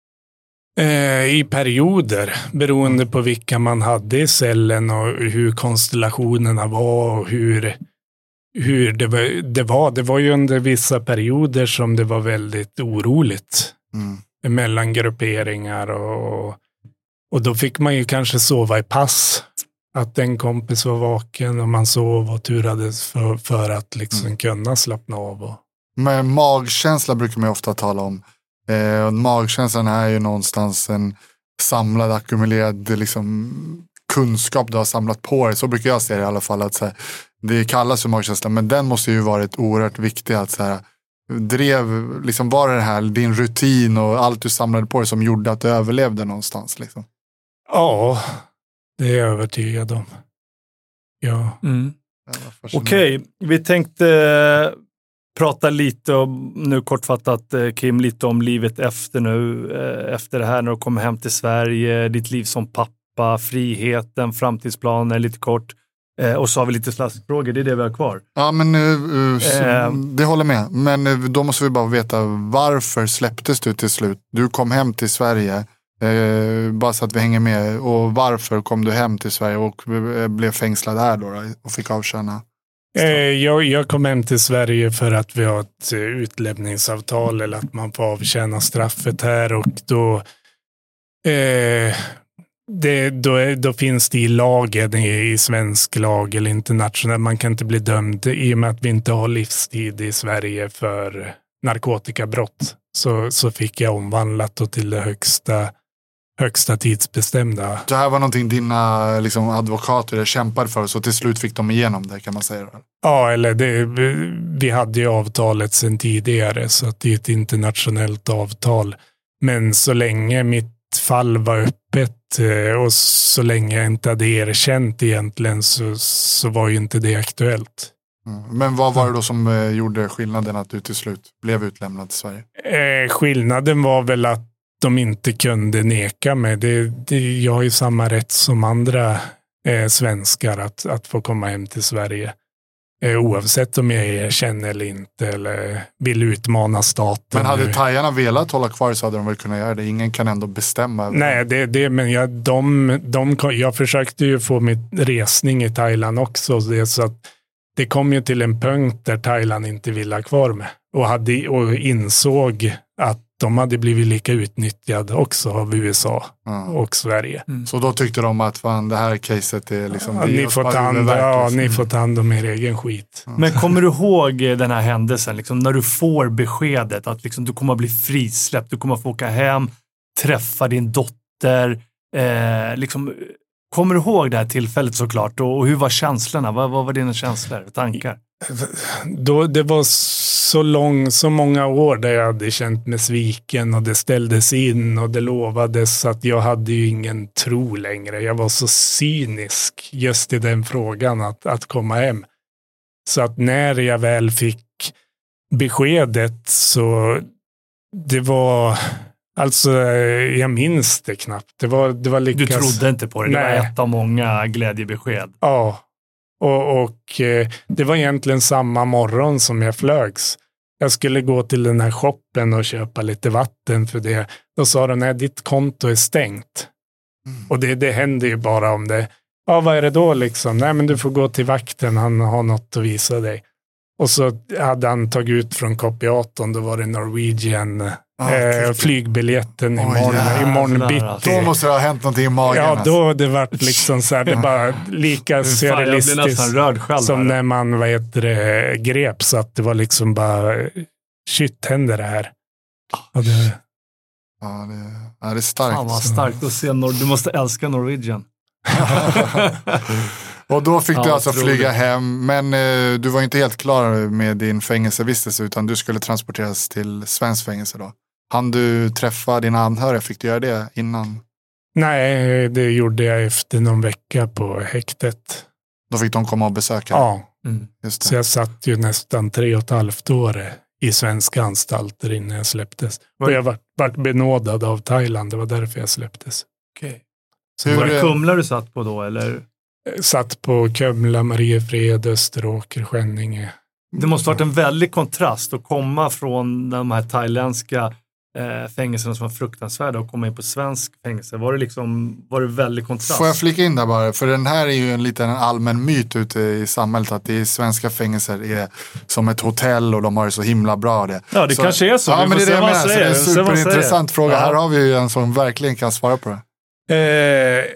Eh, I perioder, beroende på vilka man hade i cellen och hur konstellationerna var och hur, hur det, var, det var. Det var ju under vissa perioder som det var väldigt oroligt mm. mellan grupperingar och, och då fick man ju kanske sova i pass. Att en kompis var vaken och man sov och turades för, för att liksom mm. kunna slappna av. Och... Men magkänsla brukar man ju ofta tala om. Eh, magkänslan är ju någonstans en samlad, ackumulerad liksom, kunskap du har samlat på dig. Så brukar jag se det i alla fall. Att, så här, det kallas för magkänsla, men den måste ju varit oerhört viktig. Att, så här, drev, liksom, var det här din rutin och allt du samlade på dig som gjorde att du överlevde någonstans? Liksom? Ja, det är jag övertygad om. Ja. Mm. Okej, okay, vi tänkte prata lite om, nu kortfattat Kim, lite om livet efter nu, efter det här när du kommer hem till Sverige, ditt liv som pappa, friheten, framtidsplaner, lite kort. Och så har vi lite slaskfrågor, det är det vi har kvar. Ja, men uh, så, eh, det håller med. Men uh, då måste vi bara veta, varför släpptes du till slut? Du kom hem till Sverige, uh, bara så att vi hänger med. Och varför kom du hem till Sverige och uh, blev fängslad här då, då och fick avtjäna? Jag, jag kom hem till Sverige för att vi har ett utlämningsavtal eller att man får avtjäna straffet här och då, eh, det, då, är, då finns det i lagen, i, i svensk lag eller internationell, man kan inte bli dömd i och med att vi inte har livstid i Sverige för narkotikabrott. Så, så fick jag omvandlat då till det högsta högsta tidsbestämda. Det här var någonting dina liksom, advokater kämpade för, så till slut fick de igenom det, kan man säga. Ja, eller det, vi hade ju avtalet sedan tidigare, så att det är ett internationellt avtal. Men så länge mitt fall var öppet och så länge jag inte hade erkänt egentligen så, så var ju inte det aktuellt. Mm. Men vad var det då som eh, gjorde skillnaden att du till slut blev utlämnad till Sverige? Eh, skillnaden var väl att de inte kunde neka mig. Det, det, jag har ju samma rätt som andra eh, svenskar att, att få komma hem till Sverige. Eh, oavsett om jag erkänner eller inte eller vill utmana staten. Men hade thaierna velat hålla kvar så hade de väl kunnat göra det. Ingen kan ändå bestämma. Nej, det, det, men jag, de, de, jag försökte ju få mitt resning i Thailand också. Det, så att det kom ju till en punkt där Thailand inte ville ha kvar mig. Och, hade, och insåg att de hade blivit lika utnyttjade också av U S A mm. och Sverige. Mm. Så då tyckte de att fan, det här caset är liksom... Ja, ni, får ta hand, ja, ni får ta hand om er egen skit. Mm. Men kommer du ihåg den här händelsen? Liksom, när du får beskedet att liksom, du kommer att bli frisläppt, du kommer att få åka hem, träffa din dotter. Eh, liksom, kommer du ihåg det här tillfället såklart? Och, och hur var känslorna? Vad, vad var dina känslor och tankar? Då, det var så lång, så många år där jag hade känt mig sviken och det ställdes in och det lovades att jag hade ju ingen tro längre. Jag var så cynisk just i den frågan att, att komma hem. Så att när jag väl fick beskedet så det var, alltså jag minns det knappt. Det var, det var lyckas... Du trodde inte på det, det Nej. var ett av många glädjebesked. Ja, och, och eh, det var egentligen samma morgon som jag flögs. Jag skulle gå till den här shoppen och köpa lite vatten för det. Då sa de, nej, ditt konto är stängt. Mm. Och det, det händer ju bara om det. Ja, vad är det då liksom? Nej, men du får gå till vakten, han har något att visa dig. Och så hade han tagit ut från kopiatorn, då var det Norwegian ah, eh, flygbiljetten oh, imorgon, yeah. imorgon bitti. Då måste det ha hänt någonting i magen. Ja, då det varit liksom så här, det bara lika surrealistiskt som när man, vad heter det, grep, så att det var liksom bara, shit, händer det här? Och det... Ja, det, ja, det är starkt. Fan vad starkt att se, Nor- du måste älska Norwegian. Och då fick ja, du alltså flyga det. hem, men eh, du var inte helt klar med din fängelsevistelse utan du skulle transporteras till svensk fängelse då. Han du träffa dina anhöriga, fick du göra det innan? Nej, det gjorde jag efter någon vecka på häktet. Då fick de komma och besöka? Ja, mm. Just det. Så jag satt ju nästan tre och ett halvt år i svenska anstalter innan jag släpptes. Och jag var, var benådad av Thailand, det var därför jag släpptes. Okej. Så Hur, var det Kumla du satt på då, eller? Satt på Kumla, Mariefred, Österåker, Skänninge. Det måste varit en väldig kontrast att komma från de här thailändska eh, fängelserna som var fruktansvärda och komma in på svensk fängelse. Var det liksom, var det väldigt kontrast? Får jag flika in där bara? För den här är ju en liten allmän myt ute i samhället att det är svenska fängelser är som ett hotell och de har det så himla bra det. Ja, det så, kanske är så. Ja, men det är det jag menar. Så det är en superintressant fråga. Ja. Här har vi ju en som verkligen kan svara på det. Eh,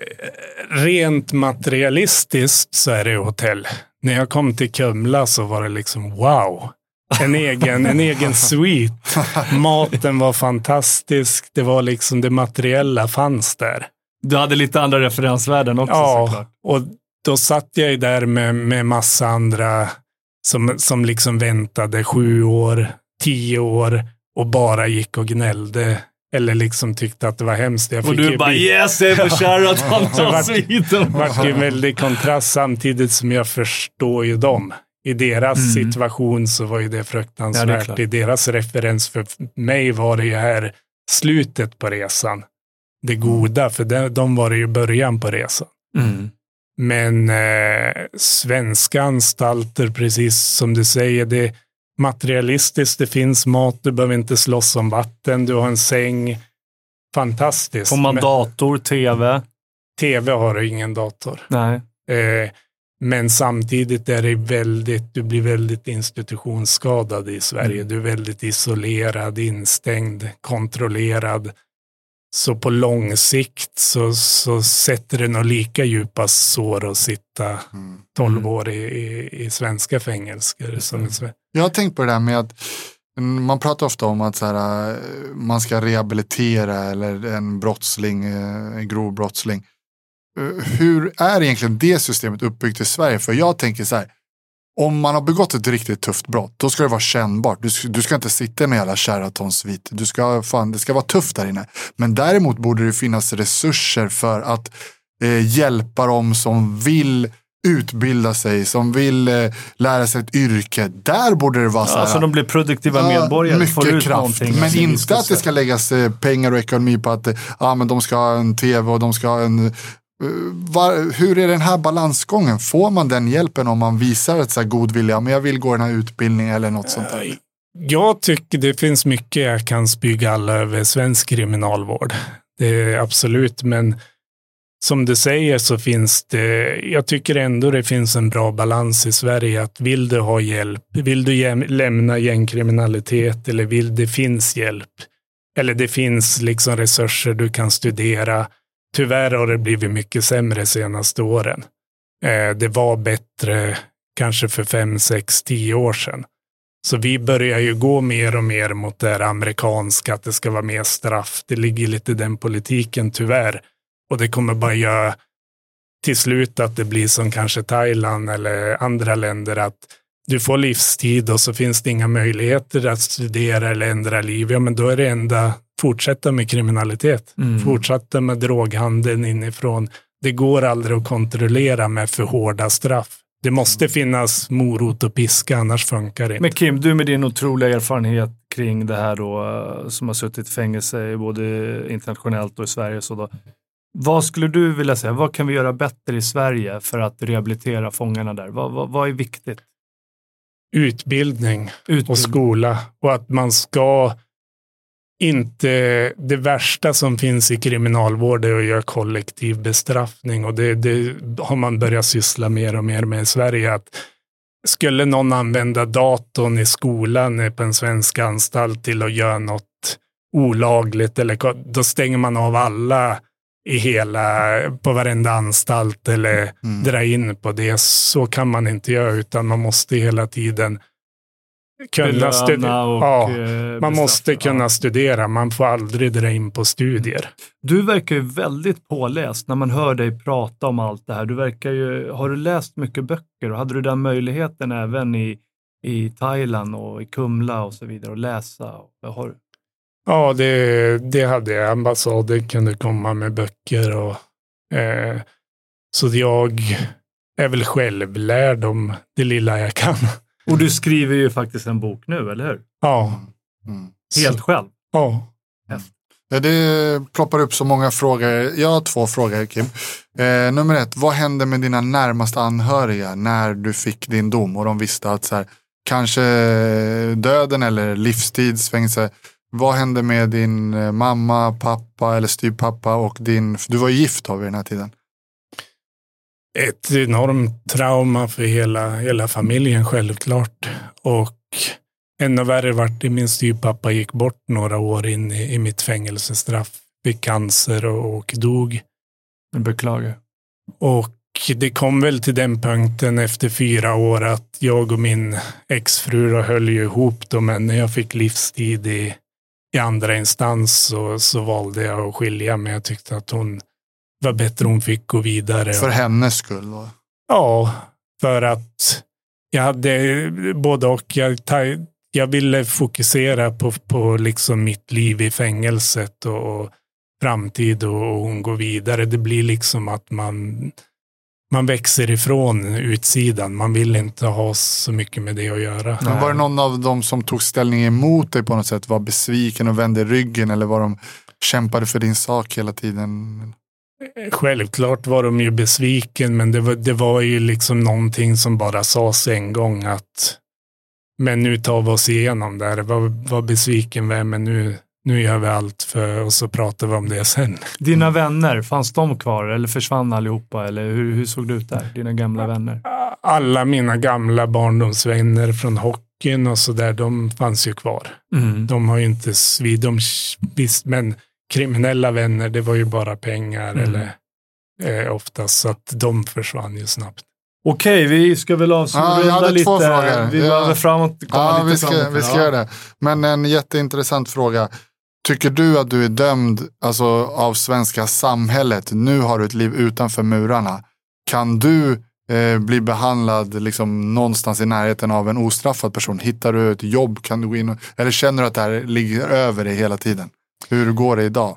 rent materialistiskt så är det hotell. När jag kom till Kumla så var det liksom wow. En egen, en egen suite. Maten var fantastisk. Det var liksom det materiella fanns där. Du hade lite andra referensvärden också, ja, såklart. Och då satt jag ju där med, med massa andra som, som liksom väntade sju år, tio år och bara gick och gnällde. Eller liksom tyckte att det var hemskt. Jag och du bara, bli... yes, jag är för kär att han tar sviten. Det var ju en väldig kontrast samtidigt som jag förstår ju dem. I deras mm. situation så var ju det fruktansvärt. Ja, det I deras referens för mig var det ju här slutet på resan. Det goda, för de, de var det ju början på resan. Mm. Men eh, svenska anstalter, precis som du säger, det materialistiskt, det finns mat, du behöver inte slåss om vatten, du har en säng, fantastiskt. Får man men, dator, tv? Tv har du ingen dator. Nej. Eh, men samtidigt är det väldigt, du blir väldigt institutionsskadad i Sverige. Mm. Du är väldigt isolerad, instängd, kontrollerad. Så på lång sikt så, så sätter det nog lika djupa sår att sitta mm. tolv år i, i, i svenska fängelser. Som mm. i Jag har tänkt på det där med att man pratar ofta om att så här, man ska rehabilitera eller en brottsling, en grov brottsling. Hur är egentligen det systemet uppbyggt i Sverige? För jag tänker så här, om man har begått ett riktigt tufft brott, då ska det vara kännbart. Du, du ska inte sitta med alla Sheraton-svit. Du ska, fan, det ska vara tufft där inne. Men däremot borde det finnas resurser för att eh, hjälpa dem som vill utbilda sig, som vill eh, lära sig ett yrke. Där borde det vara så här. Ja, så de blir produktiva ja, medborgare. Mycket får ut kraft. Men inte att det ska läggas eh, pengar och ekonomi på att eh, ah, men de ska ha en tv och de ska ha en... Var, hur är den här balansgången? Får man den hjälpen om man visar ett så här god vilja? Men jag vill gå den här utbildningen eller något sånt där. Jag tycker det finns mycket jag kan spyga alla över svensk kriminalvård. Det är absolut, men som du säger så finns det, jag tycker ändå det finns en bra balans i Sverige att vill du ha hjälp, vill du jäm, lämna gängkriminalitet eller vill det finns hjälp eller det finns liksom resurser du kan studera. Tyvärr har det blivit mycket sämre senaste åren. Eh, det var bättre kanske för fem, sex, tio år sedan. Så vi börjar ju gå mer och mer mot det här amerikanska, att det ska vara mer straff. Det ligger lite i den politiken tyvärr. Och det kommer bara göra till slut att det blir som kanske Thailand eller andra länder att du får livstid och så finns det inga möjligheter att studera eller ändra liv. Ja, men då är det enda fortsätta med kriminalitet. Mm. Fortsätta med droghandeln inifrån. Det går aldrig att kontrollera med för hårda straff. Det måste finnas morot och piska, annars funkar det inte. Men Kim, du med din otroliga erfarenhet kring det här då, som har suttit i fängelse både internationellt och i Sverige. Så då, vad skulle du vilja säga? Vad kan vi göra bättre i Sverige för att rehabilitera fångarna där? Vad, vad, vad är viktigt? Utbildning, Utbildning och skola. Och att man ska inte... Det värsta som finns i kriminalvård är att göra kollektiv bestraffning. Och det, det har man börjat syssla mer och mer med i Sverige. Att skulle någon använda datorn i skolan på en svensk anstalt till att göra något olagligt, eller, då stänger man av alla i hela, på varenda anstalt eller mm. dra in på det. Så kan man inte göra, utan man måste hela tiden kunna studera. Ja, man måste kunna studera. Man får aldrig dra in på studier. Du verkar ju väldigt påläst när man hör dig prata om allt det här. Du verkar ju, har du läst mycket böcker och hade du den möjligheten även i, i Thailand och i Kumla och så vidare att läsa? Har... Ja, det, det hade jag. Ambassaden kunde komma med böcker och eh, så jag är väl självlärd om det lilla jag kan. Och du skriver ju faktiskt en bok nu, eller hur? Ja. Mm. Helt själv? Ja. ja. Det ploppar upp så många frågor. Jag har två frågor, Kim. Eh, nummer ett, vad hände med dina närmaste anhöriga när du fick din dom och de visste att så här, kanske döden eller livstidsfängelse. Vad hände med din mamma, pappa eller styvpappa och din... Du var gift av vid den här tiden. Ett enormt trauma för hela, hela familjen, självklart. Och ännu värre vart det, min styvpappa gick bort några år in i, i mitt fängelsestraff. Fick cancer och, och dog. Jag beklagar. Och det kom väl till den punkten efter fyra år att jag och min exfru höll ju ihop då, men när jag fick livstid i, i andra instans så, så valde jag att skilja mig. Jag tyckte att hon var bättre, hon fick gå vidare. För hennes skull? Va? Ja, för att jag hade både och. Jag, jag ville fokusera på, på liksom mitt liv i fängelset och, och framtid och, och hon går vidare. Det blir liksom att man, man växer ifrån utsidan. Man vill inte ha så mycket med det att göra. Men var det någon av dem som tog ställning emot dig på något sätt? Var besviken och vände ryggen, eller var de kämpade för din sak hela tiden? Självklart var de ju besviken, men det var, det var ju liksom någonting som bara sades en gång att men nu tar vi oss igenom där. Var, var besviken vem, men nu, nu gör vi allt för, och så pratar vi om det sen. Dina vänner, fanns de kvar eller försvann allihopa? Eller hur, hur såg det ut där, dina gamla vänner? Alla mina gamla barndomsvänner från hockeyn och så där, de fanns ju kvar. Mm. De har ju inte svid, de visst, men kriminella vänner, det var ju bara pengar mm. eller eh, oftast, så att de försvann ju snabbt. Okej, vi ska väl avsluta ja, lite. Två frågor. Vi behöver ja. framåt komma ja, lite vi ska, framåt. Vi ska ja. göra det. Men en jätteintressant fråga. Tycker du att du är dömd alltså, av svenska samhället? Nu har du ett liv utanför murarna. Kan du eh, bli behandlad liksom, någonstans i närheten av en ostraffad person? Hittar du ett jobb? Kan du gå in och, eller känner du att det här ligger över dig hela tiden? Hur går det idag?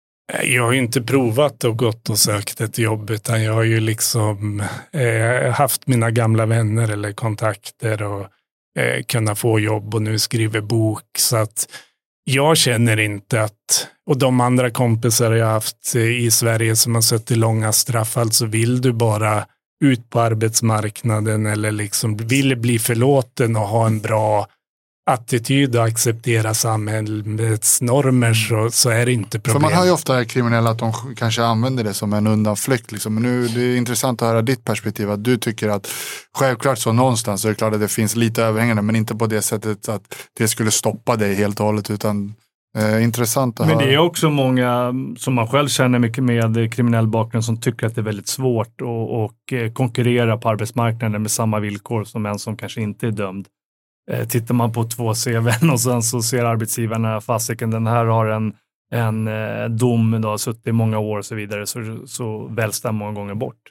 Jag har ju inte provat och gått och sökt ett jobb, utan jag har ju liksom eh, haft mina gamla vänner eller kontakter och eh, kunna få jobb och nu skriver bok. Så att jag känner inte att, och de andra kompisar jag haft i Sverige som har suttit långa straff, alltså vill du bara ut på arbetsmarknaden eller liksom vill bli förlåten och ha en bra attityd och acceptera samhällets normer, så, så är det inte problem. För man hör ju ofta kriminella att de kanske använder det som en undanflykt. Liksom. Men nu det är intressant att höra ditt perspektiv. Att du tycker att självklart så någonstans så är det klart att det finns lite överhängande, men inte på det sättet att det skulle stoppa dig helt och hållet, utan eh, intressant att men höra. Men det är också många som man själv känner mycket med kriminell bakgrund som tycker att det är väldigt svårt att och konkurrera på arbetsmarknaden med samma villkor som en som kanske inte är dömd. Tittar man på två C V:n och sen så ser arbetsgivarna fasiken, den här har en, en eh, dom då, suttit i många år och så vidare, så, så väljs den många gånger bort.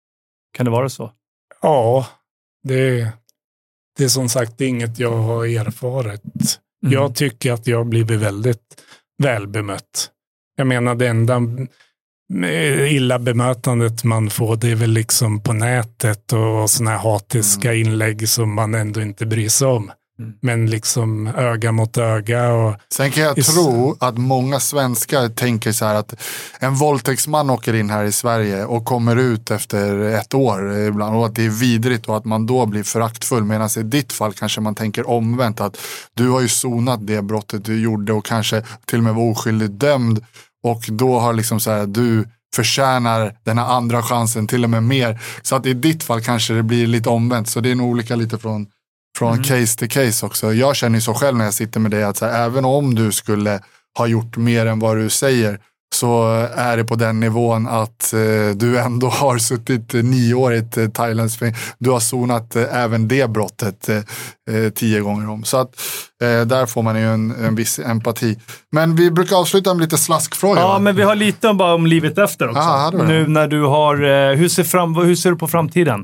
Kan det vara så? Ja, det, det är som sagt inget jag har erfarit. Mm. Jag tycker att jag har blivit väldigt välbemött. Jag menar det enda, illa bemötandet man får, det är väl liksom på nätet och såna här hatiska mm. inlägg som man ändå inte bryr sig om. Mm. Men liksom öga mot öga. Och sen kan jag is- tro att många svenskar tänker så här att en våldtäktsman åker in här i Sverige och kommer ut efter ett år ibland, och att det är vidrigt och att man då blir föraktfull. Medan i ditt fall kanske man tänker omvänt, att du har ju sonat det brottet du gjorde och kanske till och med var oskyldigt dömd, och då har liksom så här, du förtjänar den här andra chansen till och med mer. Så att i ditt fall kanske det blir lite omvänt. Så det är nog olika lite från Från mm. case till case också. Jag känner ju så själv när jag sitter med det att så här, även om du skulle ha gjort mer än vad du säger, så är det på den nivån att eh, du ändå har suttit eh, nio år i ett eh, Thailands fängelse. Du har sonat eh, även det brottet eh, eh, tio gånger om. Så att eh, där får man ju en, en viss empati. Men vi brukar avsluta med lite slaskfrågor. Ja, va? Men vi har lite om, bara om livet efter också. Ah, nu när du har, eh, hur ser, fram, hur ser du på framtiden?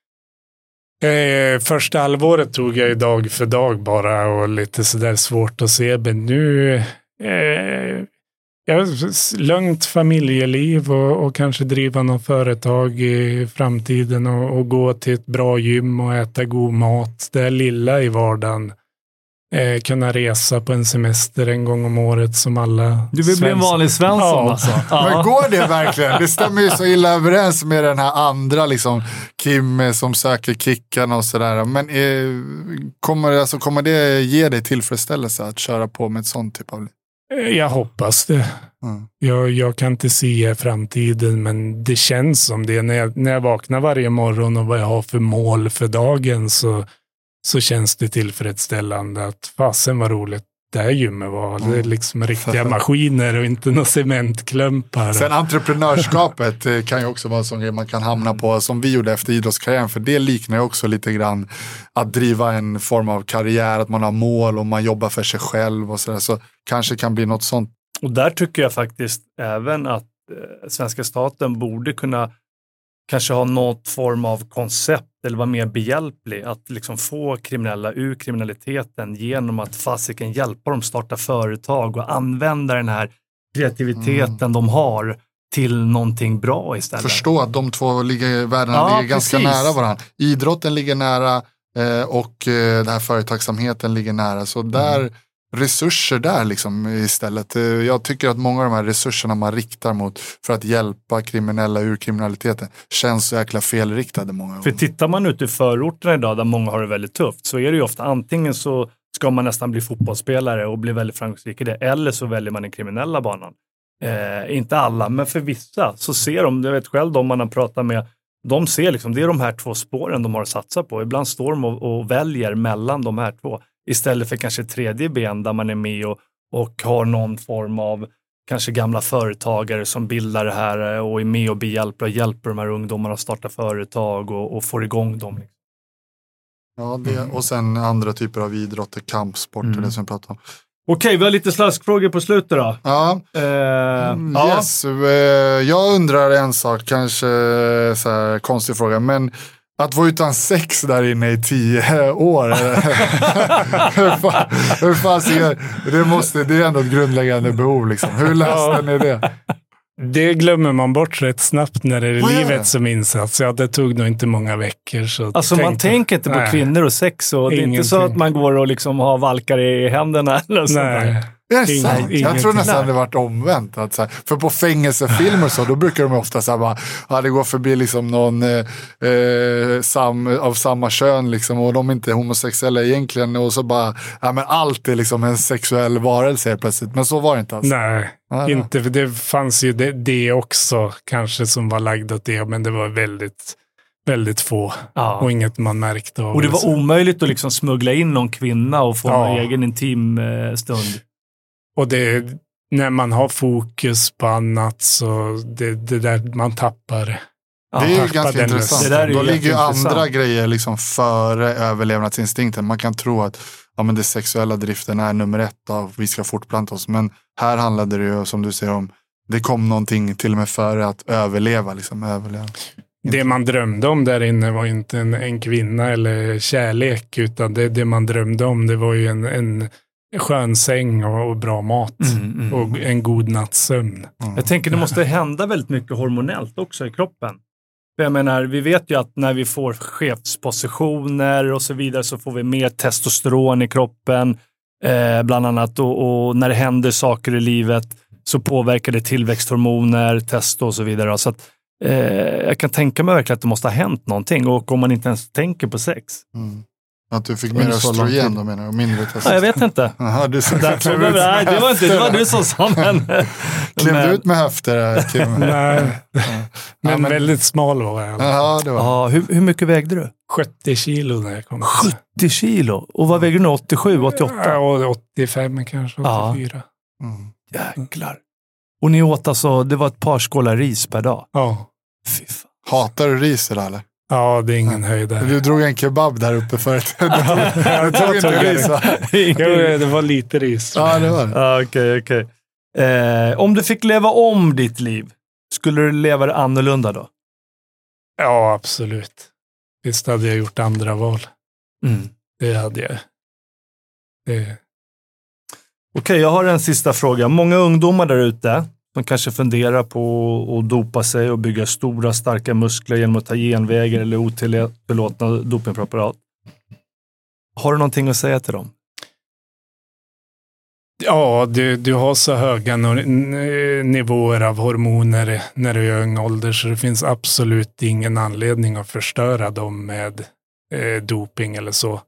Eh, första halvåret tog jag ju dag för dag bara och lite sådär svårt att se. Men nu eh, jag har lugnt familjeliv och, och kanske driva något företag i framtiden och, och gå till ett bra gym och äta god mat. Det är lilla i vardagen. Eh, kunna resa på en semester en gång om året som alla. Du vill bli en vanlig Svensson ja. alltså. Men går det verkligen? Det stämmer ju så illa överens med den här andra liksom, Kim som söker kicken och sådär. Men eh, kommer, alltså, kommer det ge dig tillfredsställelse att köra på med ett sånt typ av liv? Jag hoppas det. Mm. Jag, jag kan inte se framtiden, men det känns som det. När jag, när jag vaknar varje morgon och vad jag har för mål för dagen, så så känns det tillfredsställande att fasen var roligt. Det här gymmet var. Mm. Det är liksom riktiga maskiner och inte några cementklumpar. Sen entreprenörskapet kan ju också vara en sån grej man kan hamna på, som vi gjorde efter idrottskarriären. För det liknar ju också lite grann att driva en form av karriär, att man har mål och man jobbar för sig själv och sådär. Så kanske kan bli något sånt. Och där tycker jag faktiskt även att eh, svenska staten borde kunna kanske ha något form av koncept eller vara mer behjälplig att liksom få kriminella ur kriminaliteten genom att fasiken hjälpa dem starta företag och använda den här kreativiteten mm. de har till någonting bra istället. Förstå att de två ligger, världarna ja, ligger ganska precis. nära varandra. Idrotten ligger nära eh, och eh, den här företagsamheten ligger nära. Så där mm. resurser där liksom istället. Jag tycker att många av de här resurserna man riktar mot för att hjälpa kriminella ur kriminaliteten känns så jäkla felriktade många gånger. För tittar man ut i förorterna idag där många har det väldigt tufft, så är det ju ofta antingen så ska man nästan bli fotbollsspelare och bli väldigt framgångsrik i det, eller så väljer man den kriminella banan. Eh, inte alla, men för vissa så ser de, jag vet själv de man har pratat med, de ser liksom, det är de här två spåren de har att satsa på. Ibland står de och, och väljer mellan de här två. Istället för kanske tredje ben där man är med och, och har någon form av kanske gamla företagare som bildar det här och är med och behjälper och hjälper de här ungdomarna att starta företag och, och får igång dem. Ja, det, och sen andra typer av idrotter, kampsport mm. det som vi pratar om. Okej, vi har lite slaskfrågor på slutet då. Ja, eh, yes. Ja. Jag undrar en sak, kanske så här konstig fråga, men att vara utan sex där inne i tio år. hur fan, hur fan ser, det, måste, det är ändå ett grundläggande behov. Liksom. Hur läste ni det? Det glömmer man bort rätt snabbt när det är Vad livet är det? Som insats. Ja, det tog nog inte många veckor. Så alltså tänkte, man tänker inte på nej. Kvinnor och sex. Och det är inte så att man går och liksom har valkar i händerna. Eller så nej. Det är sant. Ingen, jag tror nästan nej. Det varit omvänt. Att, så här, för på fängelsefilmer så, då brukar de ofta så här, bara, ja, det går förbi liksom någon eh, sam, av samma kön liksom, och de är inte homosexuella egentligen. Och så bara, ja men allt är liksom en sexuell varelse plötsligt. Men så var det inte alls. Nej, ja, inte. För det fanns ju det, det också kanske som var lagd åt det. Men det var väldigt... väldigt få ja. Och inget man märkte av. Och det var så. Omöjligt att liksom smuggla in någon kvinna och få ja. En egen intim eh, stund. Och det, när man har fokus på annat så det, det där man tappar. Ja, det är ju ganska intressant. Det där är Då ligger ju andra grejer liksom före överlevnadsinstinkten. Man kan tro att ja, men det sexuella driften är nummer ett av vi ska fortplanta oss. Men här handlade det ju, som du säger, om det kom någonting till och med före att överleva. Liksom, överleva. Det man drömde om där inne var inte en, en kvinna eller kärlek, utan det, det man drömde om det var ju en, en skön säng och, och bra mat Mm, mm. och en god nattsömn. Jag tänker det måste hända väldigt mycket hormonellt också i kroppen. För jag menar, vi vet ju att när vi får chefspositioner och så vidare så får vi mer testosteron i kroppen. Eh, bland annat och, och när det händer saker i livet så påverkar det tillväxthormoner, testo och så vidare. Så att, eh, jag kan tänka mig verkligen att det måste ha hänt någonting. Och om man inte ens tänker på sex. Mm. Att du fick mer östrogen då menar du? Och mindre testosteron? Ja, jag vet inte. Aha, du Där, det, nej, det var inte det var du som sa. Men, Klev men, du ut med höfter, Kim? Nej, men, ja, men väldigt smal var jag. Ja, det var. Ja, hur, hur mycket vägde du? sjuttio kilo när jag kom. sjuttio kilo? Och vad väger du nu? åttiosju, åttioåtta? Ja, åttiofem kanske, åttiofyra. Ja. Mm. Jäklar. Och ni åt alltså, det var ett par skålar ris per dag? Ja. Fy fan. Hatar du ris eller? Ja, det är ingen höjdare. Du drog en kebab där uppe förut. Du tog, du tog inte ris va? Jo, det var lite ris. Ja, det var det. Ja, okej, okej. Eh, om du fick leva om ditt liv, skulle du leva det annorlunda då? Ja, absolut. Visst hade jag gjort andra val. Mm. Det hade jag. Det... Okej, jag har en sista fråga. Många ungdomar där ute som kanske funderar på att dopa sig och bygga stora, starka muskler genom att ta genvägar eller otillåtna dopingpreparat. Har du någonting att säga till dem? Ja, du, du har så höga no- nivåer av hormoner när du är i ung ålder så det finns absolut ingen anledning att förstöra dem med eh, doping eller så.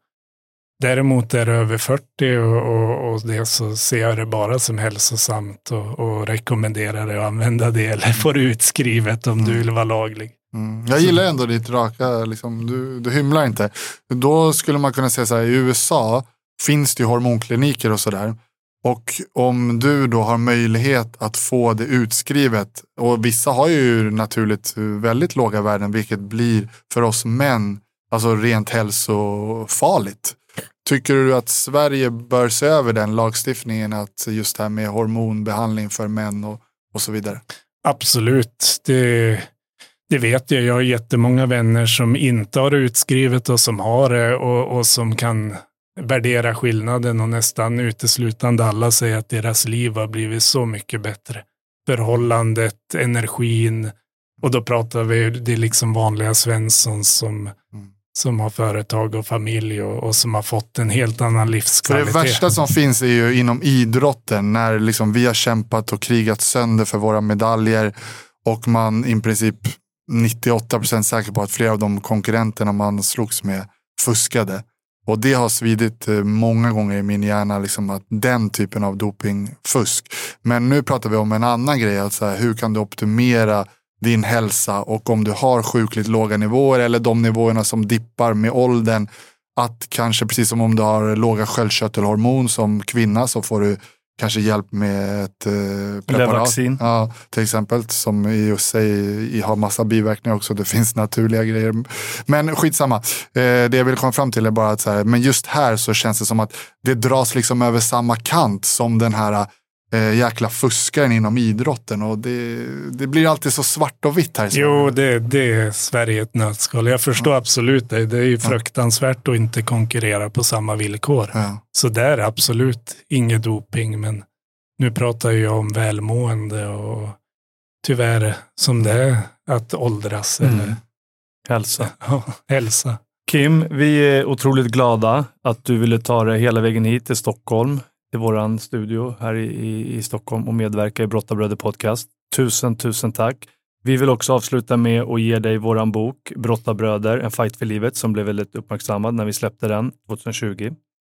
Däremot är det över fyrtio och, och, och det så ser jag det bara som hälsosamt och, och rekommenderar det att använda det eller få det utskrivet om du vill vara laglig. Mm. Jag gillar ändå ditt raka, liksom, du, du hymlar inte. Då skulle man kunna säga så här, i U S A finns det ju hormonkliniker och sådär. Och om du då har möjlighet att få det utskrivet, och vissa har ju naturligt väldigt låga värden, vilket blir för oss män alltså rent hälsofarligt. Tycker du att Sverige bör se över den lagstiftningen, att just det här med hormonbehandling för män och, och så vidare? Absolut, det, det vet jag. Jag har jättemånga vänner som inte har utskrivet och som har det och, och som kan värdera skillnaden och nästan uteslutande alla säger att deras liv har blivit så mycket bättre. Förhållandet, energin och då pratar vi det är liksom vanliga Svensson som, mm. som har företag och familj och, och som har fått en helt annan livskvalitet. För det värsta som finns är ju inom idrotten när liksom vi har kämpat och krigat sönder för våra medaljer och man i princip nittioåtta procent säker på att flera av de konkurrenterna man slogs med fuskade. Och det har svidit många gånger i min hjärna liksom att den typen av dopingfusk. Men nu pratar vi om en annan grej. Alltså hur kan du optimera din hälsa och om du har sjukligt låga nivåer eller de nivåerna som dippar med åldern. Att kanske precis som om du har låga sköldkörtelhormon som kvinna så får du kanske hjälp med ett eh, preparat. Levaxin. Ja, till exempel som i sig har massa biverkningar också. Det finns naturliga grejer. Men skitsamma. Eh, det jag vill komma fram till är bara att så här, men just här så känns det som att det dras liksom över samma kant som den här eh, jäkla fuskaren inom idrotten. Och det, det blir alltid så svart och vitt här i Sverige. Jo, det, det är Sverige ett nötskal. Jag förstår ja. absolut det. Det är ju fruktansvärt att inte konkurrera på samma villkor. Ja. Så det är absolut inget doping, men nu pratar jag om välmående och tyvärr som det är att åldras. Mm. Eller... Hälsa. Ja, hälsa. Kim, vi är otroligt glada att du ville ta dig hela vägen hit till Stockholm, till våran studio här i, i, i Stockholm och medverka i Brottabröder podcast. Tusen, tusen tack. Vi vill också avsluta med att ge dig våran bok Brottabröder, en fight för livet som blev väldigt uppmärksammad när vi släppte den tjugohundratjugo.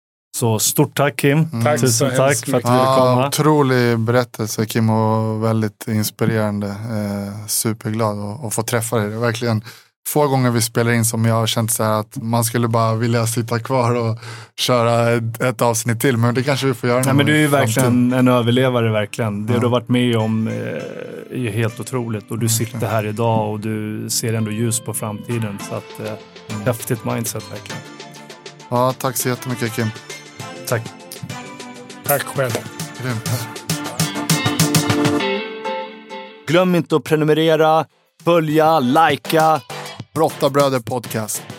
Så stort tack Kim. Mm. Tack Tusen så tack för att du ville komma. Ja, otrolig berättelse Kim och väldigt inspirerande. Eh, superglad att få träffa dig. Det är verkligen få gånger vi spelar in som jag har känt så här att man skulle bara vilja sitta kvar och köra ett, ett avsnitt till. Men det kanske vi får göra. Nej, men du är ju verkligen en överlevare, verkligen. Det ja. du har varit med om eh, är ju helt otroligt. Och du sitter okay. här idag och du ser ändå ljus på framtiden. Så att, eh, mm. häftigt mindset verkligen. Ja, tack så jättemycket Kim. Tack. Tack själv. Grymt. Glöm inte att prenumerera, följa, likea. Brottabröder podcast.